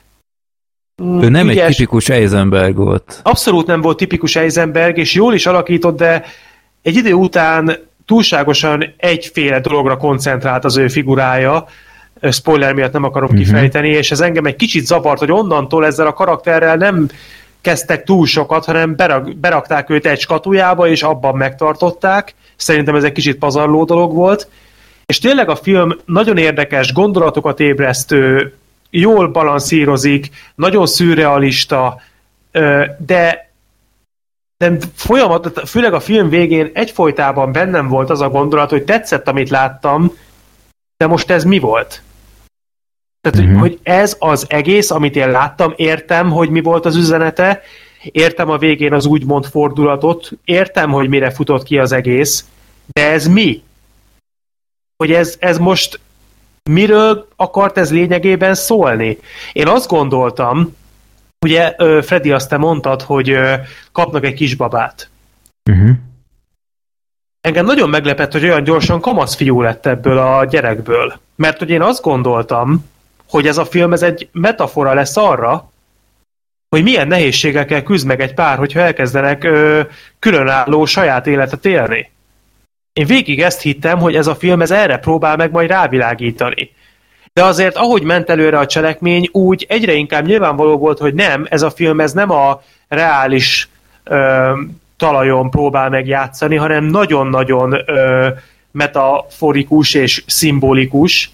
ő nem ügyes, egy tipikus Eisenberg volt. Abszolút nem volt tipikus Eisenberg, és jól is alakított, de egy idő után túlságosan egyféle dologra koncentrált az ő figurája. Spoiler miatt nem akarom uh-huh, kifejteni, és ez engem egy kicsit zavart, hogy onnantól ezzel a karakterrel nem kezdtek túl sokat, hanem berak, berakták őt egy skatujába, és abban megtartották. Szerintem ez egy kicsit pazarló dolog volt. És tényleg a film nagyon érdekes, gondolatokat ébresztő, jól balanszírozik, nagyon szürrealista, de, de folyamat, főleg a film végén egyfolytában bennem volt az a gondolat, hogy tetszett, amit láttam, de most ez mi volt? Tehát, uh-huh, hogy ez az egész, amit én láttam, értem, hogy mi volt az üzenete, értem a végén az úgymond fordulatot, értem, hogy mire futott ki az egész, de ez mi? Hogy ez, ez most miről akart ez lényegében szólni? Én azt gondoltam, ugye Freddy, azt te mondtad, hogy kapnak egy kisbabát. Uh-huh. Engem nagyon meglepett, hogy olyan gyorsan kamaszfiú lett ebből a gyerekből. Mert hogy én azt gondoltam, hogy ez a film ez egy metafora lesz arra, hogy milyen nehézségekkel küzd meg egy pár, hogyha elkezdenek ö, különálló saját életet élni. Én végig ezt hittem, hogy ez a film ez erre próbál meg majd rávilágítani. De azért, ahogy ment előre a cselekmény, úgy egyre inkább nyilvánvaló volt, hogy nem, ez a film ez nem a reális ö, talajon próbál megjátszani, hanem nagyon-nagyon ö, metaforikus és szimbolikus.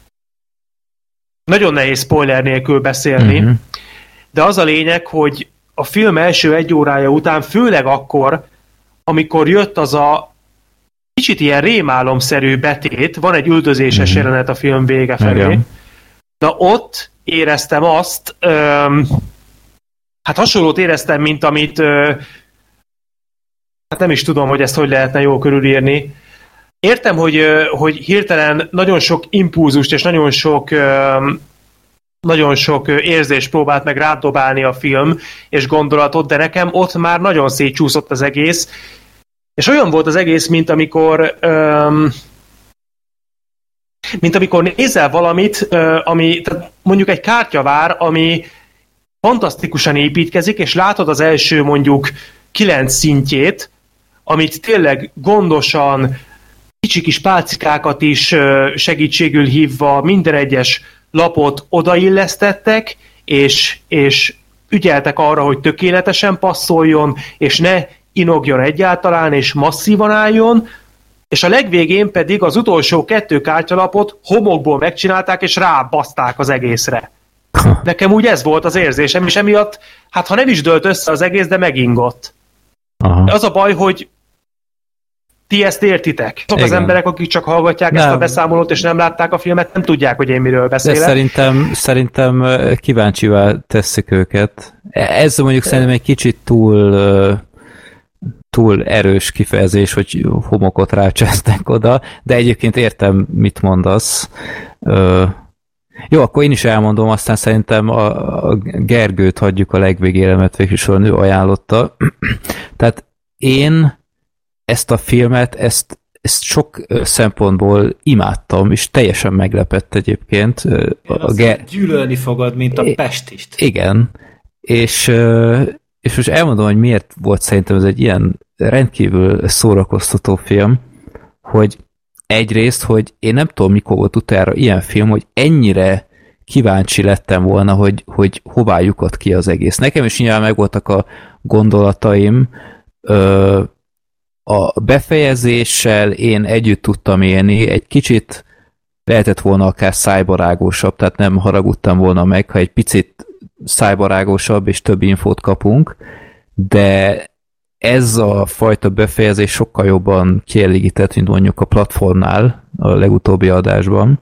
Nagyon nehéz spoiler nélkül beszélni, mm-hmm, de az a lényeg, hogy a film első egy órája után, főleg akkor, amikor jött az a kicsit ilyen rémálomszerű betét, van egy üldözéses mm-hmm, jelenet a film vége felé, igen, de ott éreztem azt, öm, hát hasonlót éreztem, mint amit, ö, hát nem is tudom, hogy ezt hogy lehetne jól körülírni, értem, hogy, hogy hirtelen nagyon sok impulzust és nagyon sok nagyon sok érzést próbált meg rádobálni a film és gondolatot, de nekem ott már nagyon szétcsúszott az egész, és olyan volt az egész, mint amikor um, mint amikor nézel valamit, uh, ami tehát mondjuk egy kártyavár, ami fantasztikusan építkezik, és látod az első mondjuk kilenc szintjét, amit tényleg gondosan, kicsi kis pálcikákat is uh, segítségül hívva minden egyes lapot odaillesztettek, és, és ügyeltek arra, hogy tökéletesen passzoljon, és ne inogjon egyáltalán, és masszívan álljon, és a legvégén pedig az utolsó kettő kártyalapot homokból megcsinálták, és rábaszták az egészre. Nekem úgy ez volt az érzésem, és emiatt, hát ha nem is dőlt össze az egész, de megingott. Aha. Az a baj, hogy ti ezt értitek. Azok az emberek, akik csak hallgatják nem. ezt a beszámolót, és nem látták a filmet, nem tudják, hogy én miről beszélek. De szerintem, szerintem kíváncsivá tesszük őket. Ez mondjuk szerintem egy kicsit túl, túl erős kifejezés, hogy homokot rácsesztek oda, de egyébként értem, mit mondasz. Jó, akkor én is elmondom, aztán szerintem a, a Gergőt hagyjuk a legvégére, mert végül a nő ajánlotta. Tehát én ezt a filmet, ezt, ezt sok szempontból imádtam, és teljesen meglepett egyébként. A Ger- gyűlölni fogod, mint a Pestist. Igen, és, és most elmondom, hogy miért volt szerintem ez egy ilyen rendkívül szórakoztató film, hogy egyrészt, hogy én nem tudom, mikor volt utána ilyen film, hogy ennyire kíváncsi lettem volna, hogy, hogy hová lyukadt ki az egész. Nekem is nyilván megvoltak a gondolataim, ö, a befejezéssel én együtt tudtam élni, egy kicsit lehetett volna akár szájbarágósabb, tehát nem haragudtam volna meg, ha egy picit szájbarágósabb és több infót kapunk, de ez a fajta befejezés sokkal jobban kielégített, mint mondjuk a platformnál a legutóbbi adásban.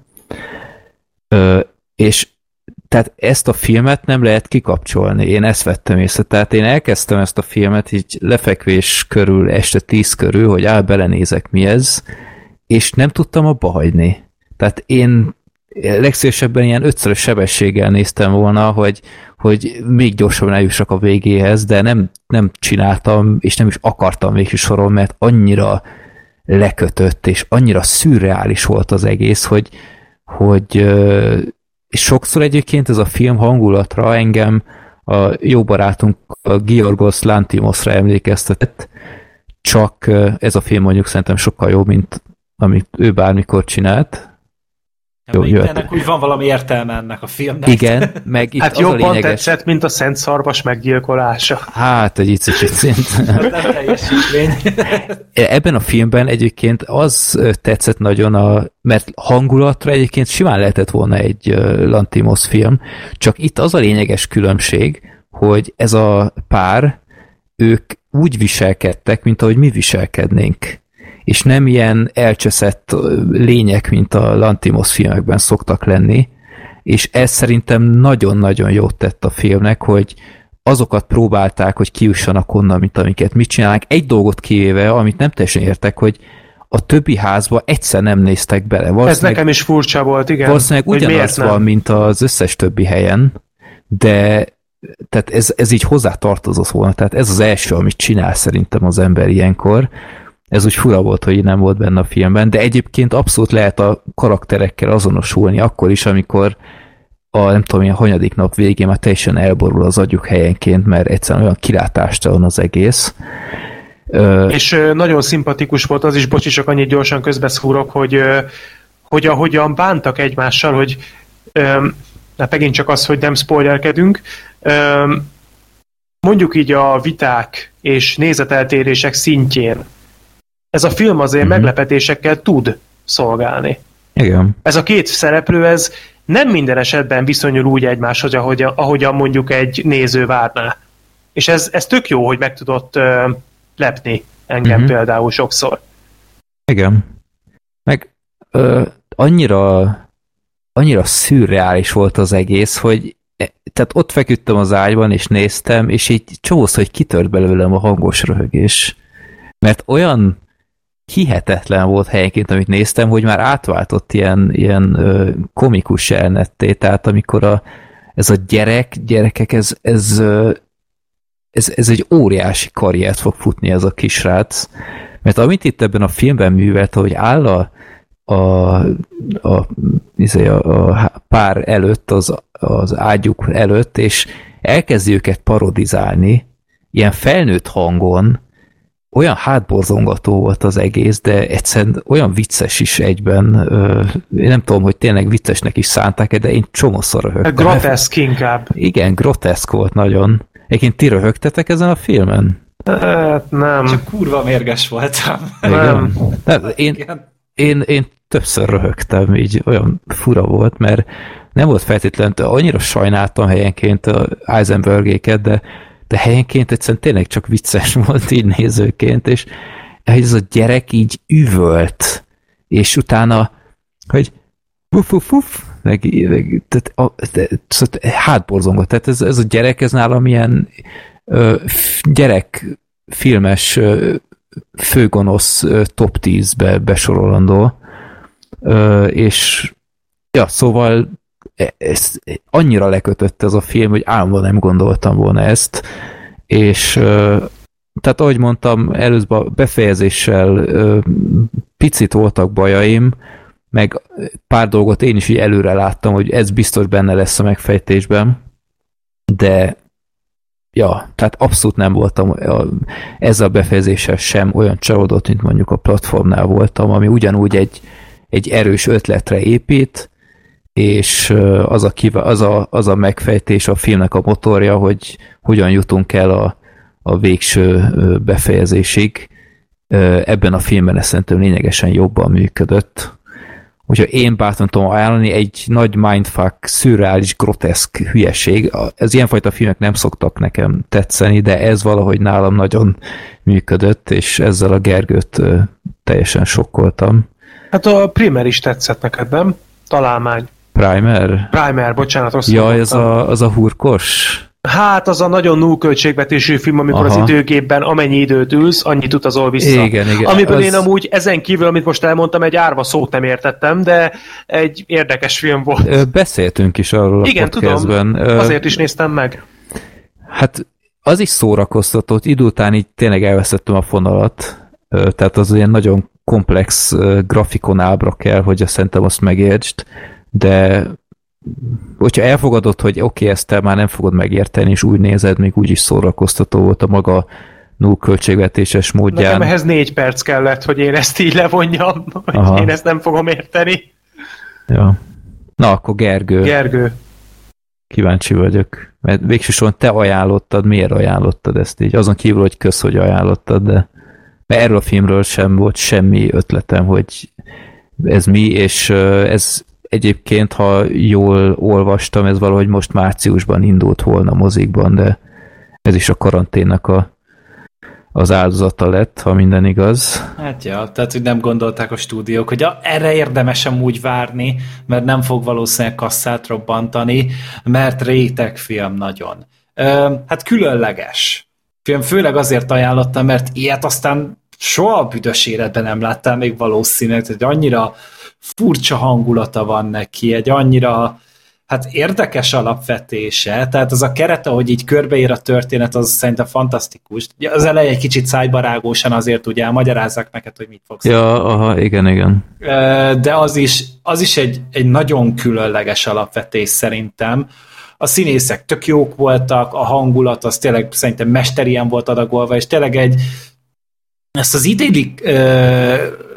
Ö, és tehát ezt a filmet nem lehet kikapcsolni. Én ezt vettem észre. Tehát én elkezdtem ezt a filmet így lefekvés körül, este tíz körül, hogy áll, belenézek mi ez, és nem tudtam abba hagyni. Tehát én legszívesebben ilyen ötszörös sebességgel néztem volna, hogy, hogy még gyorsabban eljussak a végéhez, de nem, nem csináltam, és nem is akartam végül soron, mert annyira lekötött, és annyira szürreális volt az egész, hogy, hogy és sokszor egyébként ez a film hangulatra engem a jó barátunk a Giorgos Lanthimosra emlékeztetett, csak ez a film mondjuk szerintem sokkal jobb, mint amit ő bármikor csinált. Jó, ennek úgy van valami értelme ennek a filmnek. Igen, meg itt hát az jobban a lényeges... tetszett, mint a Szent Szarvas meggyilkolása. Hát, egy icicicint. Nem teljesítmény. Ebben a filmben egyébként az tetszett nagyon, a, mert hangulatra egyébként simán lehetett volna egy Lanthimos film, csak itt az a lényeges különbség, hogy ez a pár, ők úgy viselkedtek, mint ahogy mi viselkednénk. És nem ilyen elcseszett lények, mint a Lanthimos filmekben szoktak lenni, és ez szerintem nagyon-nagyon jót tett a filmnek, hogy azokat próbálták, hogy kijussanak onnan, mint amiket mit csinálnak. Egy dolgot kivéve, amit nem teljesen értek, hogy a többi házba egyszer nem néztek bele. Ez nekem is furcsa volt, igen. Valószínűleg ugyanaz van, mint az összes többi helyen, de tehát ez, ez így hozzá tartozott volna. Tehát ez az első, amit csinál szerintem az ember ilyenkor. Ez úgy fura volt, hogy nem volt benne a filmben, de egyébként abszolút lehet a karakterekkel azonosulni akkor is, amikor a nem tudom, a hanyadik nap végén már teljesen elborul az agyuk helyenként, mert egyszerűen olyan kilátástalan az egész. És nagyon szimpatikus volt az is, bocsi, csak annyit gyorsan közbeszúrok, hogy, hogy ahogyan bántak egymással, hogy hát megint csak az, hogy nem spoilerkedünk, mondjuk így a viták és nézeteltérések szintjén ez a film azért mm-hmm. meglepetésekkel tud szolgálni. Igen. Ez a két szereplő, ez nem minden esetben viszonyul úgy egymáshoz, ahogy, ahogyan mondjuk egy néző várná. És ez, ez tök jó, hogy meg tudott uh, lepni engem mm-hmm. például sokszor. Igen. Meg ö, annyira annyira szürreális volt az egész, hogy tehát ott feküdtem az ágyban, és néztem, és így csomószor, hogy kitört belőlem a hangos röhögés. Mert olyan hihetetlen volt helyenként, amit néztem, hogy már átváltott ilyen, ilyen ö, komikus jelenetté, tehát amikor a, ez a gyerek, gyerekek, ez, ez, ö, ez, ez egy óriási karriert fog futni ez a kisrác, mert amit itt ebben a filmben művelt, hogy áll a, a, a, a, a pár előtt, az, az ágyuk előtt, és elkezdi őket parodizálni, ilyen felnőtt hangon, olyan hátborzongató volt az egész, de egyszerűen olyan vicces is egyben. Én nem tudom, hogy tényleg viccesnek is szánták, de én csomószor röhögtem. Groteszk inkább. Igen, groteszk volt nagyon. Egyébként ti röhögtetek ezen a filmen? Hát nem. Csak kurva mérges voltam. Nem. Nem. Én, én, én többször röhögtem, így olyan fura volt, mert nem volt feltétlenül, annyira sajnáltam helyenként a Eisenbergéket, de de helyenként egyszerűen tényleg csak vicces volt így nézőként, és ez a gyerek így üvölt, és utána, hogy fuf, fuf, fuf, meg, meg tehát, a, tehát hátborzongott. Tehát ez, ez a gyerek, ez nálam ilyen ö, gyerekfilmes ö, főgonosz ö, top tízbe besorolandó, ö, és ja, szóval ez annyira lekötött ez a film, hogy álmodban nem gondoltam volna ezt, és tehát ahogy mondtam, először a befejezéssel picit voltak bajaim, meg pár dolgot én is így előre láttam, hogy ez biztos benne lesz a megfejtésben, de ja, tehát abszolút nem voltam ezzel a befejezéssel sem olyan csalódott, mint mondjuk a Platformnál voltam, ami ugyanúgy egy, egy erős ötletre épít, és az a, kiva, az, a, az a megfejtés a filmnek a motorja, hogy hogyan jutunk el a, a végső befejezésig. Ebben a filmben ez szerintem lényegesen jobban működött. Úgyhogy én bátran tudom ajánlani, egy nagy mindfuck, szürreális, groteszk hülyeség. Ez ilyenfajta filmek nem szoktak nekem tetszeni, de ez valahogy nálam nagyon működött, és ezzel a Gergőt teljesen sokkoltam. Hát a Primer is tetszett neked, nem? Találmány. Primer? Primer, bocsánat, rosszul Jaj, az a, az a hurkos? Hát, az a nagyon null költségvetésű film, amikor Aha. az időgépben amennyi időt ülsz, annyit utazol vissza. Igen, igen. Amiből az... én amúgy ezen kívül, amit most elmondtam, egy árva szót nem értettem, de egy érdekes film volt. Beszéltünk is arról igen, a podcastben. tudom, azért is néztem meg. Hát az is szórakoztatott, idő után így tényleg elvesztettem a fonalat, tehát az ilyen nagyon komplex grafikon ábra kell, hogy azt szerintem azt megértsd, de hogyha elfogadod, hogy oké, okay, ezt te már nem fogod megérteni, és úgy nézed, még úgy is szórakoztató volt a maga null költségvetéses módján. Nekem ehhez négy perc kellett, hogy én ezt így levonjam, hogy Aha. én ezt nem fogom érteni. Ja. Na, akkor Gergő. Gergő. Kíváncsi vagyok. Mert végsősorban te ajánlottad, miért ajánlottad ezt így? Azon kívül, hogy kösz, hogy ajánlottad, de mert erről a filmről sem volt semmi ötletem, hogy ez mi, és ez egyébként, ha jól olvastam, ez valahogy most márciusban indult volna mozikban, de ez is a karanténnak a, az áldozata lett, ha minden igaz. Hát ja, tehát hogy nem gondolták a stúdiók, hogy a, erre érdemes amúgy várni, mert nem fog valószínűleg kasszát robbantani, mert rétegfilm nagyon. Ö, hát különleges film, főleg azért ajánlottam, mert ilyet aztán soha a büdös életben nem láttál még valószínűleg, hogy annyira furcsa hangulata van neki, egy annyira hát érdekes alapvetése, tehát az a kerete, hogy így körbeír a történet, az szerintem fantasztikus. Az elején egy kicsit szájbarágósan azért ugye elmagyarázzák neked, hogy mit fogsz. Ja, aha, igen, igen. De az is, az is egy, egy nagyon különleges alapvetés szerintem. A színészek tök jók voltak, a hangulat az tényleg szerintem mesterien volt adagolva, és tényleg egy ezt az idillik ö,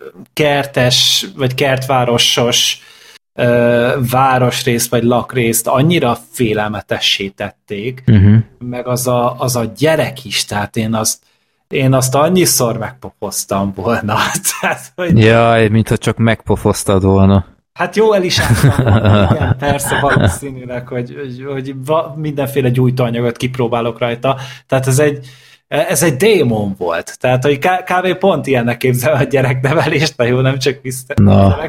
kertes, vagy kertvárosos ö, városrészt, vagy lakrészt annyira félelmetessé tették, uh-huh. meg az a, az a gyerek is, tehát én azt, én azt annyiszor megpofoztam volna. tehát, hogy... Jaj, mintha csak megpofoztad volna. Hát jó, el is álltam volna, igen, persze valószínűleg, hogy, hogy, hogy mindenféle gyújtóanyagot kipróbálok rajta, tehát ez egy Ez egy démon volt. Tehát, hogy kb. Pont ilyennek képzel a gyereknevelést, de jó, nem csak visszatek.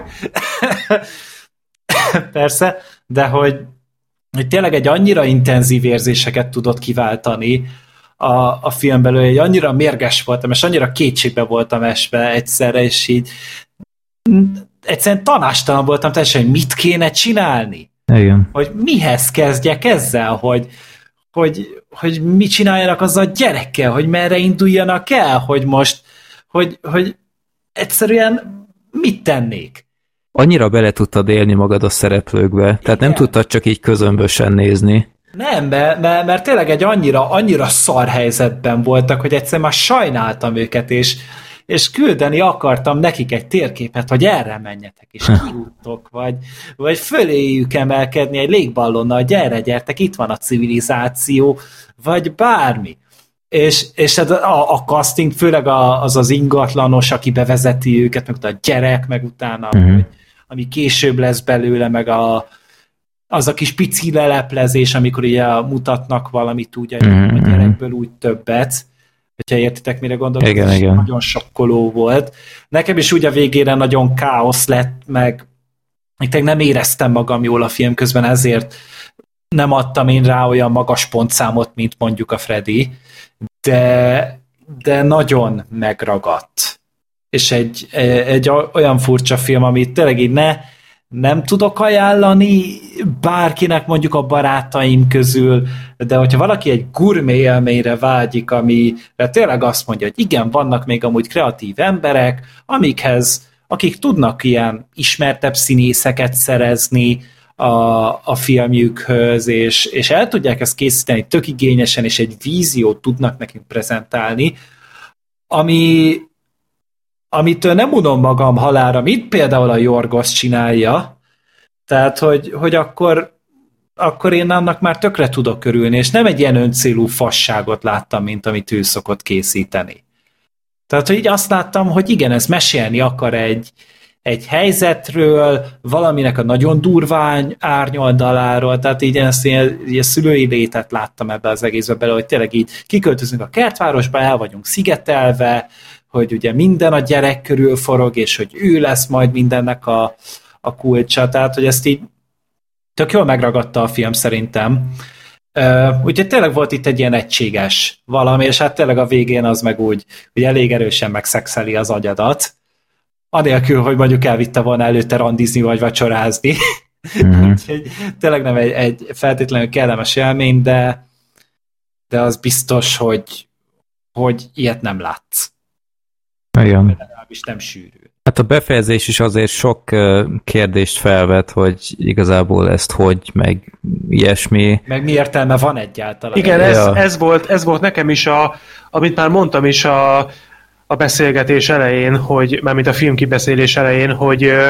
Persze, de hogy, hogy tényleg egy annyira intenzív érzéseket tudott kiváltani, a, a film belül, hogy annyira mérges voltam, és annyira kétségbe voltam esve egyszerre, és így egyszerűen tanástalan voltam teljesen, hogy mit kéne csinálni. Igen. Hogy mihez kezdjek ezzel, hogy, hogy, hogy mit csináljanak azzal a gyerekkel, hogy merre induljanak el, hogy most, hogy, hogy egyszerűen mit tennék? Annyira bele tudtad élni magad a szereplőkbe, tehát igen. Nem tudtad csak így közömbösen nézni. Nem, mert, mert, mert tényleg egy annyira, annyira szar helyzetben voltak, hogy egyszer már sajnáltam őket, és, és küldeni akartam nekik egy térképet, hogy erre menjetek, és kiúttok, vagy, vagy föléjük emelkedni egy légballonnal, gyere, gyertek, itt van a civilizáció, vagy bármi. És, és a, a casting, főleg az az ingatlanos, aki bevezeti őket, meg a gyerek, meg utána, uh-huh. hogy, ami később lesz belőle, meg a, az a kis pici leleplezés, amikor ugye mutatnak valamit úgy, uh-huh. a gyerekből úgy többet, hogyha értitek, mire gondolok, igen, ez igen. nagyon sokkoló volt. Nekem is úgy a végére nagyon káosz lett, meg itt nem éreztem magam jól a film közben, ezért nem adtam én rá olyan magas pontszámot, mint mondjuk a Freddy, de, de nagyon megragadt. És egy, egy olyan furcsa film, amit tényleg így ne, nem tudok ajánlani bárkinek mondjuk a barátaim közül, de hogyha valaki egy gurmé élményre vágyik, amire tényleg azt mondja, hogy igen, vannak még amúgy kreatív emberek, amikhez, akik tudnak ilyen ismertebb színészeket szerezni a, a filmjükhöz, és, és el tudják ezt készíteni tök igényesen, és egy víziót tudnak nekünk prezentálni, ami amitől nem unom magam halálra, mit például a Yorgos csinálja, tehát, hogy, hogy akkor, akkor én annak már tökre tudok örülni, és nem egy ilyen öncélú fasságot láttam, mint amit ő szokott készíteni. Tehát, hogy így azt láttam, hogy igen, ez mesélni akar egy, egy helyzetről, valaminek a nagyon durvány árnyoldaláról, tehát így ezt ilyen, ilyen szülői létet láttam ebbe az egészbe bele, hogy tényleg így kiköltözünk a kertvárosba, el vagyunk szigetelve, hogy ugye minden a gyerek körül forog, és hogy ő lesz majd mindennek a, a kulcsa, tehát hogy ezt így tök jól megragadta a film szerintem. Uh, úgyhogy tényleg volt itt egy ilyen egységes valami, és hát tényleg a végén az meg úgy, hogy elég erősen megszexeli az agyadat, anélkül, hogy mondjuk elvitte volna előtte randizni vagy vacsorázni. Mm-hmm. Úgyhogy tényleg nem egy, egy feltétlenül kellemes élmény, de, de az biztos, hogy, hogy ilyet nem látsz. Igen. Legalábbis nem sűrű. Hát a befejezés is azért sok kérdést felvet, hogy igazából ezt hogy, meg ilyesmi. Meg mi értelme van egyáltalán? Igen, ez, ja. ez, volt, ez volt nekem is, a, amit már mondtam is a, a beszélgetés elején, hogy, mármint a film kibeszélés elején, hogy ö,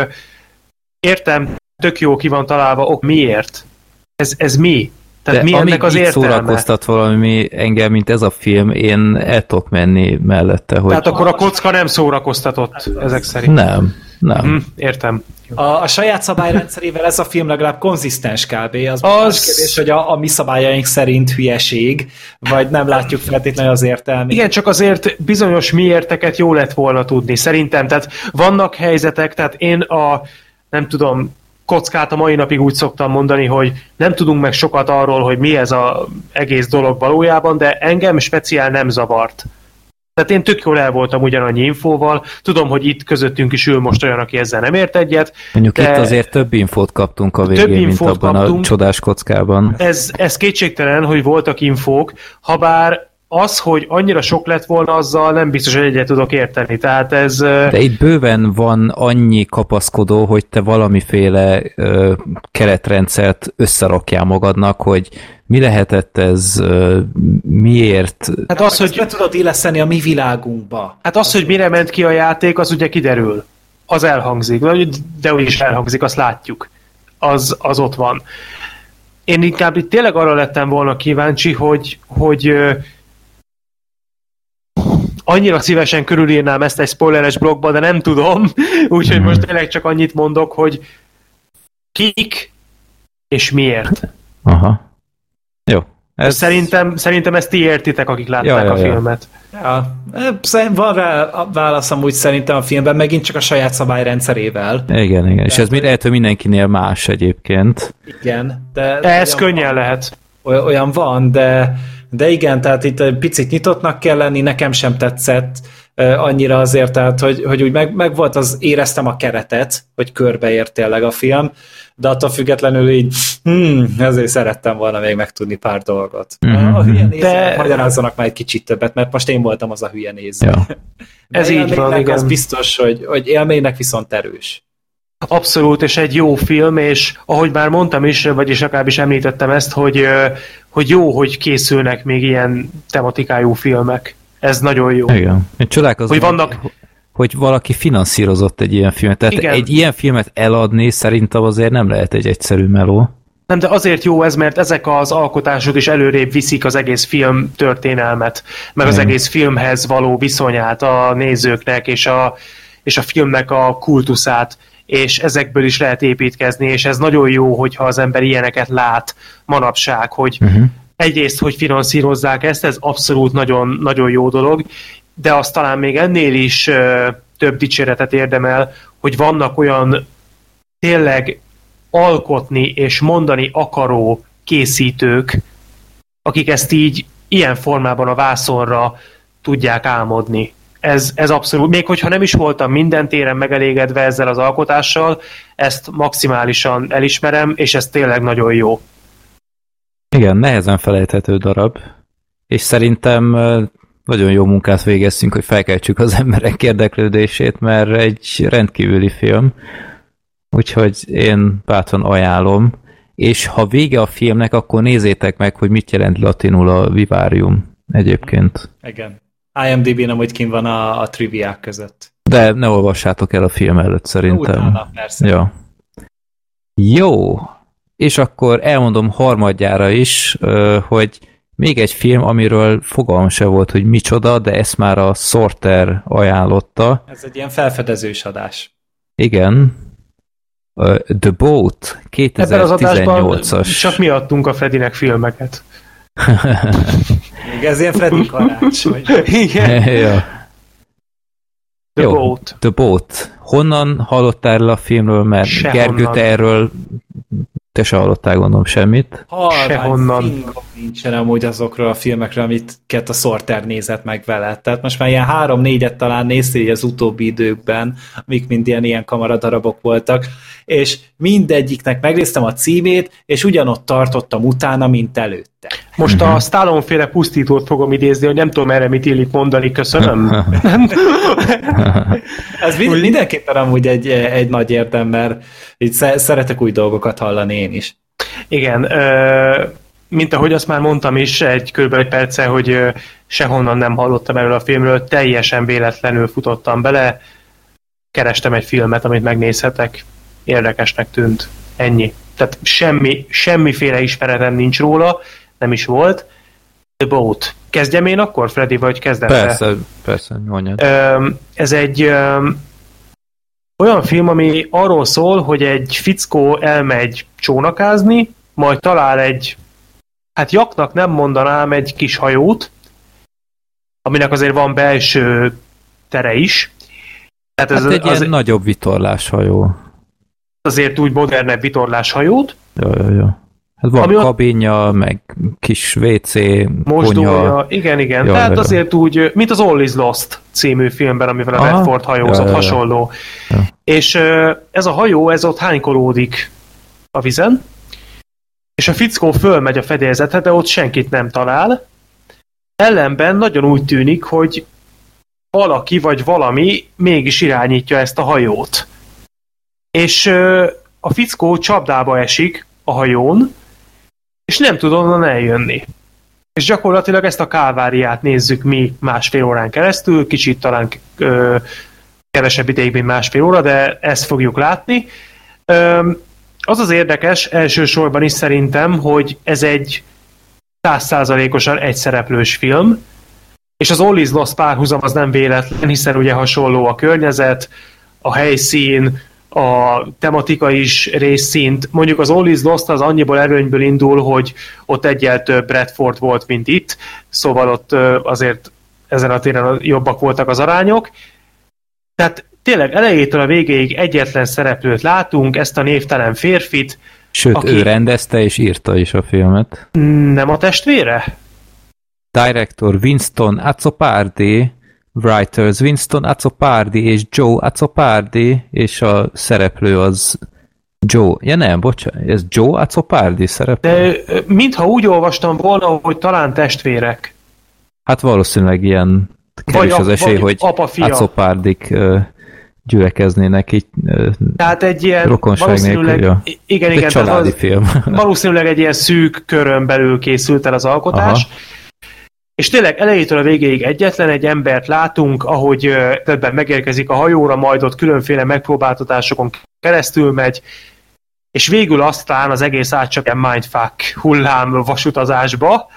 értem, tök jó ki van találva, ok, miért? Ez, ez mi? Tehát de mi ennek az értelme? Szórakoztat valami engem, mint ez a film, én el tudok menni mellette. Hogy... Tehát akkor a kocka nem szórakoztatott ezek szerint? Nem, nem. Hm, értem. A, a saját szabályrendszerével ez a film legalább konzisztens kb. Az, az... kérdés, hogy a, a mi szabályaink szerint hülyeség, vagy nem látjuk feltétlenül az értelmét. Igen, csak azért bizonyos miérteket jó lett volna tudni, szerintem. Tehát vannak helyzetek, tehát én a, nem tudom, kockát a mai napig úgy szoktam mondani, hogy nem tudunk meg sokat arról, hogy mi ez az egész dolog valójában, de engem speciál nem zavart. Tehát én tök jól el voltam ugyanannyi infóval, tudom, hogy itt közöttünk is ül most olyan, aki ezzel nem ért egyet. Mondjuk itt azért több infót kaptunk a végén, mint abban kaptunk. A csodás kockában. Ez, ez kétségtelen, hogy voltak infók, habár az, hogy annyira sok lett volna, azzal nem biztos, hogy egyet tudok érteni. Tehát ez... De itt bőven van annyi kapaszkodó, hogy te valamiféle ö, keretrendszert összerakjál magadnak, hogy mi lehetett ez, ö, miért... Hát az, hogy be tudod illeszteni a mi világunkba. Hát az, hogy mire ment ki a játék, az ugye kiderül. Az elhangzik. De úgy is elhangzik, azt látjuk. Az, az ott van. Én inkább itt tényleg arra lettem volna kíváncsi, hogy, hogy annyira szívesen körülírnám ezt egy spoileres blogba, de nem tudom, úgyhogy most tényleg csak annyit mondok, hogy kik és miért. Aha. Jó. Ez... Szerintem, szerintem ezt ti értitek, akik látták ja, ja, a filmet. Ja. Van rá a válaszom úgy szerintem a filmben, megint csak a saját szabályrendszerével. Igen, igen. De és ez hogy... lehet, hogy mindenkinél más egyébként. Igen. De ez könnyen van, lehet. Olyan van, de De igen, tehát itt picit nyitottnak kell lenni, nekem sem tetszett annyira azért, tehát hogy, hogy úgy meg, meg volt az, éreztem a keretet, hogy körbeért tényleg a film, de attól függetlenül így, hmm, ezért szerettem volna még megtudni pár dolgot. Mm-hmm. A hülye nézők de... magyarázzanak már egy kicsit többet, mert most én voltam az a hülye néző. Ja. Ez így van, igen. Az biztos, hogy, hogy élménynek viszont erős. Abszolút, és egy jó film, és ahogy már mondtam is, vagyis akár is említettem ezt, hogy, hogy jó, hogy készülnek még ilyen tematikájú filmek. Ez nagyon jó. Igen. Én csodálkozom, hogy vannak... hogy valaki finanszírozott egy ilyen filmet. Tehát igen. Egy ilyen filmet eladni szerintem azért nem lehet egy egyszerű meló. Nem, de azért jó ez, mert ezek az alkotások is előrébb viszik az egész film történelmet, meg az igen. egész filmhez való viszonyát a nézőknek, és a, és a filmnek a kultuszát, és ezekből is lehet építkezni, és ez nagyon jó, hogyha az ember ilyeneket lát manapság, hogy uh-huh. egyrészt, hogy finanszírozzák ezt, ez abszolút nagyon, nagyon jó dolog, de az talán még ennél is uh, több dicséretet érdemel, hogy vannak olyan tényleg alkotni és mondani akaró készítők, akik ezt így ilyen formában a vászonra tudják álmodni. Ez, ez abszolút, még hogyha nem is voltam minden téren megelégedve ezzel az alkotással, ezt maximálisan elismerem, és ez tényleg nagyon jó. Igen, nehezen felejthető darab, és szerintem nagyon jó munkát végeztünk, hogy felkeltsük az emberek érdeklődését, mert egy rendkívüli film, úgyhogy én bátran ajánlom, és ha vége a filmnek, akkor nézzétek meg, hogy mit jelent latinul a vivárium egyébként. Igen. I M D B-n amúgy kint van a, a triviák között. De ne olvassátok el a film előtt szerintem. Utána, persze. Ja. Jó, és akkor elmondom harmadjára is, hogy még egy film, amiről fogalmam se volt, hogy micsoda, de ezt már a Sorter ajánlotta. Ez egy ilyen felfedezős adás. Igen. The Boat, kétezer-tizennyolcas. Csak mi adtunk a Fredinek filmeket. Még ez ilyen Freddy karács. Vagy... Igen. Ja. The Jó, Boat. The Boat. Honnan hallottál erről a filmről? Mert se Gergő, honnan. Te erről te se hallottál, gondolom, semmit. Sehonnan. Nincsen amúgy azokról a filmekről, amiket a Sorter nézett meg vele. Tehát most már ilyen három-négyet talán néztél az utóbbi időkben, amik mind ilyen, ilyen kamaradarabok voltak, és mindegyiknek megnéztem a címét, és ugyanott tartottam utána, mint előtte. Most uh-huh. a Stallone-féle pusztítót fogom idézni, hogy nem tudom erre mit illik mondani, köszönöm. Ez mind, mindenképpen amúgy egy, egy nagy érdem, mert így szeretek új dolgokat hallani én is. Igen, mint ahogy azt már mondtam is egy kb. Egy perccel, hogy sehonnan nem hallottam erről a filmről, teljesen véletlenül futottam bele, kerestem egy filmet, amit megnézhetek, érdekesnek tűnt, ennyi. Tehát semmi, semmiféle ismeretem nincs róla, nem is volt. The Boat. Kezdjem én akkor, Freddy, vagy kezdem te? Persze, persze, mondjad. Ez egy olyan film, ami arról szól, hogy egy fickó elmegy csónakázni, majd talál egy, hát jaknak nem mondanám, egy kis hajót, aminek azért van belső tere is. Tehát ez hát egy az, ilyen az, nagyobb vitorláshajó. Azért úgy modernebb vitorláshajót. Jó, jó, jó. Hát van kabinja, meg kis vé cé, mosdója, igen, igen. Jó, tehát jó. Azért úgy, mint az All is Lost című filmben, amivel a Redford hajózott, jó, hasonló. Jó. És ez a hajó, ez ott hánykolódik a vizen, és a fickó fölmegy a fedélzetre, de ott senkit nem talál. Ellenben nagyon úgy tűnik, hogy valaki vagy valami mégis irányítja ezt a hajót. És a fickó csapdába esik a hajón, és nem tud onnan eljönni. És gyakorlatilag ezt a káváriát nézzük mi másfél órán keresztül, kicsit talán ö, kevesebb ideig, mint másfél óra, de ezt fogjuk látni. Ö, az az érdekes elsősorban is szerintem, hogy ez egy száz százalékosan egyszereplős film, és az All is Lost párhuzam az nem véletlen, hiszen ugye hasonló a környezet, a helyszín, a tematika is részszint. Mondjuk az All is Lost az annyiból erőnyből indul, hogy ott egyel több Redford volt, mint itt, szóval ott azért ezen a téren jobbak voltak az arányok. Tehát tényleg elejétől a végéig egyetlen szereplőt látunk, ezt a névtelen férfit. Sőt, aki... ő rendezte és írta is a filmet. Nem a testvére? director Winston Azzopardi, writers Winston Azzopardi és Joe Azzopardi, és a szereplő az Joe, ja nem, bocsánat, ez Joe Azzopardi szereplő? De mintha úgy olvastam volna, hogy talán testvérek. Hát valószínűleg ilyen kevés az esély, hogy Azzopardik uh, gyülekeznének így uh, tehát egy ilyen rokonság nélkül. Ja. Igen, igen. Családi az, film. Valószínűleg egy ilyen szűk körön belül készült el az alkotás. Aha. És tényleg elejétől a végéig egyetlen egy embert látunk, ahogy uh, többen megérkezik a hajóra, majd ott különféle megpróbáltatásokon keresztül megy, és végül aztán az egész átcsap ilyen mindfuck hullám vasutazásba.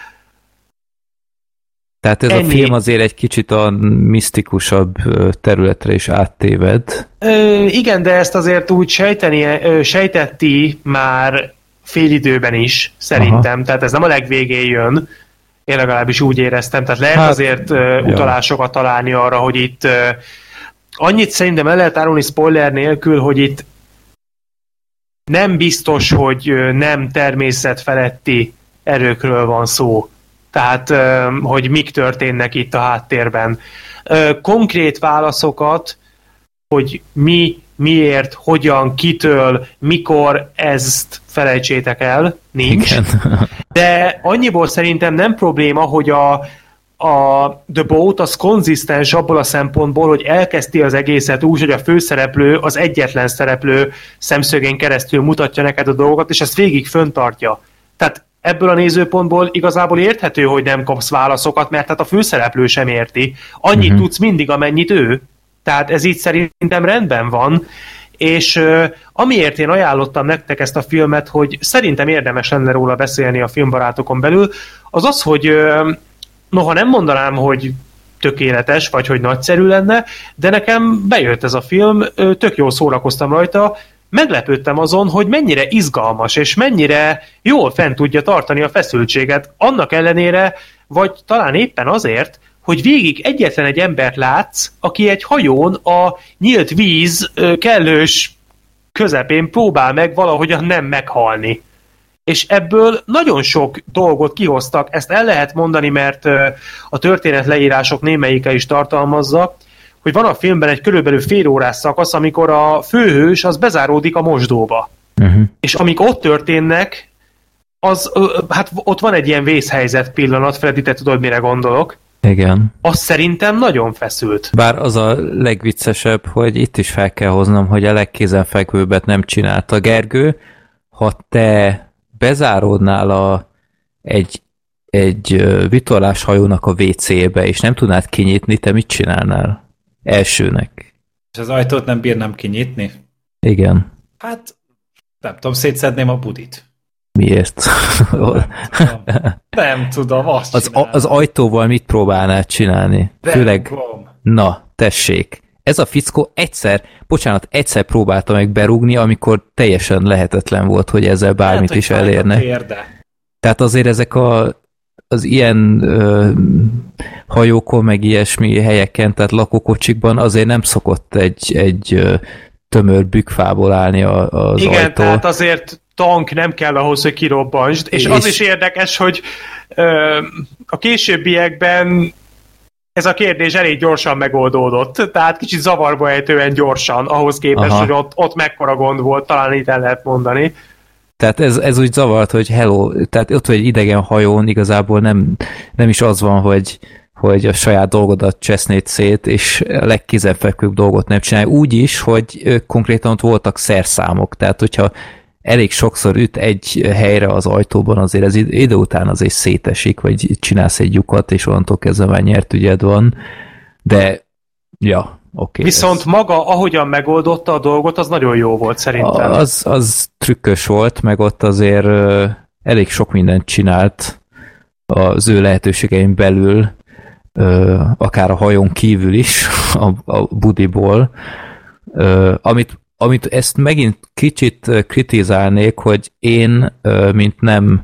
Tehát ez Ennyi. A film azért egy kicsit a misztikusabb területre is áttéved. Ö, igen, de ezt azért úgy sejteni, ö, sejtetti már félidőben is, szerintem. Aha. Tehát ez nem a legvégén jön. Én legalábbis úgy éreztem. Tehát lehet hát, azért ö, utalásokat találni arra, hogy itt ö, annyit szerintem el lehet árulni spoiler nélkül, hogy itt nem biztos, hogy nem természetfeletti erőkről van szó. Tehát, hogy mik történnek itt a háttérben. Konkrét válaszokat, hogy mi, miért, hogyan, kitől, mikor, ezt felejtsétek el, nincs. Igen. De annyiból szerintem nem probléma, hogy a, a The Boat az konzisztens abból a szempontból, hogy elkezdti az egészet úgy, hogy a főszereplő, az egyetlen szereplő szemszögén keresztül mutatja neked a dolgokat, és ezt végig föntartja. Tehát ebből a nézőpontból igazából érthető, hogy nem kapsz válaszokat, mert hát a főszereplő sem érti. Annyit uh-huh. tudsz mindig, amennyit ő. Tehát ez így szerintem rendben van. És uh, amiért én ajánlottam nektek ezt a filmet, hogy szerintem érdemes lenne róla beszélni a filmbarátokon belül, az az, hogy uh, noha nem mondanám, hogy tökéletes, vagy hogy nagyszerű lenne, de nekem bejött ez a film, uh, tök jól szórakoztam rajta, meglepődtem azon, hogy mennyire izgalmas, és mennyire jól fent tudja tartani a feszültséget, annak ellenére, vagy talán éppen azért, hogy végig egyetlen egy embert látsz, aki egy hajón a nyílt víz kellős közepén próbál meg valahogyan nem meghalni. És ebből nagyon sok dolgot kihoztak, ezt el lehet mondani, mert a történet leírások némelyike is tartalmazza, hogy van a filmben egy körülbelül fél órás szakasz, amikor a főhős az bezáródik a mosdóba. Uh-huh. És amik ott történnek, az, hát ott van egy ilyen vészhelyzet pillanat, Freddy, te tudod, mire gondolok. Igen. Az szerintem nagyon feszült. Bár az a legviccesebb, hogy itt is fel kell hoznom, hogy a legkézenfekvőbbet nem csinálta Gergő. Ha te bezáródnál a, egy, egy vitorláshajónak a vé cébe, és nem tudnád kinyitni, te mit csinálnál? Elsőnek. És az ajtót nem bírnám kinyitni? Igen. Hát, nem tudom, szétszedném a budit. Miért? Nem tudom, nem tudom azt az, a, az ajtóval mit próbálnád csinálni? De Főleg, na, tessék. Ez a fickó egyszer, bocsánat, egyszer próbálta meg berúgni, amikor teljesen lehetetlen volt, hogy ezzel bármit hát, is elérne. Tehát azért ezek a az ilyen ö, hajókon, meg ilyesmi helyeken, tehát lakókocsikban azért nem szokott egy, egy ö, tömör bükfából állni a, az Igen, ajtó. tehát azért tank nem kell ahhoz, hogy kirobbansd, és, és az is érdekes, hogy ö, a későbbiekben ez a kérdés elég gyorsan megoldódott, tehát kicsit zavarba ejtően gyorsan, ahhoz képest, Aha. hogy ott, ott mekkora gond volt, talán itt el lehet mondani. Tehát ez, ez úgy zavart, hogy hello, tehát ott vagy egy idegen hajón, igazából nem, nem is az van, hogy, hogy a saját dolgodat csesznéd szét, és a legkézenfekvőbb dolgot nem csinálj. Úgy is, hogy konkrétan ott voltak szerszámok, tehát hogyha elég sokszor üt egy helyre az ajtóban, azért ez idő után azért szétesik, vagy csinálsz egy lyukat, és onnantól kezdve már nyert ügyed van, de ja, Okay, Viszont ez... maga, ahogyan megoldotta a dolgot, az nagyon jó volt szerintem. Az, az trükkös volt, meg ott azért uh, elég sok mindent csinált az ő lehetőségein belül, uh, akár a hajón kívül is, a, a budiból. Uh, amit, amit ezt megint kicsit kritizálnék, hogy én, uh, mint nem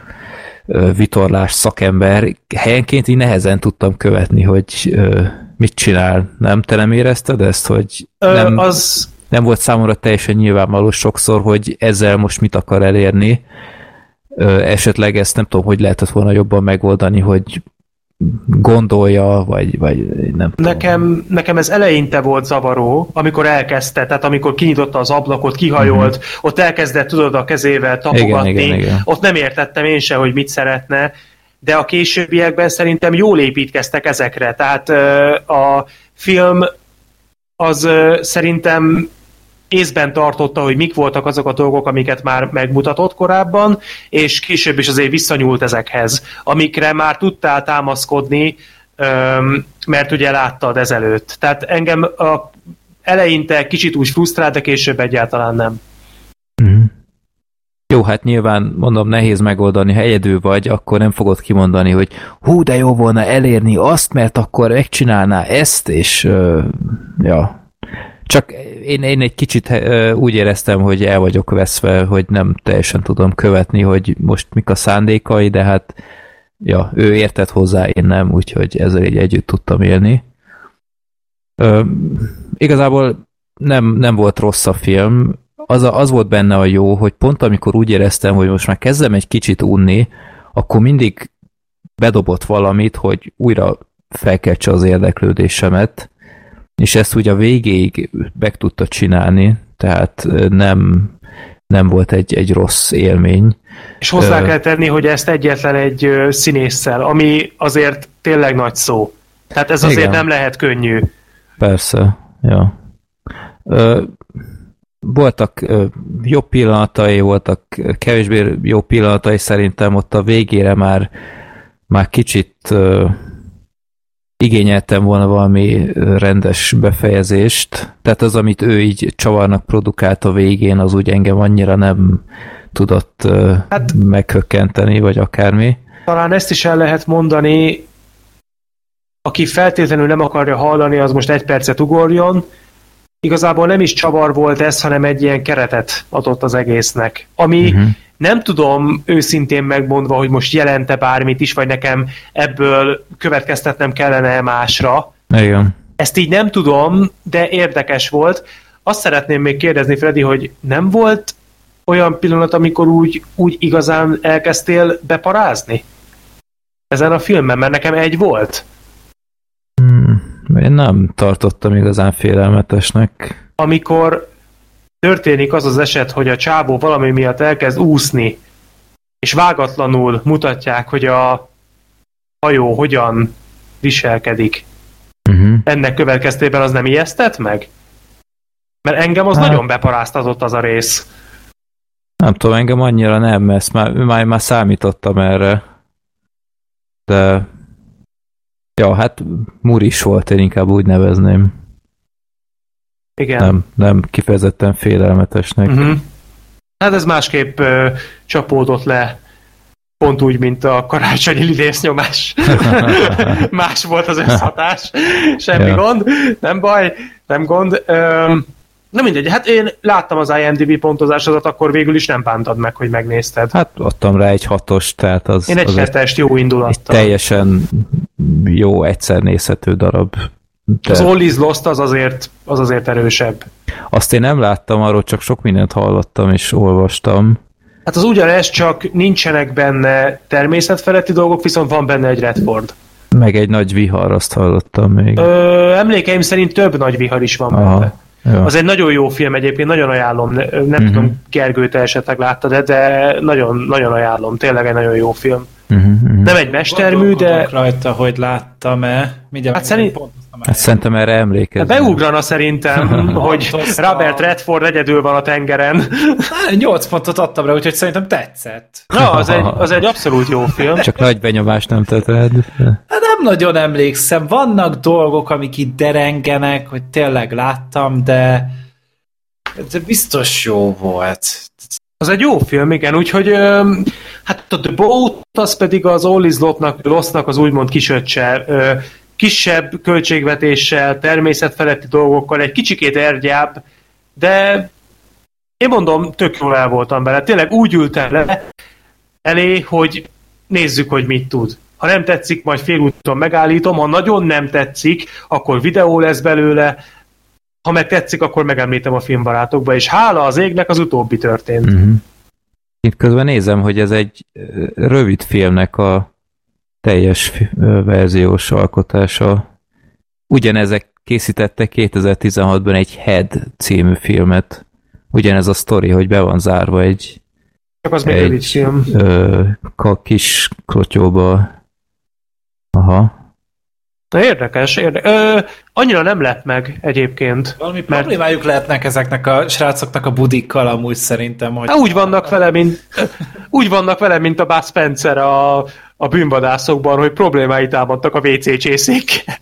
uh, vitorlás szakember, helyenként így nehezen tudtam követni, hogy uh, mit csinál? Nem? Te nem érezted ezt, hogy nem, az... nem volt számomra teljesen nyilvánvaló sokszor, hogy ezzel most mit akar elérni. Ö, esetleg ezt nem tudom, hogy lehetett volna jobban megoldani, hogy gondolja, vagy, vagy nem tudom. Nekem, nekem ez eleinte volt zavaró, amikor elkezdte, tehát amikor kinyitotta az ablakot, kihajolt, uh-huh. ott elkezdett, tudod, a kezével tapogatni, igen, igen, igen. Ott nem értettem én se, hogy mit szeretne, de a későbbiekben szerintem jól építkeztek ezekre, tehát a film az szerintem észben tartotta, hogy mik voltak azok a dolgok, amiket már megmutatott korábban, és később is azért visszanyúlt ezekhez, amikre már tudtál támaszkodni, mert ugye láttad ezelőtt. Tehát engem a eleinte kicsit úgy frusztrált, de később egyáltalán nem. Mm. Jó, hát nyilván mondom, nehéz megoldani, ha egyedül vagy, akkor nem fogod kimondani, hogy hú, de jó volna elérni azt, mert akkor megcsinálná ezt, és uh, ja... Csak én, én egy kicsit úgy éreztem, hogy el vagyok veszve, hogy nem teljesen tudom követni, hogy most mik a szándékai, de hát ja, ő értett hozzá, én nem, úgyhogy ezzel így együtt tudtam élni. Ö, igazából nem, nem volt rossz a film, az, a, az volt benne a jó, hogy pont amikor úgy éreztem, hogy most már kezdem egy kicsit unni, akkor mindig bedobott valamit, hogy újra felkeltse az érdeklődésemet, és ezt úgy a végéig meg tudta csinálni, tehát nem, nem volt egy, egy rossz élmény. És hozzá uh, kell tenni, hogy ezt egyetlen egy színésszel, ami azért tényleg nagy szó. Tehát ez azért igen. Nem lehet könnyű. Persze, ja. Uh, voltak uh, jobb pillanatai, voltak kevésbé jó pillanatai, szerintem ott a végére már, már kicsit uh, igényeltem volna valami rendes befejezést. Tehát az, amit ő így csavarnak produkált a végén, az úgy engem annyira nem tudott uh, hát, meghökkenteni, vagy akármi. Talán ezt is el lehet mondani, aki feltétlenül nem akarja hallani, az most egy percet ugorjon. Igazából nem is csavar volt ez, hanem egy ilyen keretet adott az egésznek. Ami uh-huh. nem tudom őszintén megmondva, hogy most jelente bármit is, vagy nekem ebből következtetnem kellene másra. Igen. Ezt így nem tudom, de érdekes volt. Azt szeretném még kérdezni, Freddy, hogy nem volt olyan pillanat, amikor úgy, úgy igazán elkezdtél beparázni? Ezen a filmen, mert nekem egy volt. Hmm, én nem tartottam igazán félelmetesnek. Amikor történik az az eset, hogy a csávó valami miatt elkezd úszni, és vágatlanul mutatják, hogy a hajó hogyan viselkedik. Uh-huh. Ennek következtében az nem ijesztett meg? Mert engem az hát, nagyon beparáztatott az a rész. Nem tudom, engem annyira nem, ezt már, már, már számítottam erre. De ja, hát muris volt, én inkább úgy nevezném. Igen. Nem, nem kifejezetten félelmetesnek. Uh-huh. Hát ez másképp ö, csapódott le, pont úgy, mint a karácsonyi lidésznyomás. Más volt az összhatás. Semmi ja. gond, nem baj, nem gond. Ö, na mindegy, hát én láttam az IMDb pontozásodat, akkor végül is nem bántad meg, hogy megnézted. Hát adtam rá egy hatos, tehát az... Én egy az hetest jó indulattal. Teljesen jó, egyszer nézhető darab. De... Az All is Lost az azért, az azért erősebb. Azt én nem láttam, arról csak sok mindent hallottam és olvastam. Hát az ugyanez, csak nincsenek benne természetfeletti dolgok, viszont van benne egy Redford. Meg egy nagy vihar, azt hallottam még. Ö, emlékeim szerint több nagy vihar is van aha, benne. Ja. Az egy nagyon jó film egyébként, nagyon ajánlom. Nem uh-huh. tudom, Gergő, te esetleg láttad, de nagyon, nagyon ajánlom. Tényleg egy nagyon jó film. Uh-huh, uh-huh. Nem egy mestermű, de... rajta, hogy láttam-e. Mindjárt hát szerint... Hát szerintem erre emlékezem. Beugrana szerintem, hogy Robert Redford egyedül van a tengeren. nyolc pontot adtam rá, úgyhogy szerintem tetszett. Na, az egy, az egy abszolút jó film. Csak nagy benyomást nem tett rád. Hát nem nagyon emlékszem. Vannak dolgok, amik itt derengenek, hogy tényleg láttam, de, de biztos jó volt. Az egy jó film, igen, úgyhogy hát a The Boat, az pedig az All is Lost-nak az úgymond kisöccse, kisebb költségvetéssel, természetfeletti dolgokkal, egy kicsikét ergyább, de én mondom, tök jól el voltam vele. Tényleg úgy ültem le elé, hogy nézzük, hogy mit tud. Ha nem tetszik, majd félúton megállítom, ha nagyon nem tetszik, akkor videó lesz belőle, ha meg tetszik, akkor megemlítem a filmbarátokba, és hála az égnek az utóbbi történt. Uh-huh. Itt közben nézem, hogy ez egy rövid filmnek a teljes verziós alkotása. Ugyanezek készítettek kétezer-tizenhatban egy Head című filmet. Ugyanez a sztori, hogy be van zárva egy csak az még rövid film. Ö, kis klotyóba. Aha. Na érdekes, érdekes. Ö, annyira nem lep meg egyébként. Valami mert... problémájuk lehetnek ezeknek a srácoknak a budikkal amúgy szerintem. Hogy Há, úgy vannak vele, mint úgy vannak vele, mint a Bud Spencer a, a bűnvadászokban, hogy problémái támadtak a vé cé csészékkel.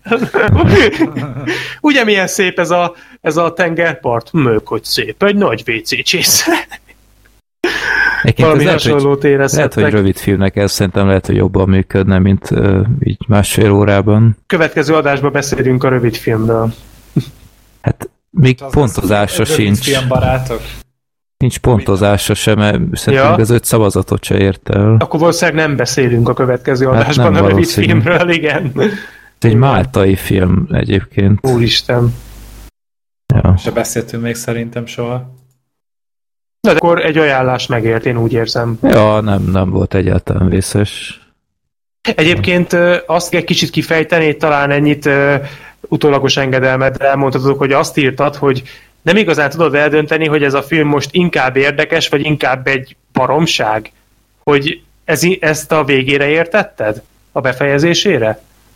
Ugye milyen szép ez a, ez a tengerpart? Mök, hogy szép, egy nagy vé cé csész. Valami hasonlót érezhettek. Lehet, hogy rövid filmnek ez szerintem lehet, hogy jobban működne, mint uh, így másfél órában. Következő adásban beszélünk a rövid filmről. Hát még az pontozása az sincs. Filmbarátok. Nincs pontozása sem, mert szerintem ja. az öt szavazatot se ért el. Akkor valószínűleg nem beszélünk a következő adásban hát a rövid filmről, igen. Ez egy máltai film egyébként. Úristen. Ja. Se beszéltünk még szerintem soha. Na, de akkor egy ajánlás megért, én úgy érzem. Ja, nem, nem volt egyáltalán vészes. Egyébként azt egy kicsit kifejteni, talán ennyit utólagos engedelmeddel elmondhatod, hogy azt írtad, hogy nem igazán tudod eldönteni, hogy ez a film most inkább érdekes, vagy inkább egy baromság? Hogy ez, ezt a végére értetted? A befejezésére?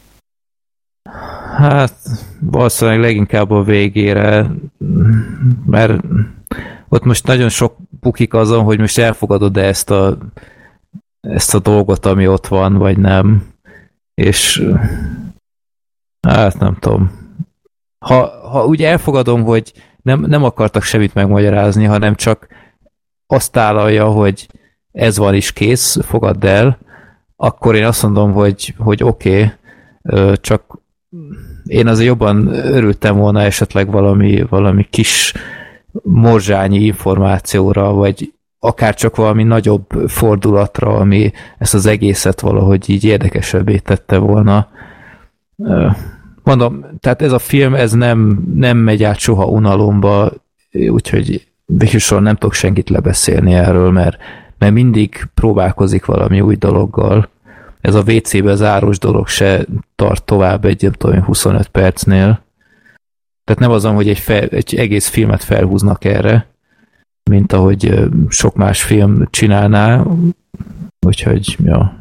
Hát, valószínűleg leginkább a végére, mert ott most nagyon sok bukik azon, hogy most elfogadod-e ezt a, ezt a dolgot, ami ott van, vagy nem. És hát nem tudom. Ha, ha úgy elfogadom, hogy nem, nem akartak semmit megmagyarázni, hanem csak azt tálalja, hogy ez van is kész, fogadd el, akkor én azt mondom, hogy, hogy oké, okay, csak én azért jobban örültem volna esetleg valami, valami kis morzsányi információra, vagy akár csak valami nagyobb fordulatra, ami ezt az egészet valahogy így érdekesebbé tette volna. Mondom, tehát ez a film, ez nem, nem megy át soha unalomba, úgyhogy végülisor nem tudok senkit lebeszélni erről, mert, mert mindig próbálkozik valami új dologgal. Ez a vé cébe zárós dolog se tart tovább egy, nem tudom, huszonöt percnél. Tehát nem azon, hogy egy, fel, egy egész filmet felhúznak erre, mint ahogy sok más film csinálná. Úgyhogy, ja.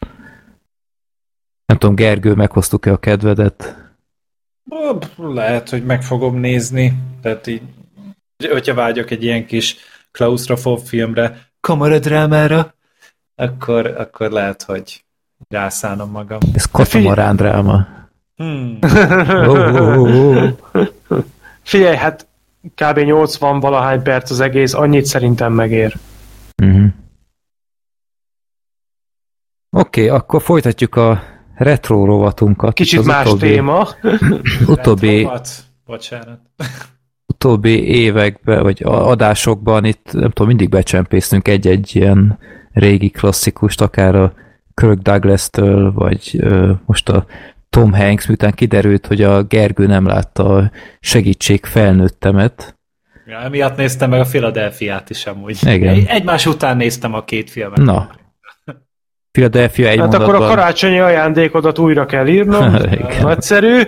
Nem tudom, Gergő, meghoztuk-e a kedvedet? Lehet, hogy meg fogom nézni. Tehát így, hogyha vágyok egy ilyen kis klaustrofób filmre, kamaradrámára, akkor, akkor lehet, hogy rászánom magam. Ez katamarán dráma. Hmm. oh, oh, oh, oh. Figyelj, hát kb. nyolcvan valahány perc az egész, annyit szerintem megér. Uh-huh. Oké, okay, akkor folytatjuk a retro rovatunkat. Kicsit más utóbbi, téma. utóbbi, Bocsánat. utóbbi években, vagy adásokban itt, nem tudom, mindig becsempésztünk egy-egy ilyen régi klasszikust, akár a Kirk Douglas-től, vagy ö, most a Tom Hanks, miután kiderült, hogy a Gergő nem látta a Segítség, felnőttemet. Ja, emiatt néztem meg a Philadelphiát is amúgy. Igen. Egymás után néztem a két filmet. Na. Philadelphia egy hát mondatban... akkor a karácsonyi ajándékodat újra kell írnom. Nagyszerű.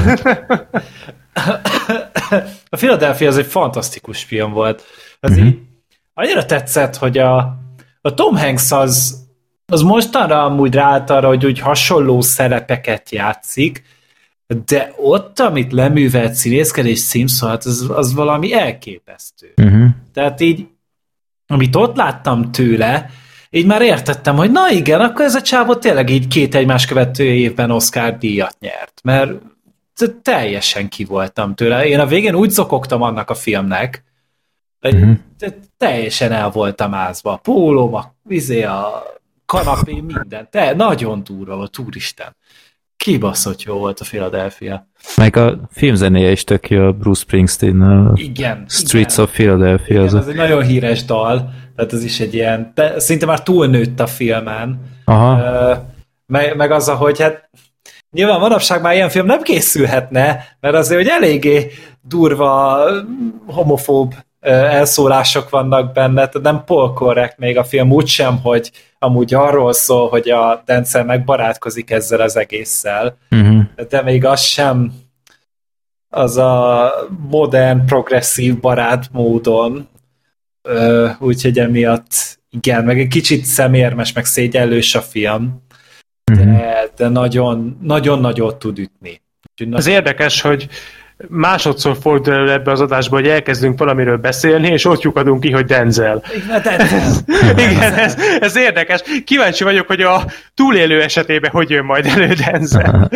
A Philadelphia az egy fantasztikus film volt. Az uh-huh. így, annyira tetszett, hogy a, a Tom Hanks az, az mostanra amúgy ráállt arra, hogy úgy hasonló szerepeket játszik, de ott, amit leművelt színészkedés címszólat, az, az valami elképesztő. Uh-huh. Tehát így, amit ott láttam tőle, így már értettem, hogy na igen, akkor ez a csávó tényleg így két egymás követő évben Oscar díjat nyert, mert teljesen ki voltam tőle. Én a végén úgy zokogtam annak a filmnek, hogy uh-huh. teljesen el voltam ázva. A pólóm, a vizé, a kanapé, minden. Te, nagyon durva volt, úristen. Kibaszott jó volt a Philadelphia. Meg a filmzenéje is tök jó, Bruce Springsteen. Igen. Streets igen. of Philadelphia. Igen, az ez egy nagyon híres dal, tehát ez is egy ilyen, de szinte már túlnőtt a filmen. Aha. Meg, meg az, hogy hát nyilván manapság már ilyen film nem készülhetne, mert azért, hogy eléggé durva, homofób elszólások vannak benne, tehát nem polkorrekt még a film úgysem, hogy amúgy arról szól, hogy a Denzel megbarátkozik ezzel az egésszel, uh-huh. de még az sem az a modern, progresszív barát módon, úgyhogy emiatt igen, meg egy kicsit szemérmes, meg szégyellős a film, de, uh-huh. de nagyon, nagyon nagyot tud ütni. Ez érdekes, hogy másodszor fordul elő ebbe az adásba, hogy elkezdünk valamiről beszélni, és ott lyukadunk ki, hogy Denzel. Igen, Denzel. Igen, ez, ez érdekes. Kíváncsi vagyok, hogy a túlélő esetében hogy jön majd elő Denzel.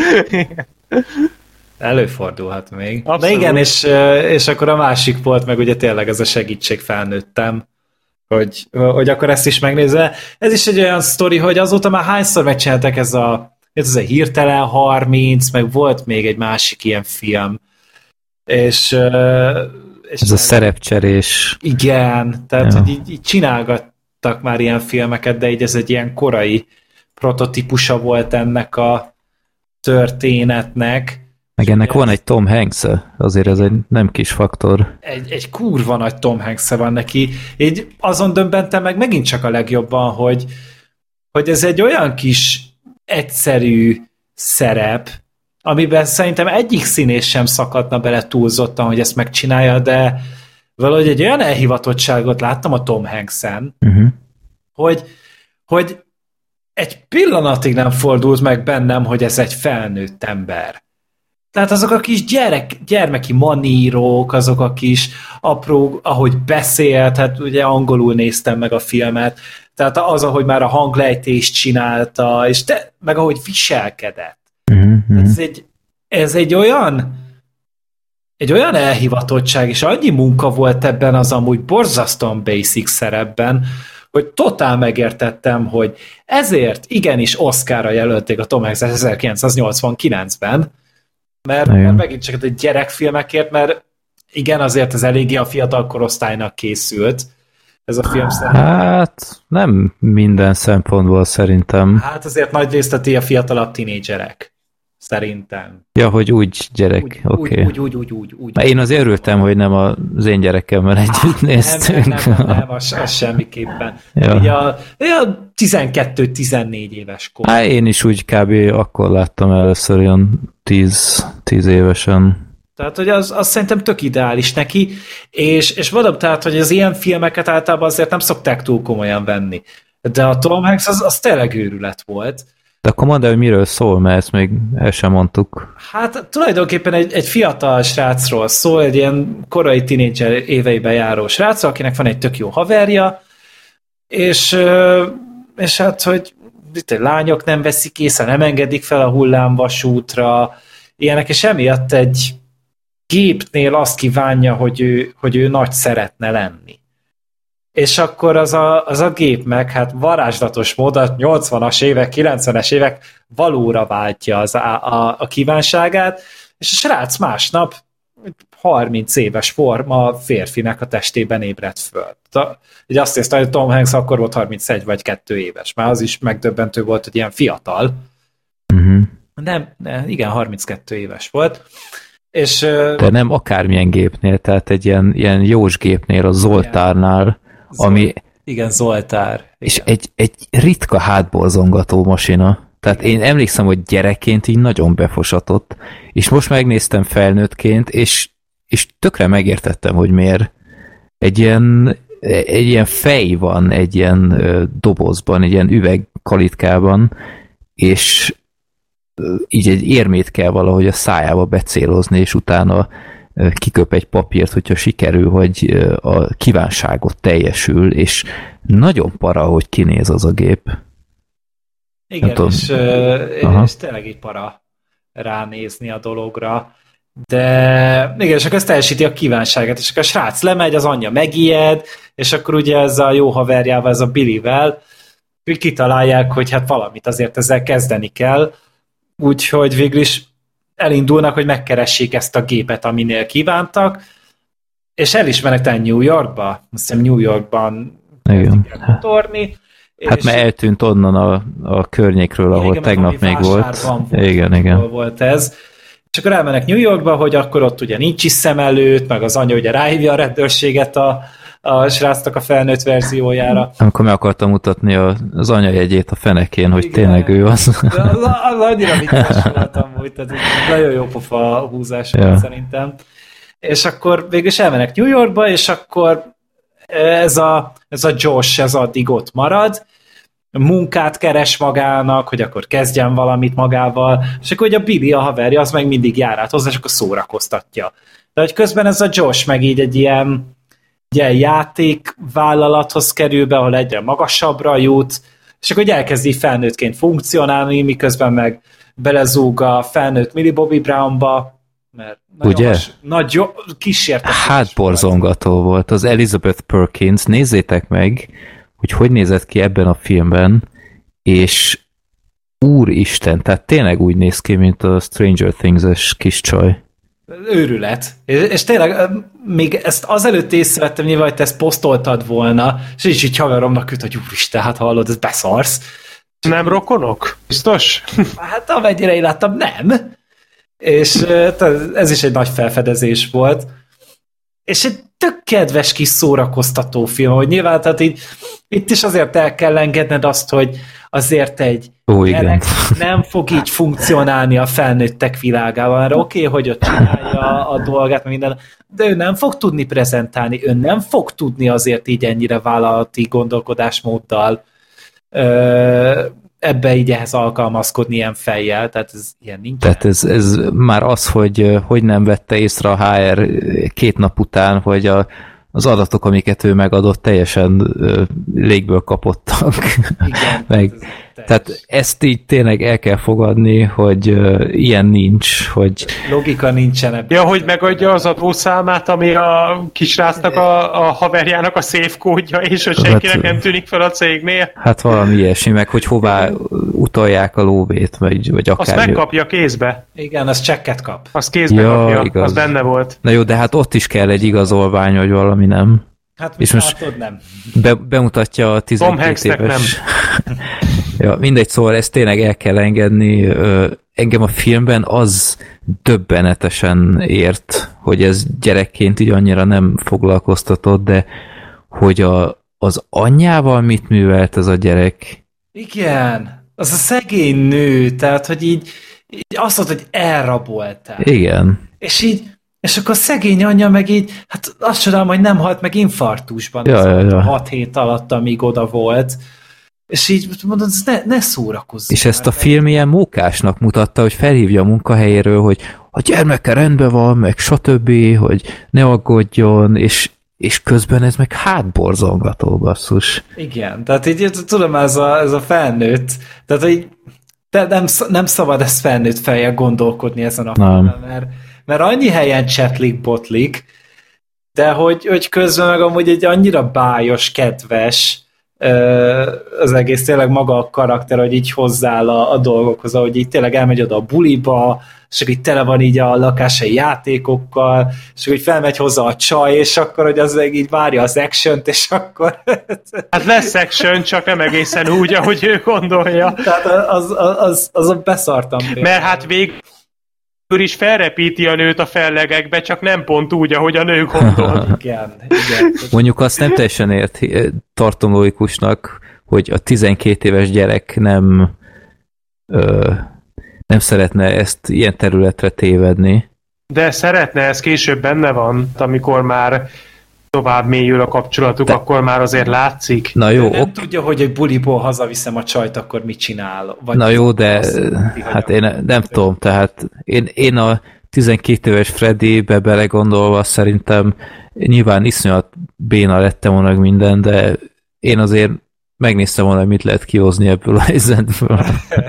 Előfordulhat még. Abszolút. De igen, és, és akkor a másik volt, meg ugye tényleg ez a segítség felnőttem, hogy, hogy akkor ezt is megnézze. Ez is egy olyan sztori, hogy azóta már hányszor megcsináltak ez a, ez a Hirtelen harminc, meg volt még egy másik ilyen film. És, és ez a szerepcserés. Igen, tehát ja. hogy így, így csinálgattak már ilyen filmeket, de így ez egy ilyen korai prototípusa volt ennek a történetnek. Meg ennek ez, van egy Tom Hanks-e, azért ez egy nem kis faktor. Egy, egy kurva nagy Tom Hanks-e van neki. Így azon döbbentem meg megint csak a legjobban, hogy, hogy ez egy olyan kis egyszerű szerep, amiben szerintem egyik színész sem szakadna bele túlzottan, hogy ezt megcsinálja, de valahogy egy olyan elhivatottságot láttam a Tom Hanks-en, uh-huh. hogy, hogy egy pillanatig nem fordult meg bennem, hogy ez egy felnőtt ember. Tehát azok a kis gyerek, gyermeki manírok, azok a kis apró, ahogy beszél, tehát ugye angolul néztem meg a filmet, tehát az, ahogy már a hanglejtést csinálta, és te, meg ahogy viselkedett. Uh-huh. Ez, egy, ez egy olyan egy olyan elhivatottság, és annyi munka volt ebben az amúgy borzasztóan basic szerepben, hogy totál megértettem, hogy ezért igenis Oscarra jelölték a Tom Hanks ezerkilencszáznyolcvankilencben, mert, mert megint csak egy gyerekfilmekért, mert igen, azért ez eléggé a fiatal korosztálynak készült, ez a film szerintem. Hát nem minden szempontból szerintem. Hát azért nagy részt a fiatalabb tinédzserek. Szerintem. Ja, hogy úgy gyerek, oké. Okay. Úgy, úgy, úgy, úgy, úgy. Én azért örültem, hogy nem az én gyerekemmel együtt néztünk. Nem, nem, nem, nem az, az semmiképpen. Ja. Ugye a, a tizenkettő-tizennégy éves kor. Hát én is úgy kb. Akkor láttam először olyan tíz, tíz évesen. Tehát, hogy az, az szerintem tök ideális neki, és, és mondom, tehát, hogy az ilyen filmeket általában azért nem szokták túl komolyan venni. De a Tom Hanks az, az tényleg őrület volt. De akkor mondd el, hogy miről szól, mert ezt még el sem mondtuk. Hát tulajdonképpen egy, egy fiatal srácról szól, egy ilyen korai tínédzser éveiben járó srác, akinek van egy tök jó haverja, és, és hát, hogy itt egy lányok nem veszik észre, nem engedik fel a hullámvasútra, ilyenek, és emiatt egy gépnél azt kívánja, hogy ő, hogy ő nagy szeretne lenni. És akkor az a, az a gép meg, hát varázslatos módon nyolcvanas évek, kilencvenes évek valóra váltja az a, a, a kívánságát, és a srác másnap harminc éves forma férfinek a testében ébredt föl. Ugye azt nézte, hogy Tom Hanks akkor volt harmincegy vagy kettő éves. Már az is megdöbbentő volt, hogy ilyen fiatal. Uh-huh. Nem, nem, igen, harminckettő éves volt. És, de nem akármilyen gépnél, tehát egy ilyen, ilyen jós gépnél, a Zoltárnál, Zol- ami... Igen, Zoltár. Igen. És egy, egy ritka hátborzongató masina. Tehát én emlékszem, hogy gyerekként így nagyon befosatott, és most megnéztem felnőttként, és, és tökre megértettem, hogy miért. Egy ilyen, egy ilyen fej van, egy ilyen dobozban, egy ilyen üvegkalitkában, és így egy érmét kell valahogy a szájába becélozni, és utána kiköp egy papírt, hogyha sikerül, hogy a kívánságot teljesül, és nagyon para, hogy kinéz az a gép. Igen, és, és tényleg egy para ránézni a dologra, de igen, és akkor ezt teljesíti a kívánságát, és akkor a srác lemegy, az anyja megijed, és akkor ugye ez a jó haverjával, ez a Billyvel, hogy kitalálják, hogy hát valamit azért ezzel kezdeni kell, úgyhogy végül is elindulnak, hogy megkeressék ezt a gépet, aminél kívántak, és el is mennek el New Yorkba, azt hiszem New Yorkban torni. Hát mert eltűnt onnan a, a környékről, ahol igen, tegnap még volt. volt. Igen, igen. Volt ez. És akkor elmennek New Yorkba, hogy akkor ott ugye nincs is szem előtt, meg az anya ugye ráhívja a rendőrséget a, a srácnak a felnőtt verziójára. Amikor meg akartam mutatni a, az anyajegyét a fenekén, hogy igen, tényleg ő az. az, az annyira vicces volt amúgy, tehát nagyon jó pofa húzás ja. volt szerintem. És akkor végülis elmennek New Yorkba, és akkor ez a, ez a Josh, ez addig ott marad, munkát keres magának, hogy akkor kezdjen valamit magával, és akkor ugye a Billy, a haverja, az meg mindig jár át hozzá, és akkor szórakoztatja. De hogy közben ez a Josh meg így egy ilyen, ilyen játékvállalathoz kerül be, ahol egyre magasabbra jut, és akkor elkezdi felnőttként funkcionálni, miközben meg belezúg a felnőtt Millie Bobby Brownba, mert ugye? Has, nagy jó, kísértetés. Hát borzongató volt. Az Elizabeth Perkins, nézzétek meg, hogy hogy nézett ki ebben a filmben, és úristen, tehát tényleg úgy néz ki, mint a Stranger Things-es kis csaj. Őrület. És, és tényleg, még ezt azelőtt észrevettem nyilván, hogy te ezt posztoltad volna, és így így haveromnak üt, hogy úristen, hát hallod, ez beszarsz. Nem rokonok? Biztos? Hát amennyire én láttam, nem. És ez is egy nagy felfedezés volt. És egy tök kedves kis szórakoztató film, hogy nyilván, tehát így, itt is azért el kell engedned azt, hogy azért egy Ó, igen. nem fog így funkcionálni a felnőttek világában, mert oké, okay, hogy ott csinálja a dolgát, minden, de ő nem fog tudni prezentálni, ő nem fog tudni azért így ennyire vállalati gondolkodásmóddal ö, ebbe így ehhez alkalmazkodni ilyen fejjel, tehát ez ilyen nincs. Tehát ez, ez már az, hogy hogy nem vette észre a há er két nap után, hogy a, az adatok, amiket ő megadott, teljesen légből kapottak. Igen. Meg, tehát ezt így tényleg el kell fogadni, hogy uh, ilyen nincs, hogy... Logika nincsen ebben. Ja, hogy megadja az adószámát, ami a kisrácnak a, a haverjának a safe kódja, és hogy senkinek hát, nem tűnik fel a cégnél. Hát valami ilyesmi, meg hogy hová utalják a lóvét, vagy, vagy akár... Azt megkapja kézbe. Igen, az csekket kap. Azt kézbe ja, kapja, igaz. Az benne volt. Na jó, de hát ott is kell egy igazolvány, hogy valami nem. Hát és most látod, nem. Be, bemutatja a tizenkét éves... Ja, mindegy, szóval ezt tényleg el kell engedni. Ö, engem a filmben az döbbenetesen ért, hogy ez gyerekként így annyira nem foglalkoztatott, de hogy a, az anyjával mit művelt ez a gyerek? Igen, az a szegény nő, tehát, hogy így, így azt mondta, hogy elraboltál. Igen. És így, és akkor a szegény anyja meg így, hát azt csodálom, hogy nem halt meg infarktusban ja, ja, ja. hat hét alatt, amíg oda volt. És így mondod, ne, ne szórakozzunk. És ezt a film ilyen mókásnak mutatta, hogy felhívja a munkahelyéről, hogy a gyermeke rendben van, meg stb., hogy ne aggódjon, és, és közben ez meg hátborzongató, basszus. Igen, tehát így tudom, ez a, ez a felnőtt, tehát így de nem, nem szabad ezt felnőtt fejjel gondolkodni ezen a filmen, mert, mert annyi helyen csetlik, botlik, de hogy, hogy közben meg amúgy egy annyira bájos, kedves az egész tényleg maga a karakter, hogy így hozzááll a, a dolgokhoz, ahogy így tényleg elmegy oda a buliba, és akkor így tele van így a lakásai játékokkal, és akkor így felmegy hozzá a csaj, és akkor, hogy az így várja az action-t, és akkor... Hát lesz action, csak nem egészen úgy, ahogy ő gondolja. Tehát az, az, az, az beszartam. Mert hát végül is felrepíti a nőt a fellegekbe, csak nem pont úgy, ahogy a nő gondol. Igen, igen. Mondjuk azt nem teljesen ért, tartom logikusnak, hogy a tizenkét éves gyerek nem ö, nem szeretne ezt ilyen területre tévedni. De szeretne, ez később benne van, amikor már tovább mélyül a kapcsolatuk, de... akkor már azért látszik. Na jó, nem ok... tudja, hogy egy buliból hazaviszem a csajt, akkor mit csinál. Vagy Na jó, de azt, hát én nem, nem tudom, tehát én, én a tizenkét éves Freddybe belegondolva szerintem nyilván iszonyat béna lettem volna minden, de én azért megnéztem volna, mit lehet kihozni ebből a helyzetből.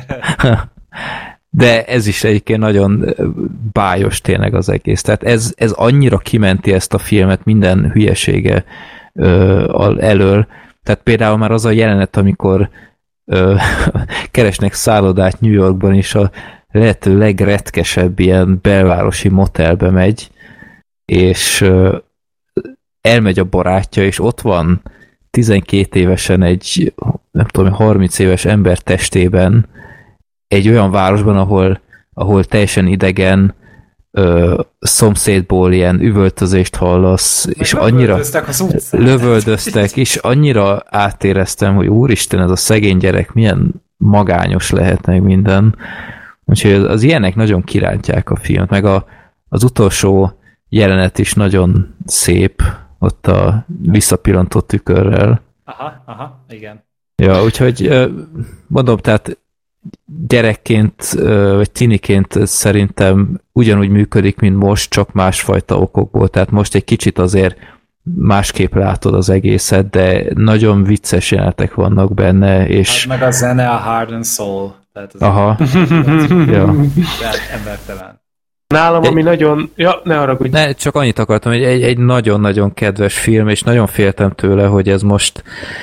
De ez is egyébként nagyon bájos tényleg az egész. Tehát ez, ez annyira kimenti ezt a filmet minden hülyesége ö, elől. Tehát például már az a jelenet, amikor ö, keresnek szállodát New Yorkban, és a lehető legretkesebb ilyen belvárosi motelbe megy, és ö, elmegy a barátja, és ott van tizenkét évesen egy, nem tudom, harminc éves ember testében, egy olyan városban, ahol, ahol teljesen idegen, ö, szomszédból ilyen üvöltözést hallasz, meg és annyira lövöldöztek, és annyira átéreztem, hogy úristen, ez a szegény gyerek milyen magányos lehet meg minden. Úgyhogy az, az ilyenek nagyon kirántják a filmet, meg a, az utolsó jelenet is nagyon szép, ott a visszapillantott tükörrel. Aha, aha, igen. Ja, úgyhogy mondom, tehát gyerekként, vagy tiniként szerintem ugyanúgy működik, mint most, csak másfajta okokból. Tehát most egy kicsit azért másképp látod az egészet, de nagyon vicces jelenetek vannak benne, és... Hát meg a zene a Heart and Soul. Tehát az aha. Ja. Embertelen. Nálam, ami egy... nagyon... Ja, ne haragudj. Ne, csak annyit akartam, hogy egy, egy nagyon-nagyon kedves film, és nagyon féltem tőle, hogy ez most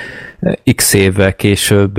x évvel később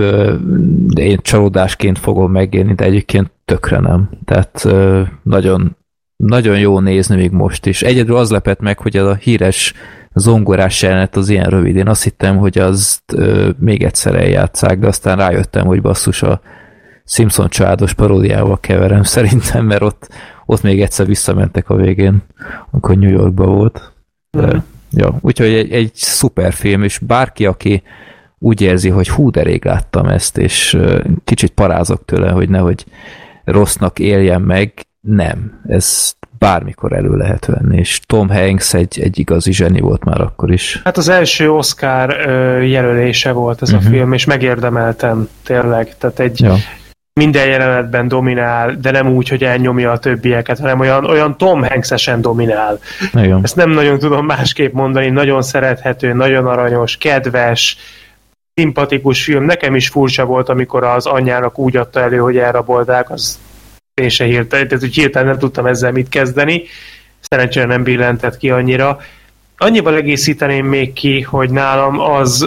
de én csalódásként fogom megélni, de egyébként tökre nem. Tehát nagyon, nagyon jó nézni még most is. Egyedül az lepett meg, hogy ez a híres zongorás jelenet az ilyen rövid. Én azt hittem, hogy azt még egyszer eljátszák, de aztán rájöttem, hogy basszus a Simpson családos paródiával keverem szerintem, mert ott, ott még egyszer visszamentek a végén, amikor New Yorkban volt. De, mm. ja, úgyhogy egy, egy szuper film, és bárki, aki úgy érzi, hogy hú, de rég láttam ezt, és kicsit parázok tőle, hogy nehogy rossznak éljen meg, nem. Ez bármikor elő lehet venni, és Tom Hanks egy, egy igazi zseni volt már akkor is. Hát az első Oscar jelölése volt ez uh-huh. a film, és megérdemeltem tényleg. Tehát egy ja. minden jelenetben dominál, de nem úgy, hogy elnyomja a többieket, hanem olyan, olyan Tom Hanks-esen dominál. Igen. Ezt nem nagyon tudom másképp mondani, nagyon szerethető, nagyon aranyos, kedves, szimpatikus film. Nekem is furcsa volt, amikor az anyjának úgy adta elő, hogy elrabolták, az én se hirtelen, tehát úgy hirtelen nem tudtam ezzel mit kezdeni. Szerencsére nem billentett ki annyira. Annyival egészíteném még ki, hogy nálam az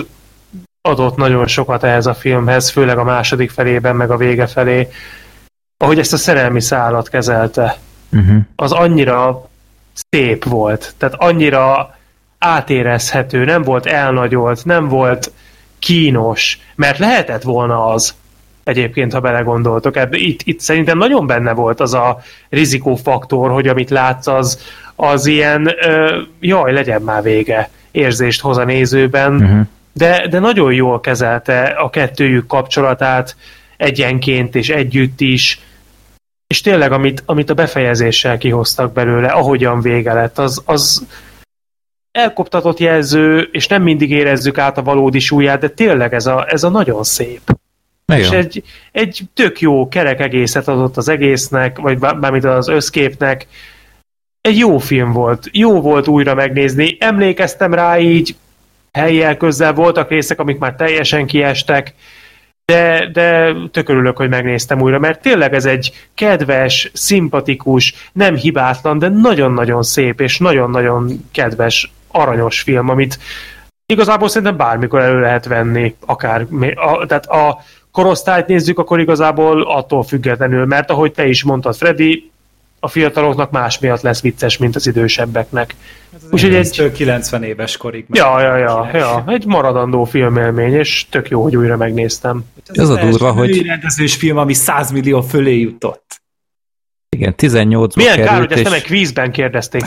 adott nagyon sokat ehhez a filmhez, főleg a második felében, meg a vége felé, ahogy ezt a szerelmi szálat kezelte. Uh-huh. Az annyira szép volt, tehát annyira átérezhető, nem volt elnagyolt, nem volt kínos, mert lehetett volna az, egyébként, ha belegondoltok. Ebbe, itt, itt szerintem nagyon benne volt az a rizikófaktor, hogy amit látsz, az, az ilyen ö, jaj, legyen már vége érzést hoz a nézőben, uh-huh. de, de nagyon jól kezelte a kettőjük kapcsolatát egyenként és együtt is, és tényleg, amit, amit a befejezéssel kihoztak belőle, ahogyan vége lett, az, az elkoptatott jelző, és nem mindig érezzük át a valódi súlyát, de tényleg ez a, ez a nagyon szép. Igen. És egy, egy tök jó kerek egészet adott az egésznek, vagy bármit az összképnek. Egy jó film volt. Jó volt újra megnézni. Emlékeztem rá így, helyjel közel voltak részek, amik már teljesen kiestek, de, de tök örülök, hogy megnéztem újra, mert tényleg ez egy kedves, szimpatikus, nem hibátlan, de nagyon-nagyon szép, és nagyon-nagyon kedves, aranyos film, amit igazából szerintem bármikor elő lehet venni, akár, a, tehát a korosztályt nézzük, akkor igazából attól függetlenül, mert ahogy te is mondtad, Freddy, a fiataloknak más miatt lesz vicces, mint az idősebbeknek. Úgyhogy egy kilencven éves korig. Ja, ja, ja, ja, egy maradandó filmélmény, és tök jó, hogy újra megnéztem. Ez, ez a durva, hogy... rendezős film, ami száz millió fölé jutott. Igen, tizennyolcba milyen került, kár, hogy ezt és... nem egy kvízben kérdezték.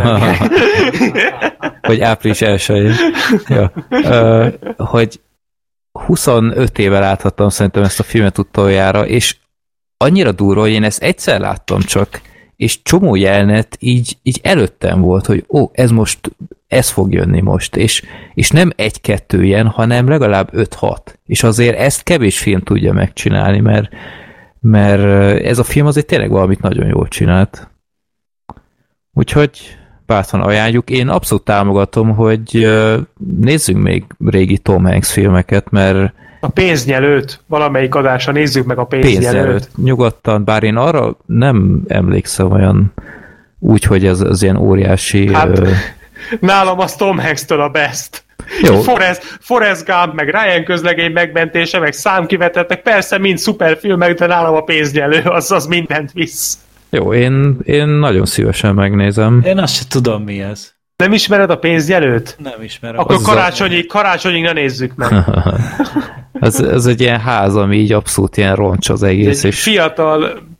Hogy április elsején. Ja. Uh, hogy huszonöt éve láthattam szerintem ezt a filmet utoljára, és annyira durva, hogy én ezt egyszer láttam csak, és csomó jelenet így, így előttem volt, hogy ó, ez most, ez fog jönni most, és, és nem egy-kettő ilyen, hanem legalább öt-hat. És azért ezt kevés film tudja megcsinálni, mert, mert ez a film azért tényleg valamit nagyon jól csinált. Úgyhogy bátran ajánljuk. Én abszolút támogatom, hogy nézzünk még régi Tom Hanks filmeket, mert a pénznyelőt, valamelyik adásra nézzük meg a pénznyelőt. pénznyelőt. Nyugodtan, bár én arra nem emlékszem olyan úgy, hogy ez az ilyen óriási... Hát, ö... nálam az Tom Hanks-től a best. Jó. Forrest, Forrest Gump, meg Ryan közlegény megmentése, meg számkivetettek, persze mind szuperfilmek, de nálam a pénznyelő, az, az mindent visz. Jó, én, én nagyon szívesen megnézem. Én azt sem tudom, mi ez. Nem ismered a pénznyelőt? Nem ismerem. Akkor karácsonyig, karácsonyig ne nézzük meg. ez, ez egy ilyen ház, ami így abszolút ilyen roncs az egész. Egy és... fiatal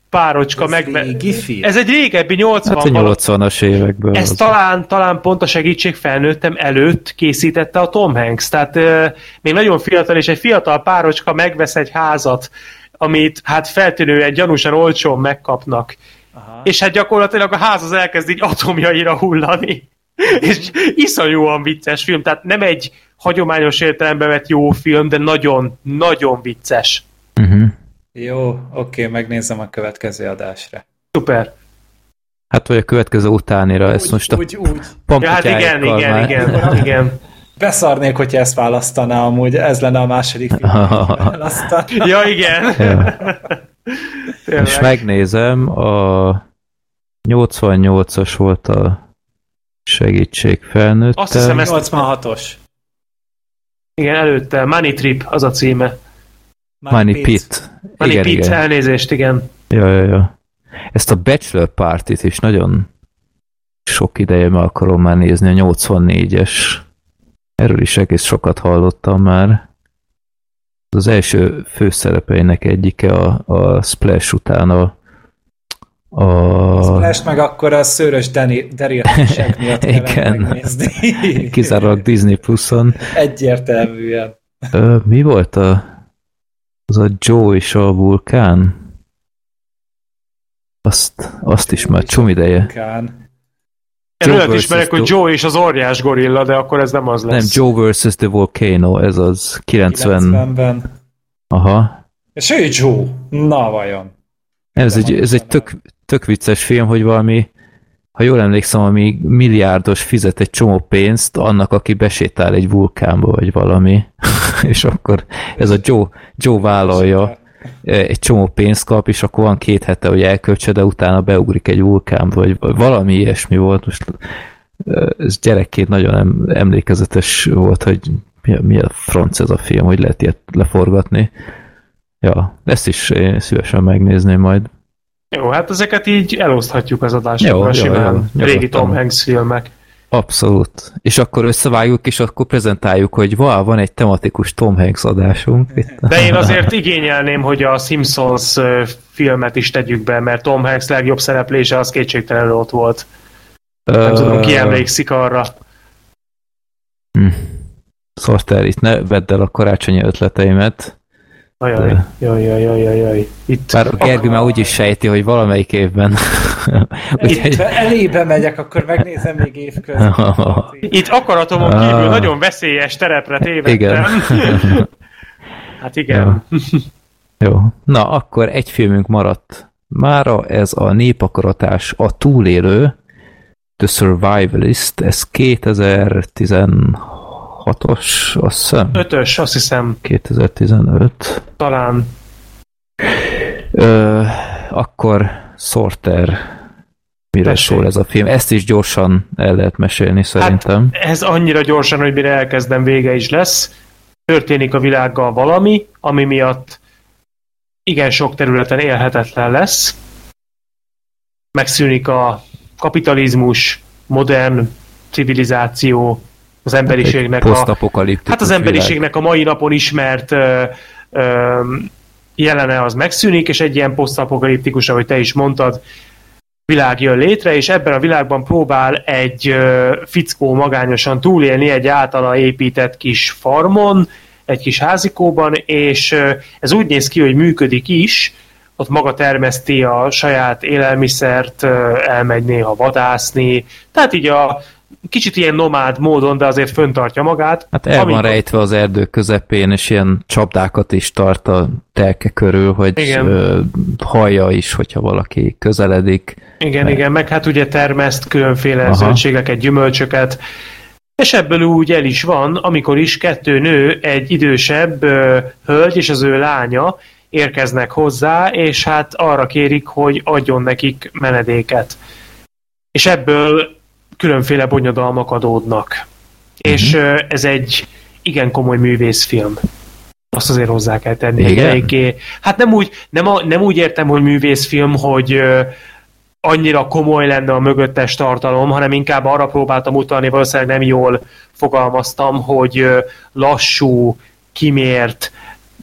párocska Ez megve... régi film? Ez egy régebbi nyolcvan Hát a nyolcvanas évekből. Ez az. talán, talán pont a segítség felnőttem előtt készítette a Tom Hanks. Tehát euh, még nagyon fiatal, és egy fiatal párocska megvesz egy házat, amit hát feltűnően gyanúsan olcsón megkapnak. Aha. És hát gyakorlatilag a ház az elkezd így atomjaira hullani. És iszonyúan vicces film, tehát nem egy hagyományos értelemben vett jó film, de nagyon, nagyon vicces. Uh-huh. Jó, oké, megnézem a következő adásra. Szuper. Hát, vagy a következő utánira, úgy, ezt most a úgy, úgy. Ja, hát igen, igen, már. igen, igen. Beszarnék, hogyha ezt választaná, amúgy ez lenne a második film, választani. Ja, igen. Ja. És megnézem, a nyolcvannyolcas volt a segítség felnőttel. Azt hiszem, ezt... nyolcvanhatos. Igen, előtte. Money Trip, az a címe. Money Pit. Pit. Money igen, Pit, igen. elnézést, igen. Ja, ja, ja. Ezt a Bachelor Party-t is nagyon sok ideje meg akarom már nézni, a nyolcvannégyes. Erről is egész sokat hallottam már. Az első főszerepeinek egyike a, a Splash után a a... a Splash meg akkor a szőrös derülések miatt kellene megnézni. Kizárólag Disney Pluson. Egyértelműen. Ö, mi volt a az a Joe és a vulkán? Azt, azt is már csomó ideje. Vulkán. Én olyat ismerek, hogy Joe és az óriás gorilla, de akkor ez nem az lesz. Nem, Joe versus the Volcano, ez az kilencven... kilencvenben. Aha. És ő Joe. Na vajon. Ez egy, ez egy tök, tök vicces film, hogy valami, ha jól emlékszem, ami milliárdos fizet egy csomó pénzt annak, aki besétál egy vulkánba, vagy valami. És akkor ez a Joe, Joe vállalja, egy csomó pénzt kap, és akkor van két hete, hogy elköltse, de utána beugrik egy vulkánba, vagy valami ilyesmi volt. Most ez gyerekként nagyon emlékezetes volt, hogy mi a, mi a franc ez a film, hogy lehet ilyet leforgatni. Ja, ezt is én szívesen megnézném majd. Jó, hát ezeket így eloszthatjuk az adásokban simán. Jó, régi Tom Hanks filmek. Abszolút. És akkor összevágjuk, és akkor prezentáljuk, hogy wow, van egy tematikus Tom Hanks adásunk. De én azért igényelném, hogy a Simpsons filmet is tegyük be, mert Tom Hanks legjobb szereplése az kétségtelenül ott volt. Nem uh... tudom, ki emlékszik arra. Hm. Sorter, itt ne vedd el a karácsonyi ötleteimet. Ajaj, de... jaj, jaj, jaj, jaj, jaj. Itt... Bár a Gergő már úgy is sejti, hogy valamelyik évben. Itt elébe megyek, akkor megnézem még évközben. Itt akaratomon kívül ah. nagyon veszélyes terepre tévedtem. Igen. Hát igen. Jó. Jó. Na, akkor egy filmünk maradt mára, ez a Népakaratás, a túlélő, The Survivalist, ez kétezer-tizenhatos, azt hiszem. Ötös, azt hiszem. kétezer-tizenöt. Talán. Ö, akkor Sorter, mire Tessék. Szól ez a film? Ezt is gyorsan el lehet mesélni szerintem. Hát ez annyira gyorsan, hogy mire elkezdem, vége is lesz. Történik a világgal valami, ami miatt igen sok területen élhetetlen lesz. Megszűnik a kapitalizmus, modern civilizáció, az emberiségnek a... Hát az emberiségnek a mai napon ismert ö, ö, jelene az megszűnik, és egy ilyen posztapokaliptikus, ahogy te is mondtad, világ jön létre, és ebben a világban próbál egy ö, fickó magányosan túlélni egy általa épített kis farmon, egy kis házikóban, és ö, ez úgy néz ki, hogy működik is, ott maga termeszti a saját élelmiszert, ö, elmegy néha vadászni, tehát így a kicsit ilyen nomád módon, de azért föntartja magát. Hát el amikor... van rejtve az erdő közepén, és ilyen csapdákat is tart a telke körül, hogy ö, hallja is, hogyha valaki közeledik. Igen, meg... igen, meg hát ugye termeszt különféle Aha. zöldségeket, gyümölcsöket, és ebből úgy el is van, amikor is kettő nő, egy idősebb ö, hölgy és az ő lánya érkeznek hozzá, és hát arra kérik, hogy adjon nekik menedéket. És ebből különféle bonyodalmak adódnak. Uh-huh. És uh, ez egy igen komoly művészfilm. Azt azért hozzá kell tenni. Eléggé, hát nem úgy, nem, a, nem úgy értem, hogy művészfilm, hogy uh, annyira komoly lenne a mögöttes tartalom, hanem inkább arra próbáltam utalni, valószínűleg nem jól fogalmaztam, hogy uh, lassú, kimért,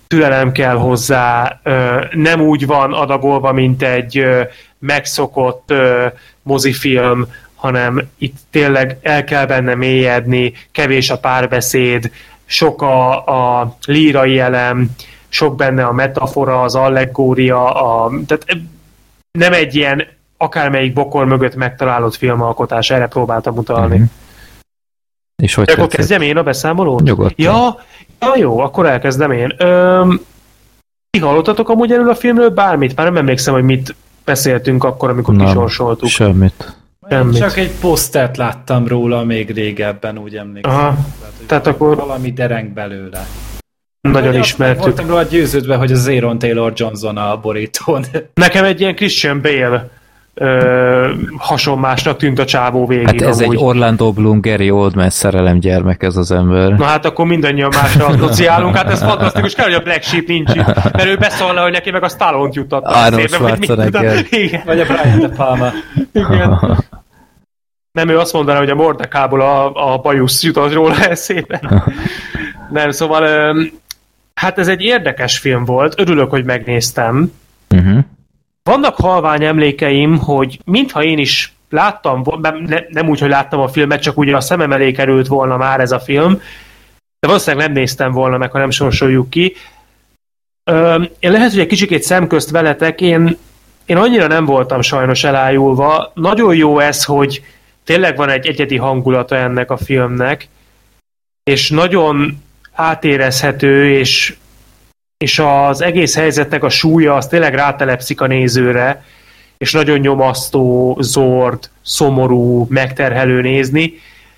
türelem kell hozzá, nem úgy van adagolva, mint egy megszokott mozifilm, hanem itt tényleg el kell benne mélyedni, kevés a párbeszéd, sok a, a lírai elem, sok benne a metafora, az allegória, a, tehát nem egy ilyen akármelyik bokor mögött megtalálott filmalkotás, erre próbáltam utalni. Mm-hmm. És hogy akkor kezdjem én a beszámolót? Nyugodtan. Ja, ja, jó, akkor elkezdem én. Öm, ti hallottatok amúgy erről a filmről bármit? Már nem emlékszem, hogy mit beszéltünk akkor, amikor nem, kisorsoltuk. Semmit. Semmit. Csak egy posztert láttam róla még régebben, úgy emlékszem. Aha. Tehát, Tehát akkor... valami dereng belőle. Nagyon Vagy ismertük. Voltam róla győződve, hogy az Aaron Taylor Johnson a borítón. Nekem egy ilyen Christian Bale ö, hasonmásnak tűnt a csávó végig. Hát ez amúgy. egy Orlando Bloom, Gary Oldman szerelem gyermek ez az ember. Na hát akkor mindannyian másra asszociálunk, hát ez fantasztikus, kell, hogy a Black Sheep nincs itt, mert ő beszólna, hogy neki meg a Stallone-t juttatta. Arnold Schwarzenegger. Vagy a Brian De Palma. Igen. Nem, ő azt mondaná, hogy a Mordekából a, a bajusz jutott róla eszébe. Nem, szóval hát ez egy érdekes film volt, örülök, hogy megnéztem. Uh-huh. Vannak halvány emlékeim, hogy mintha én is láttam, ne, nem úgy, hogy láttam a filmet, csak ugye a szemem elé került volna már ez a film, de valószínűleg nem néztem volna meg, ha nem sorsoljuk ki. Én lehet, hogy egy kicsikét szemközt veletek, én, én annyira nem voltam sajnos elájulva. Nagyon jó ez, hogy tényleg van egy egyedi hangulata ennek a filmnek, és nagyon átérezhető, és, és az egész helyzetnek a súlya az tényleg rátelepszik a nézőre, és nagyon nyomasztó, zord, szomorú, megterhelő nézni.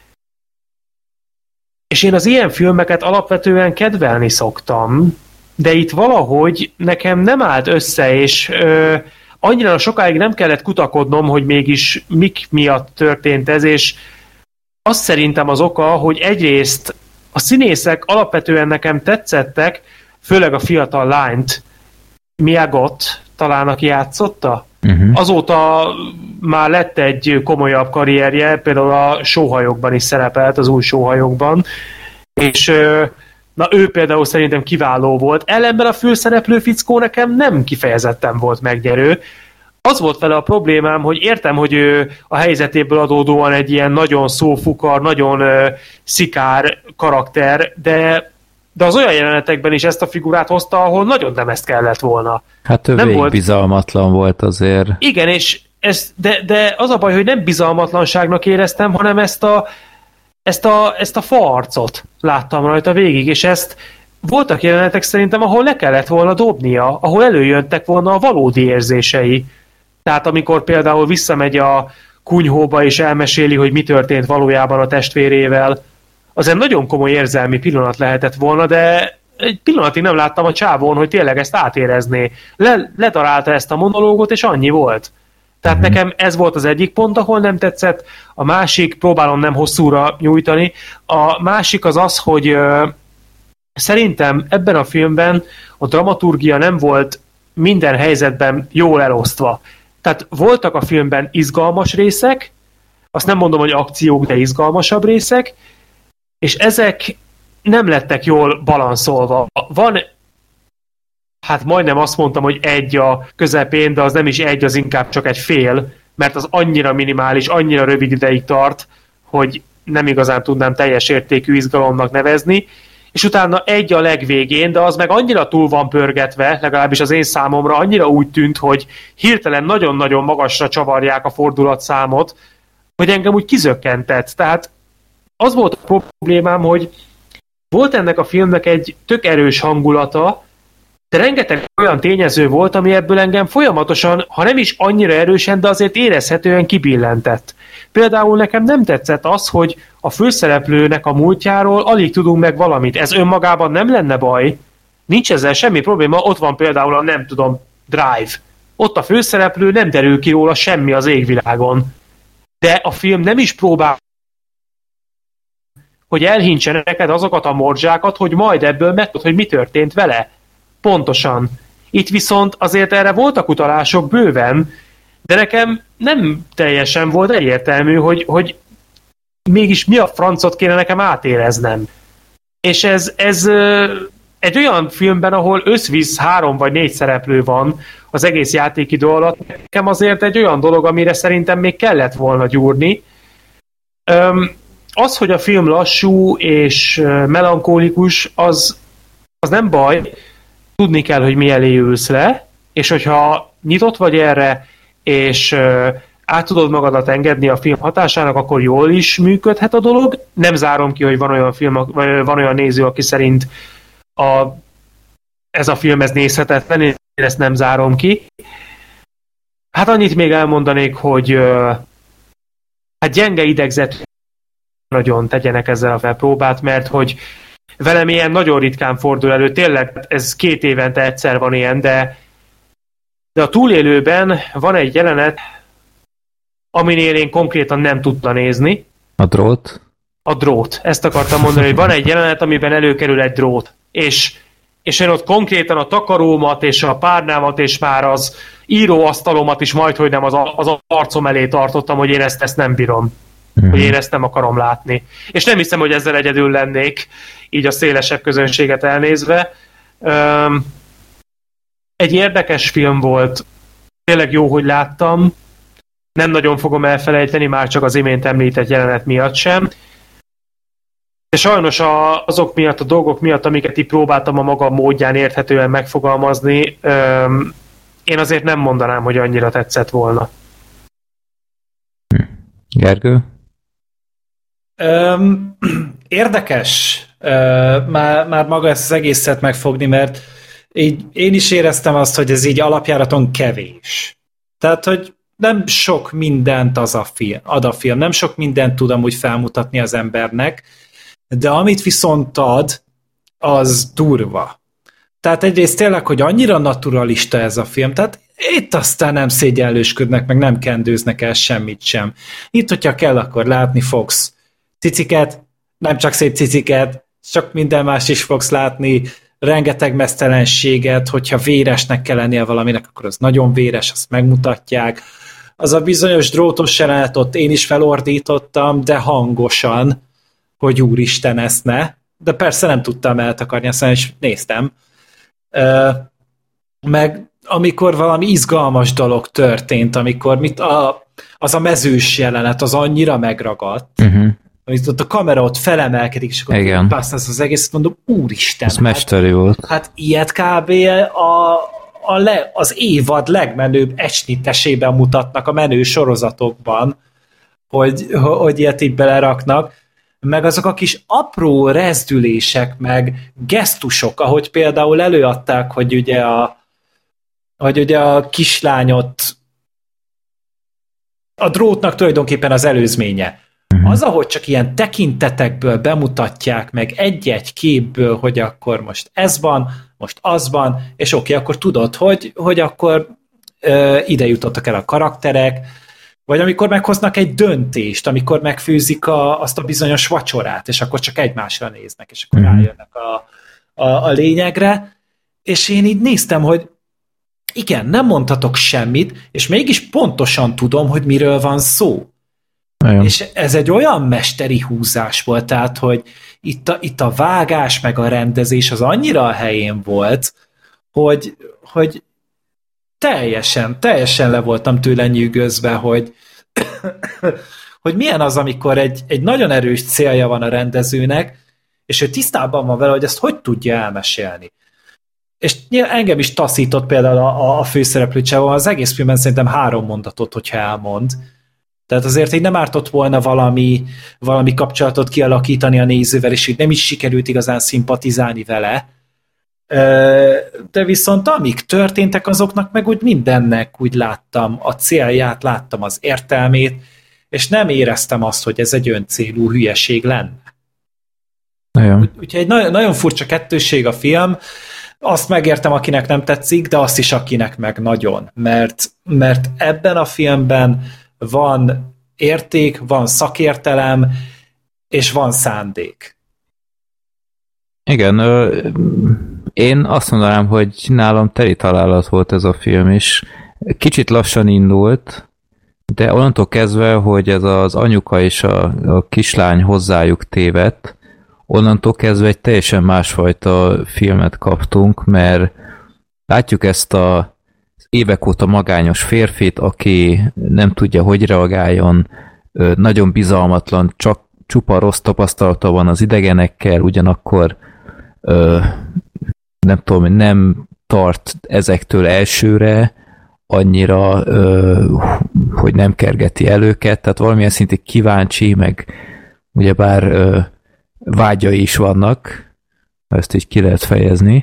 És én az ilyen filmeket alapvetően kedvelni szoktam, de itt valahogy nekem nem állt össze, és ö, annyira sokáig nem kellett kutakodnom, hogy mégis mik miatt történt ez, és azt szerintem az oka, hogy egyrészt a színészek alapvetően nekem tetszettek, főleg a fiatal lányt, Miagot talán, aki játszotta. Uh-huh. Azóta már lett egy komolyabb karrierje, például a sóhajokban is szerepelt, az új sóhajokban, és na ő például szerintem kiváló volt. Ellenben a főszereplő fickó nekem nem kifejezetten volt meggyerő. Az volt vele a problémám, hogy értem, hogy ő a helyzetéből adódóan egy ilyen nagyon szófukar, nagyon uh, szikár karakter, de, de az olyan jelenetekben is ezt a figurát hozta, ahol nagyon nem ezt kellett volna. Hát ő nem végig volt... bizalmatlan volt azért. Igen, és ez, de, de az a baj, hogy nem bizalmatlanságnak éreztem, hanem ezt a, ezt a, ezt a faarcot láttam rajta végig, és ezt voltak jelenetek szerintem, ahol le kellett volna dobnia, ahol előjöntek volna a valódi érzései. Tehát amikor például visszamegy a kunyhóba és elmeséli, hogy mi történt valójában a testvérével, az egy nagyon komoly érzelmi pillanat lehetett volna, de egy pillanatig nem láttam a csávón, hogy tényleg ezt átérezné. Le, ledarálta ezt a monológot, és annyi volt. Tehát mm-hmm. nekem ez volt az egyik pont, ahol nem tetszett. A másik, próbálom nem hosszúra nyújtani, a másik az az, hogy ö, szerintem ebben a filmben a dramaturgia nem volt minden helyzetben jól elosztva. Tehát voltak a filmben izgalmas részek, azt nem mondom, hogy akciók, de izgalmasabb részek, és ezek nem lettek jól balanszolva. Van, hát majdnem azt mondtam, hogy egy a közepén, de az nem is egy, az inkább csak egy fél, mert az annyira minimális, annyira rövid ideig tart, hogy nem igazán tudnám teljes értékű izgalomnak nevezni, és utána egy a legvégén, de az meg annyira túl van pörgetve, legalábbis az én számomra annyira úgy tűnt, hogy hirtelen nagyon-nagyon magasra csavarják a fordulatszámot, hogy engem úgy kizökkentett. Tehát az volt a problémám, hogy volt ennek a filmnek egy tök erős hangulata, de rengeteg olyan tényező volt, ami ebből engem folyamatosan, ha nem is annyira erősen, de azért érezhetően kibillentett. Például nekem nem tetszett az, hogy a főszereplőnek a múltjáról alig tudunk meg valamit. Ez önmagában nem lenne baj, nincs ezzel semmi probléma, ott van például a nem tudom, Drive. Ott a főszereplő, nem derül ki róla semmi az égvilágon. De a film nem is próbál, hogy elhintse neked azokat a morzsákat, hogy majd ebből megtud, hogy mi történt vele. Pontosan. Itt viszont azért erre voltak utalások bőven, de nekem nem teljesen volt egyértelmű, hogy, hogy mégis mi a francot kéne nekem átéreznem. És ez, ez egy olyan filmben, ahol összvisz három vagy négy szereplő van az egész játékidő alatt, nekem azért egy olyan dolog, amire szerintem még kellett volna gyúrni. Öm, az, hogy a film lassú és melankólikus, az, az nem baj. Tudni kell, hogy mi elé ülsz le, és hogyha nyitott vagy erre, és át tudod magadat engedni a film hatásának, akkor jól is működhet a dolog. Nem zárom ki, hogy van olyan, film, van olyan néző, aki szerint a, ez a film ez nézhetetlen, én ezt nem zárom ki. Hát annyit még elmondanék, hogy hát gyenge idegzet nagyon tegyenek ezzel a felpróbát, mert hogy velem ilyen nagyon ritkán fordul elő, tényleg ez két évente egyszer van ilyen, de, de a túlélőben van egy jelenet, aminél én konkrétan nem tudta nézni. A drót? A drót. Ezt akartam mondani, hogy van egy jelenet, amiben előkerül egy drót. És, és én ott konkrétan a takarómat és a párnámat és már az íróasztalomat is majdhogy nem az, az arcom elé tartottam, hogy én ezt, ezt nem bírom. Mm. Hogy én ezt nem akarom látni. És nem hiszem, hogy ezzel egyedül lennék, így a szélesebb közönséget elnézve. Üm, egy érdekes film volt. Tényleg jó, hogy láttam. Nem nagyon fogom elfelejteni, már csak az imént említett jelenet miatt sem. És sajnos a, azok miatt, a dolgok miatt, amiket itt próbáltam a maga módján érthetően megfogalmazni, öm, én azért nem mondanám, hogy annyira tetszett volna. Gergő? Öm, érdekes Ö, már, már maga ezt az egészet megfogni, mert így én is éreztem azt, hogy ez így alapjáraton kevés. Tehát, hogy nem sok mindent az a film, ad a film, nem sok mindent tud amúgy felmutatni az embernek, de amit viszont ad, az durva. Tehát egyrészt tényleg, hogy annyira naturalista ez a film, tehát itt aztán nem szégyenlősködnek, meg nem kendőznek el semmit sem. Itt, hogyha kell, akkor látni fogsz ciciket, nem csak szép ciciket, csak minden más is fogsz látni, rengeteg meztelenséget, hogyha véresnek kell lennie valaminek, akkor az nagyon véres, azt megmutatják. Az a bizonyos drótos jelenet, ott én is felordítottam, de hangosan, hogy úristen, ezt ne. De persze nem tudtam eltakarni, aztán is néztem. Meg amikor valami izgalmas dolog történt, amikor mit a, az a mezős jelenet, az annyira megragadt, uh-huh. amit ott a kamera ott felemelkedik, és akkor passz az egészet, mondom, úristen. Ez hát, mesteri volt. Hát ilyet kb. a, a le, az évad legmenőbb esnitesében mutatnak a menő sorozatokban, hogy, hogy ilyet így beleraknak, meg azok a kis apró rezdülések, meg gesztusok, ahogy például előadták, hogy ugye a, hogy ugye a kislányot a drótnak tulajdonképpen az előzménye. Az, ahogy csak ilyen tekintetekből bemutatják, meg egy-egy képből, hogy akkor most ez van, most az van, és oké, okay, akkor tudod, hogy, hogy akkor ö, ide jutottak el a karakterek, vagy amikor meghoznak egy döntést, amikor megfőzik a, azt a bizonyos vacsorát, és akkor csak egymásra néznek, és akkor mm-hmm. rájönnek a, a, a lényegre, és én így néztem, hogy igen, nem mondhatok semmit, és mégis pontosan tudom, hogy miről van szó. Olyan. És ez egy olyan mesteri húzás volt, tehát, hogy itt a, itt a vágás, meg a rendezés az annyira a helyén volt, hogy, hogy teljesen, teljesen le voltam tőle nyűgözve, hogy, hogy milyen az, amikor egy, egy nagyon erős célja van a rendezőnek, és ő tisztában van vele, hogy ezt hogy tudja elmesélni. És engem is taszított például a, a főszereplő csávó, az egész filmben szerintem három mondatot, hogyha elmond. Tehát azért így nem ártott volna valami, valami kapcsolatot kialakítani a nézővel, és így nem is sikerült igazán szimpatizálni vele. De viszont amik történtek, azoknak meg úgy mindennek úgy láttam a célját, láttam az értelmét, és nem éreztem azt, hogy ez egy öncélú hülyeség lenne. Úgy, úgyhogy egy nagyon, nagyon furcsa kettősség a film. Azt megértem, akinek nem tetszik, de azt is, akinek meg nagyon. Mert, mert ebben a filmben van érték, van szakértelem, és van szándék. Igen, ö, én azt mondanám, hogy nálam teli találat volt ez a film is. Kicsit lassan indult, de onnantól kezdve, hogy ez az anyuka és a, a kislány hozzájuk tévedt, onnantól kezdve egy teljesen másfajta filmet kaptunk, mert látjuk ezt a évek óta magányos férfit, aki nem tudja, hogy reagáljon, nagyon bizalmatlan, csak csupa rossz tapasztalata van az idegenekkel, ugyanakkor nem tudom, nem tart ezektől elsőre annyira, hogy nem kergeti el őket, tehát valamilyen szintig kíváncsi, meg ugyebár vágyai is vannak, ezt így ki lehet fejezni,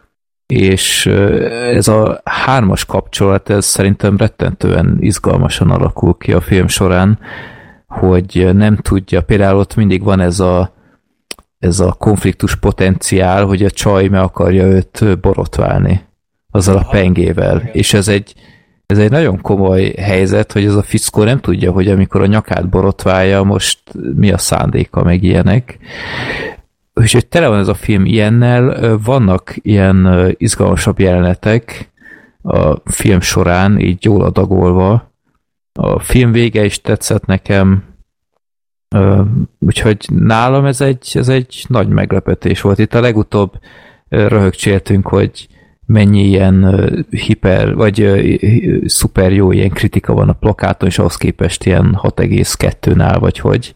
és ez a hármas kapcsolat, ez szerintem rettentően izgalmasan alakul ki a film során, hogy nem tudja, például ott mindig van ez a, ez a konfliktus potenciál, hogy a csaj meg akarja őt borotválni azzal a pengével, és ez egy, ez egy nagyon komoly helyzet, hogy ez a fickó nem tudja, hogy amikor a nyakát borotválja, most mi a szándéka, meg ilyenek. És hogy tele van ez a film ilyennel, vannak ilyen izgalmasabb jelenetek a film során, így jól adagolva. A film vége is tetszett nekem, úgyhogy nálam ez egy, ez egy nagy meglepetés volt. Itt a legutóbb röhögcséltünk, hogy mennyi ilyen hiper, vagy szuper jó ilyen kritika van a plakáton, és ahhoz képest ilyen hat egész kettőnál, vagy hogy.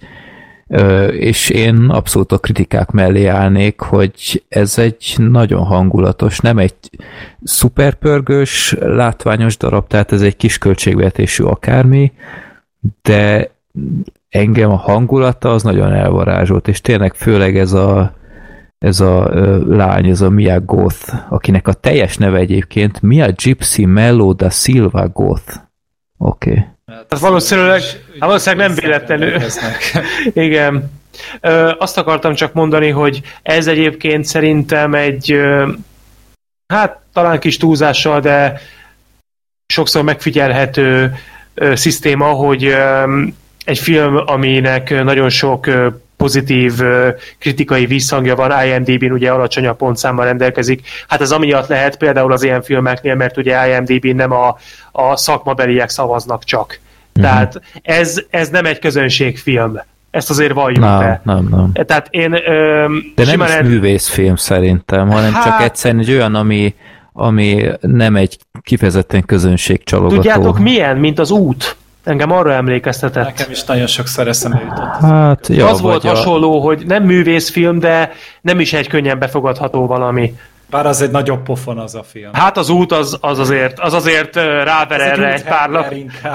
És én abszolút a kritikák mellé állnék, hogy ez egy nagyon hangulatos, nem egy szuperpörgős, látványos darab, tehát ez egy kis költségvetésű akármi, de engem a hangulata az nagyon elvarázsolt, és tényleg főleg ez a ez a lány, ez a Mia Goth, akinek a teljes neve egyébként Mia Gypsy Mello da Silva Goth. Oké. Okay. Hát valószínűleg, hát valószínűleg nem véletlenül. Igen. Ö, azt akartam csak mondani, hogy ez egyébként szerintem egy ö, hát talán kis túlzással, de sokszor megfigyelhető ö, szisztéma, hogy ö, egy film, aminek nagyon sok ö, pozitív ö, kritikai visszhangja van, IMDb-n ugye alacsonyabb pontszámmal rendelkezik. Hát ez amiatt lehet például az ilyen filmeknél, mert ugye IMDb-n nem a, a szakmabeliek szavaznak csak. Uh-huh. Tehát ez, ez nem egy közönségfilm. Ezt azért valljuk nem, be. Nem, nem. Tehát én... Ö, De nem is ed... művészfilm szerintem, hanem hát... csak egyszerűen egy olyan, ami, ami nem egy kifejezetten közönségcsalogató. Tudjátok milyen, mint az út? Engem arra emlékeztetett. Nekem is nagyon sokszor eszembe jutott. Hát, ja, az volt a... hasonló, hogy nem művészfilm, de nem is egy könnyen befogadható valami. Bár az egy nagyobb pofon az a film. Hát az út az, az azért, az azért ráver ez erre egy, egy párnak.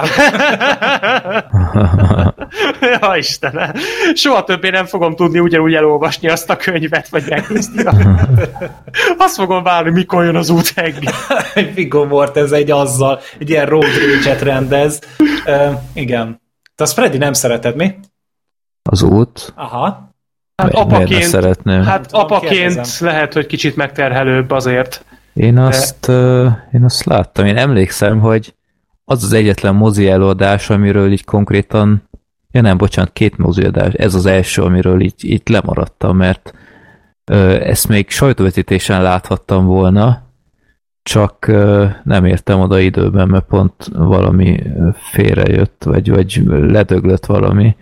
Ja, Istenem. Soha többé nem fogom tudni ugyanúgy elolvasni azt a könyvet, vagy megnézni. Azt fogom várni, mikor jön az út engem. Viggo Mortensen azzal, egy ilyen road rage-et rendez. Uh, igen. Te azt Freddy nem szereted, mi? Az út? Aha. Hát apaként, hát apaként lehet, hogy kicsit megterhelőbb azért. Én azt, de... uh, én azt láttam, én emlékszem, hogy az az egyetlen mozi előadás, amiről így konkrétan, ja nem, bocsánat, két mozi előadás, ez az első, amiről így, így lemaradtam, mert uh, ezt még sajtóvetítésen láthattam volna, csak uh, nem értem oda időben, mert pont valami félrejött, vagy, vagy ledöglött valami,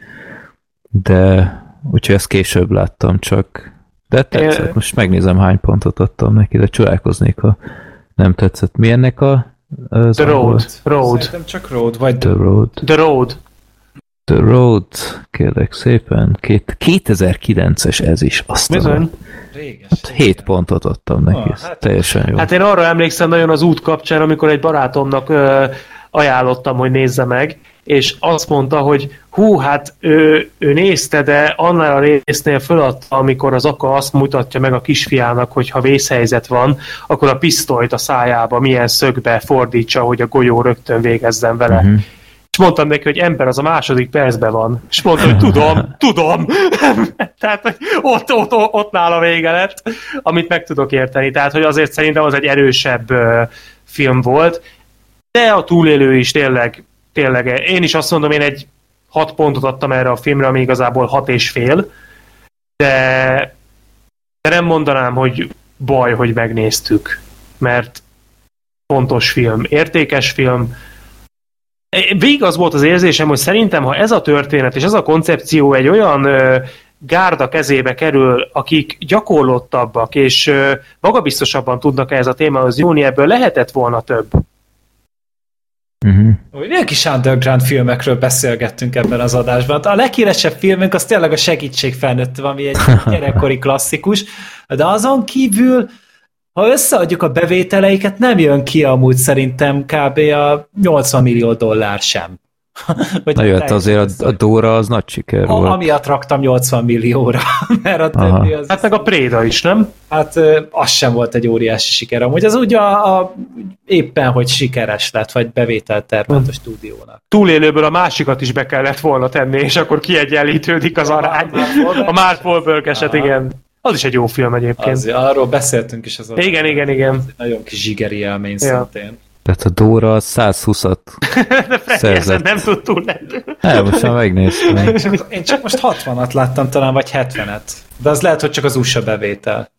de úgyhogy ezt később láttam csak. De tetszett, é... most megnézem hány pontot adtam neki, de csodálkoznék, ha nem tetszett. Mi ennek a... The Road. Road. Szerintem csak Road, vagy The Road. The Road. The Road, kérlek szépen. Két, kétezer-kilences ez is. Azt bizony. Hát hét pontot adtam neki, ah, hát teljesen jó. Hát én arra emlékszem nagyon az út kapcsán, amikor egy barátomnak ö, ajánlottam, hogy nézze meg, és azt mondta, hogy hú, hát ő, ő nézte, de annál a résznél föladta, amikor az apa azt mutatja meg a kisfiának, hogy ha vészhelyzet van, akkor a pisztolyt a szájába milyen szögbe fordítsa, hogy a golyó rögtön végezzen vele. Uh-huh. És mondtam neki, hogy ember, az a második percben van. És mondta, hogy tudom, tudom. Tehát ott, ott, ott, ott nála vége lett, amit meg tudok érteni. Tehát, hogy azért szerintem az egy erősebb uh, film volt, de a túlélő is tényleg Tényleg, én is azt mondom, én egy hat pontot adtam erre a filmre, ami igazából hat és fél, de, de nem mondanám, hogy baj, hogy megnéztük, mert fontos film, értékes film. Végig az volt az érzésem, hogy szerintem, ha ez a történet és ez a koncepció egy olyan ö, gárda kezébe kerül, akik gyakorlottabbak, és magabiztosabban tudnak ehhez a témához jönni, ebből lehetett volna több. Uh-huh. Olyan kis underground filmekről beszélgettünk ebben az adásban. A leghíresebb filmünk az tényleg a Segítség felnőtt, ami egy gyerekkori klasszikus, de azon kívül, ha összeadjuk a bevételeiket, nem jön ki amúgy szerintem kb. A nyolcvan millió dollár sem. Na jött azért a, a Dóra az nagy siker a, volt. Amiatt raktam nyolcvan millióra, mert a többi az... Hát meg a Préda is, nem? Hát az sem volt egy óriási siker. Amúgy az úgy a, a éppen, hogy sikeres lett, vagy bevételt termelt a stúdiónak. Túlélőből a másikat is be kellett volna tenni, és akkor kiegyenlítődik az arány. A Mark Wahlberg eset, igen. Az is egy jó film egyébként. Az, arról beszéltünk is az. Igen, igen, igen. Az egy nagyon kis zsigeri élmény ja. szintén. Tehát a Dóra százhúszat szerzett. Nem tud túl lenni. Nem, most már megnéztem. Én csak most hatvanat láttam talán, vagy hetvenet. De az lehet, hogy csak az u es á bevétel.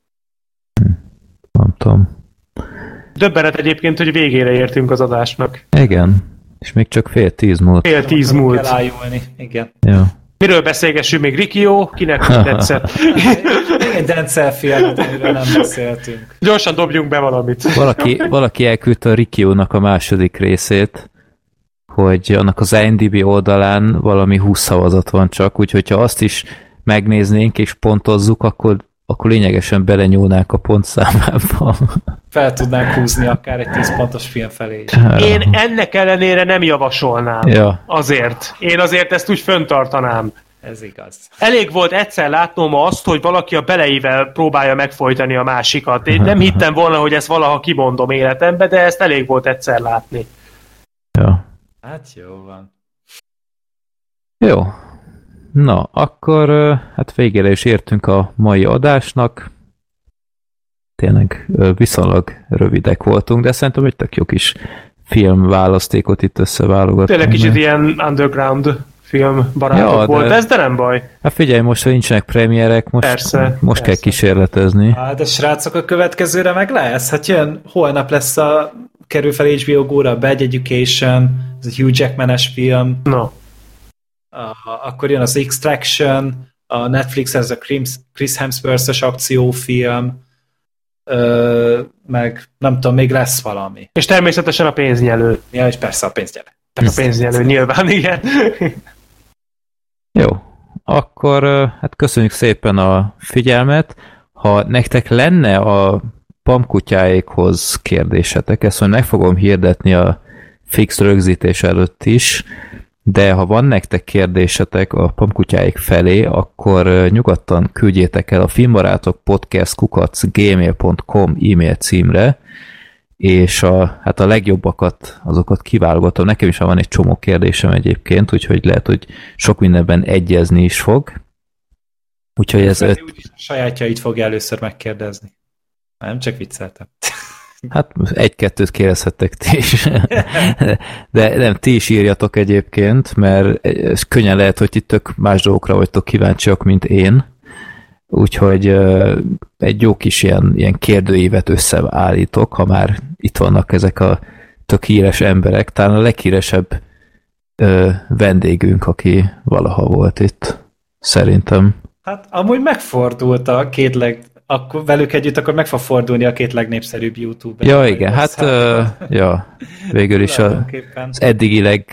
Nem tudom. Döbbenet egyébként, hogy végére értünk az adásnak. Igen. És még csak fél tíz múlt. Fél tíz múlt. Kell ájulni. Igen. Ja. Miről beszélgessünk még? Rikió? Kinek tetszett? Igen, Denzel film, amiről nem beszéltünk. Gyorsan dobjunk be valamit. Valaki, valaki elküldte a Rikiónak a második részét, hogy annak az I M D B oldalán valami húsz szavazat van csak, úgyhogy ha azt is megnéznénk és pontozzuk, akkor, akkor lényegesen belenyúlnánk a pontszámába. Fel tudnánk húzni akár egy tíz pontos film felé is. Én ennek ellenére nem javasolnám. Ja. Azért. Én azért ezt úgy föntartanám. Ez igaz. Elég volt egyszer látnom azt, hogy valaki a beleivel próbálja megfojtani a másikat. Én nem hittem volna, hogy ezt valaha kimondom életembe, de ezt elég volt egyszer látni. Ja. Hát jó van. Jó. Na, akkor hát végére is értünk a mai adásnak. Tényleg viszonylag rövidek voltunk, de szerintem egy tök jó kis filmválasztékot itt összeválogattunk. Tényleg kicsit ilyen underground film barátok ja, volt de... ez, de nem baj. Hát figyelj, most, hogy nincsenek premierek, most, persze, most persze. kell kísérletezni. Hát de srácok, a következőre meg lesz. Hát jön, holnap lesz a kerül fel há bé o Go-ra a Bad Education, ez a Hugh Jackman-es film. No. A, akkor jön az Extraction, a Netflix ez a Chris Hemsworth-ös akciófilm, Ö, meg nem tudom, még lesz valami. És természetesen a pénznyelő. Ja, és persze a pénznyelő. A pénznyelő, nyilván, igen. Jó. Akkor hát köszönjük szépen a figyelmet. Ha nektek lenne a pamkutyáékhoz kérdésetek, ezt majd meg fogom hirdetni a fix rögzítés előtt is, de ha van nektek kérdésetek a pamkutyáik felé, akkor nyugodtan küldjétek el a filmbarátok podcast kukac gmail pont com e-mail címre, és a, hát a legjobbakat, azokat kiválogatom. Nekem is van egy csomó kérdésem egyébként, úgyhogy lehet, hogy sok mindenben egyezni is fog. Úgyhogy ez öt... úgyis a sajátjait fogja először megkérdezni. Nem, csak vicceltem. Hát egy-kettőt kérdezhettek ti is. De nem, ti is írjatok egyébként, mert ez könnyen lehet, hogy ti tök más dolgokra vagytok kíváncsiak, mint én. Úgyhogy egy jó kis ilyen, ilyen kérdőívet összeállítok, ha már itt vannak ezek a tök híres emberek. Talán a leghíresebb ö, vendégünk, aki valaha volt itt, szerintem. Hát amúgy megfordult a két leg... akkor velük együtt akkor meg fog fordulni a két legnépszerűbb youtuber. Ja, igen, hát uh, ja, végül is a, az eddigi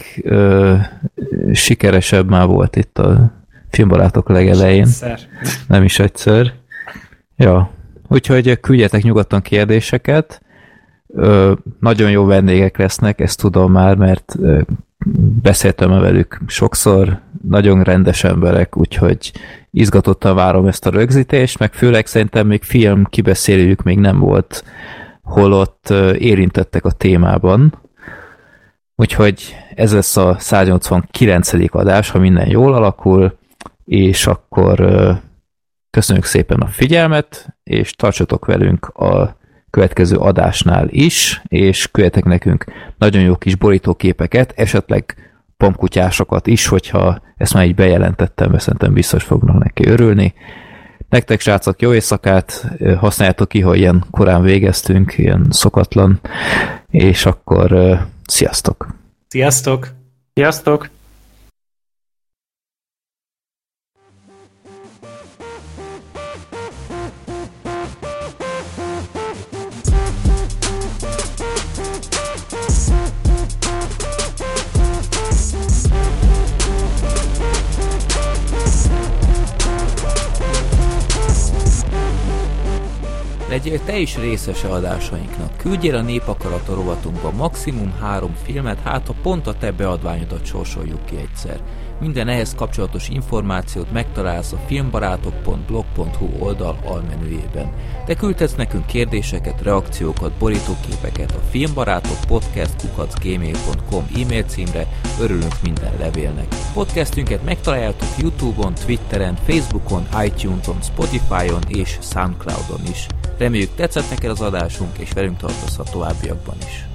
legsikeresebb már volt itt a filmbarátok legelején. Nem is egyszer. Ja, úgyhogy küldjetek nyugodtan kérdéseket. Ö, nagyon jó vendégek lesznek, ezt tudom már, mert ö, beszéltem velük sokszor, nagyon rendes emberek, úgyhogy izgatottan várom ezt a rögzítést, meg főleg szerintem még film kibeszélőjük még nem volt, holott érintettek a témában. Úgyhogy ez lesz a száznyolcvankilencedik adás, ha minden jól alakul, és akkor köszönjük szépen a figyelmet, és tartsatok velünk a következő adásnál is, és küldjetek nekünk nagyon jó kis borítóképeket, esetleg pamkutyásokat is, hogyha ezt már így bejelentettem, mert szerintem biztos fognak neki örülni. Nektek, srácok, jó éjszakát, használjátok ki, ha ilyen korán végeztünk, ilyen szokatlan, és akkor uh, sziasztok! Sziasztok! Sziasztok! Legyél te is részese adásainknak. Küldjél a Népakarata rovatunkba maximum három filmet, hát ha pont a te beadványodat sorsoljuk ki egyszer. Minden ehhez kapcsolatos információt megtalálsz a filmbarátok pont blog pont hu oldal almenüjében. Te küldhetsz nekünk kérdéseket, reakciókat, borítóképeket a filmbarátok podcast kukac gmail pont com e-mail címre, örülünk minden levélnek. Podcastünket megtaláljátok YouTube-on, Twitteren, Facebookon, iTunes-on, Spotify-on és Soundcloud-on is. Reméljük tetszett neked az adásunk, és velünk tartozhat továbbiakban is.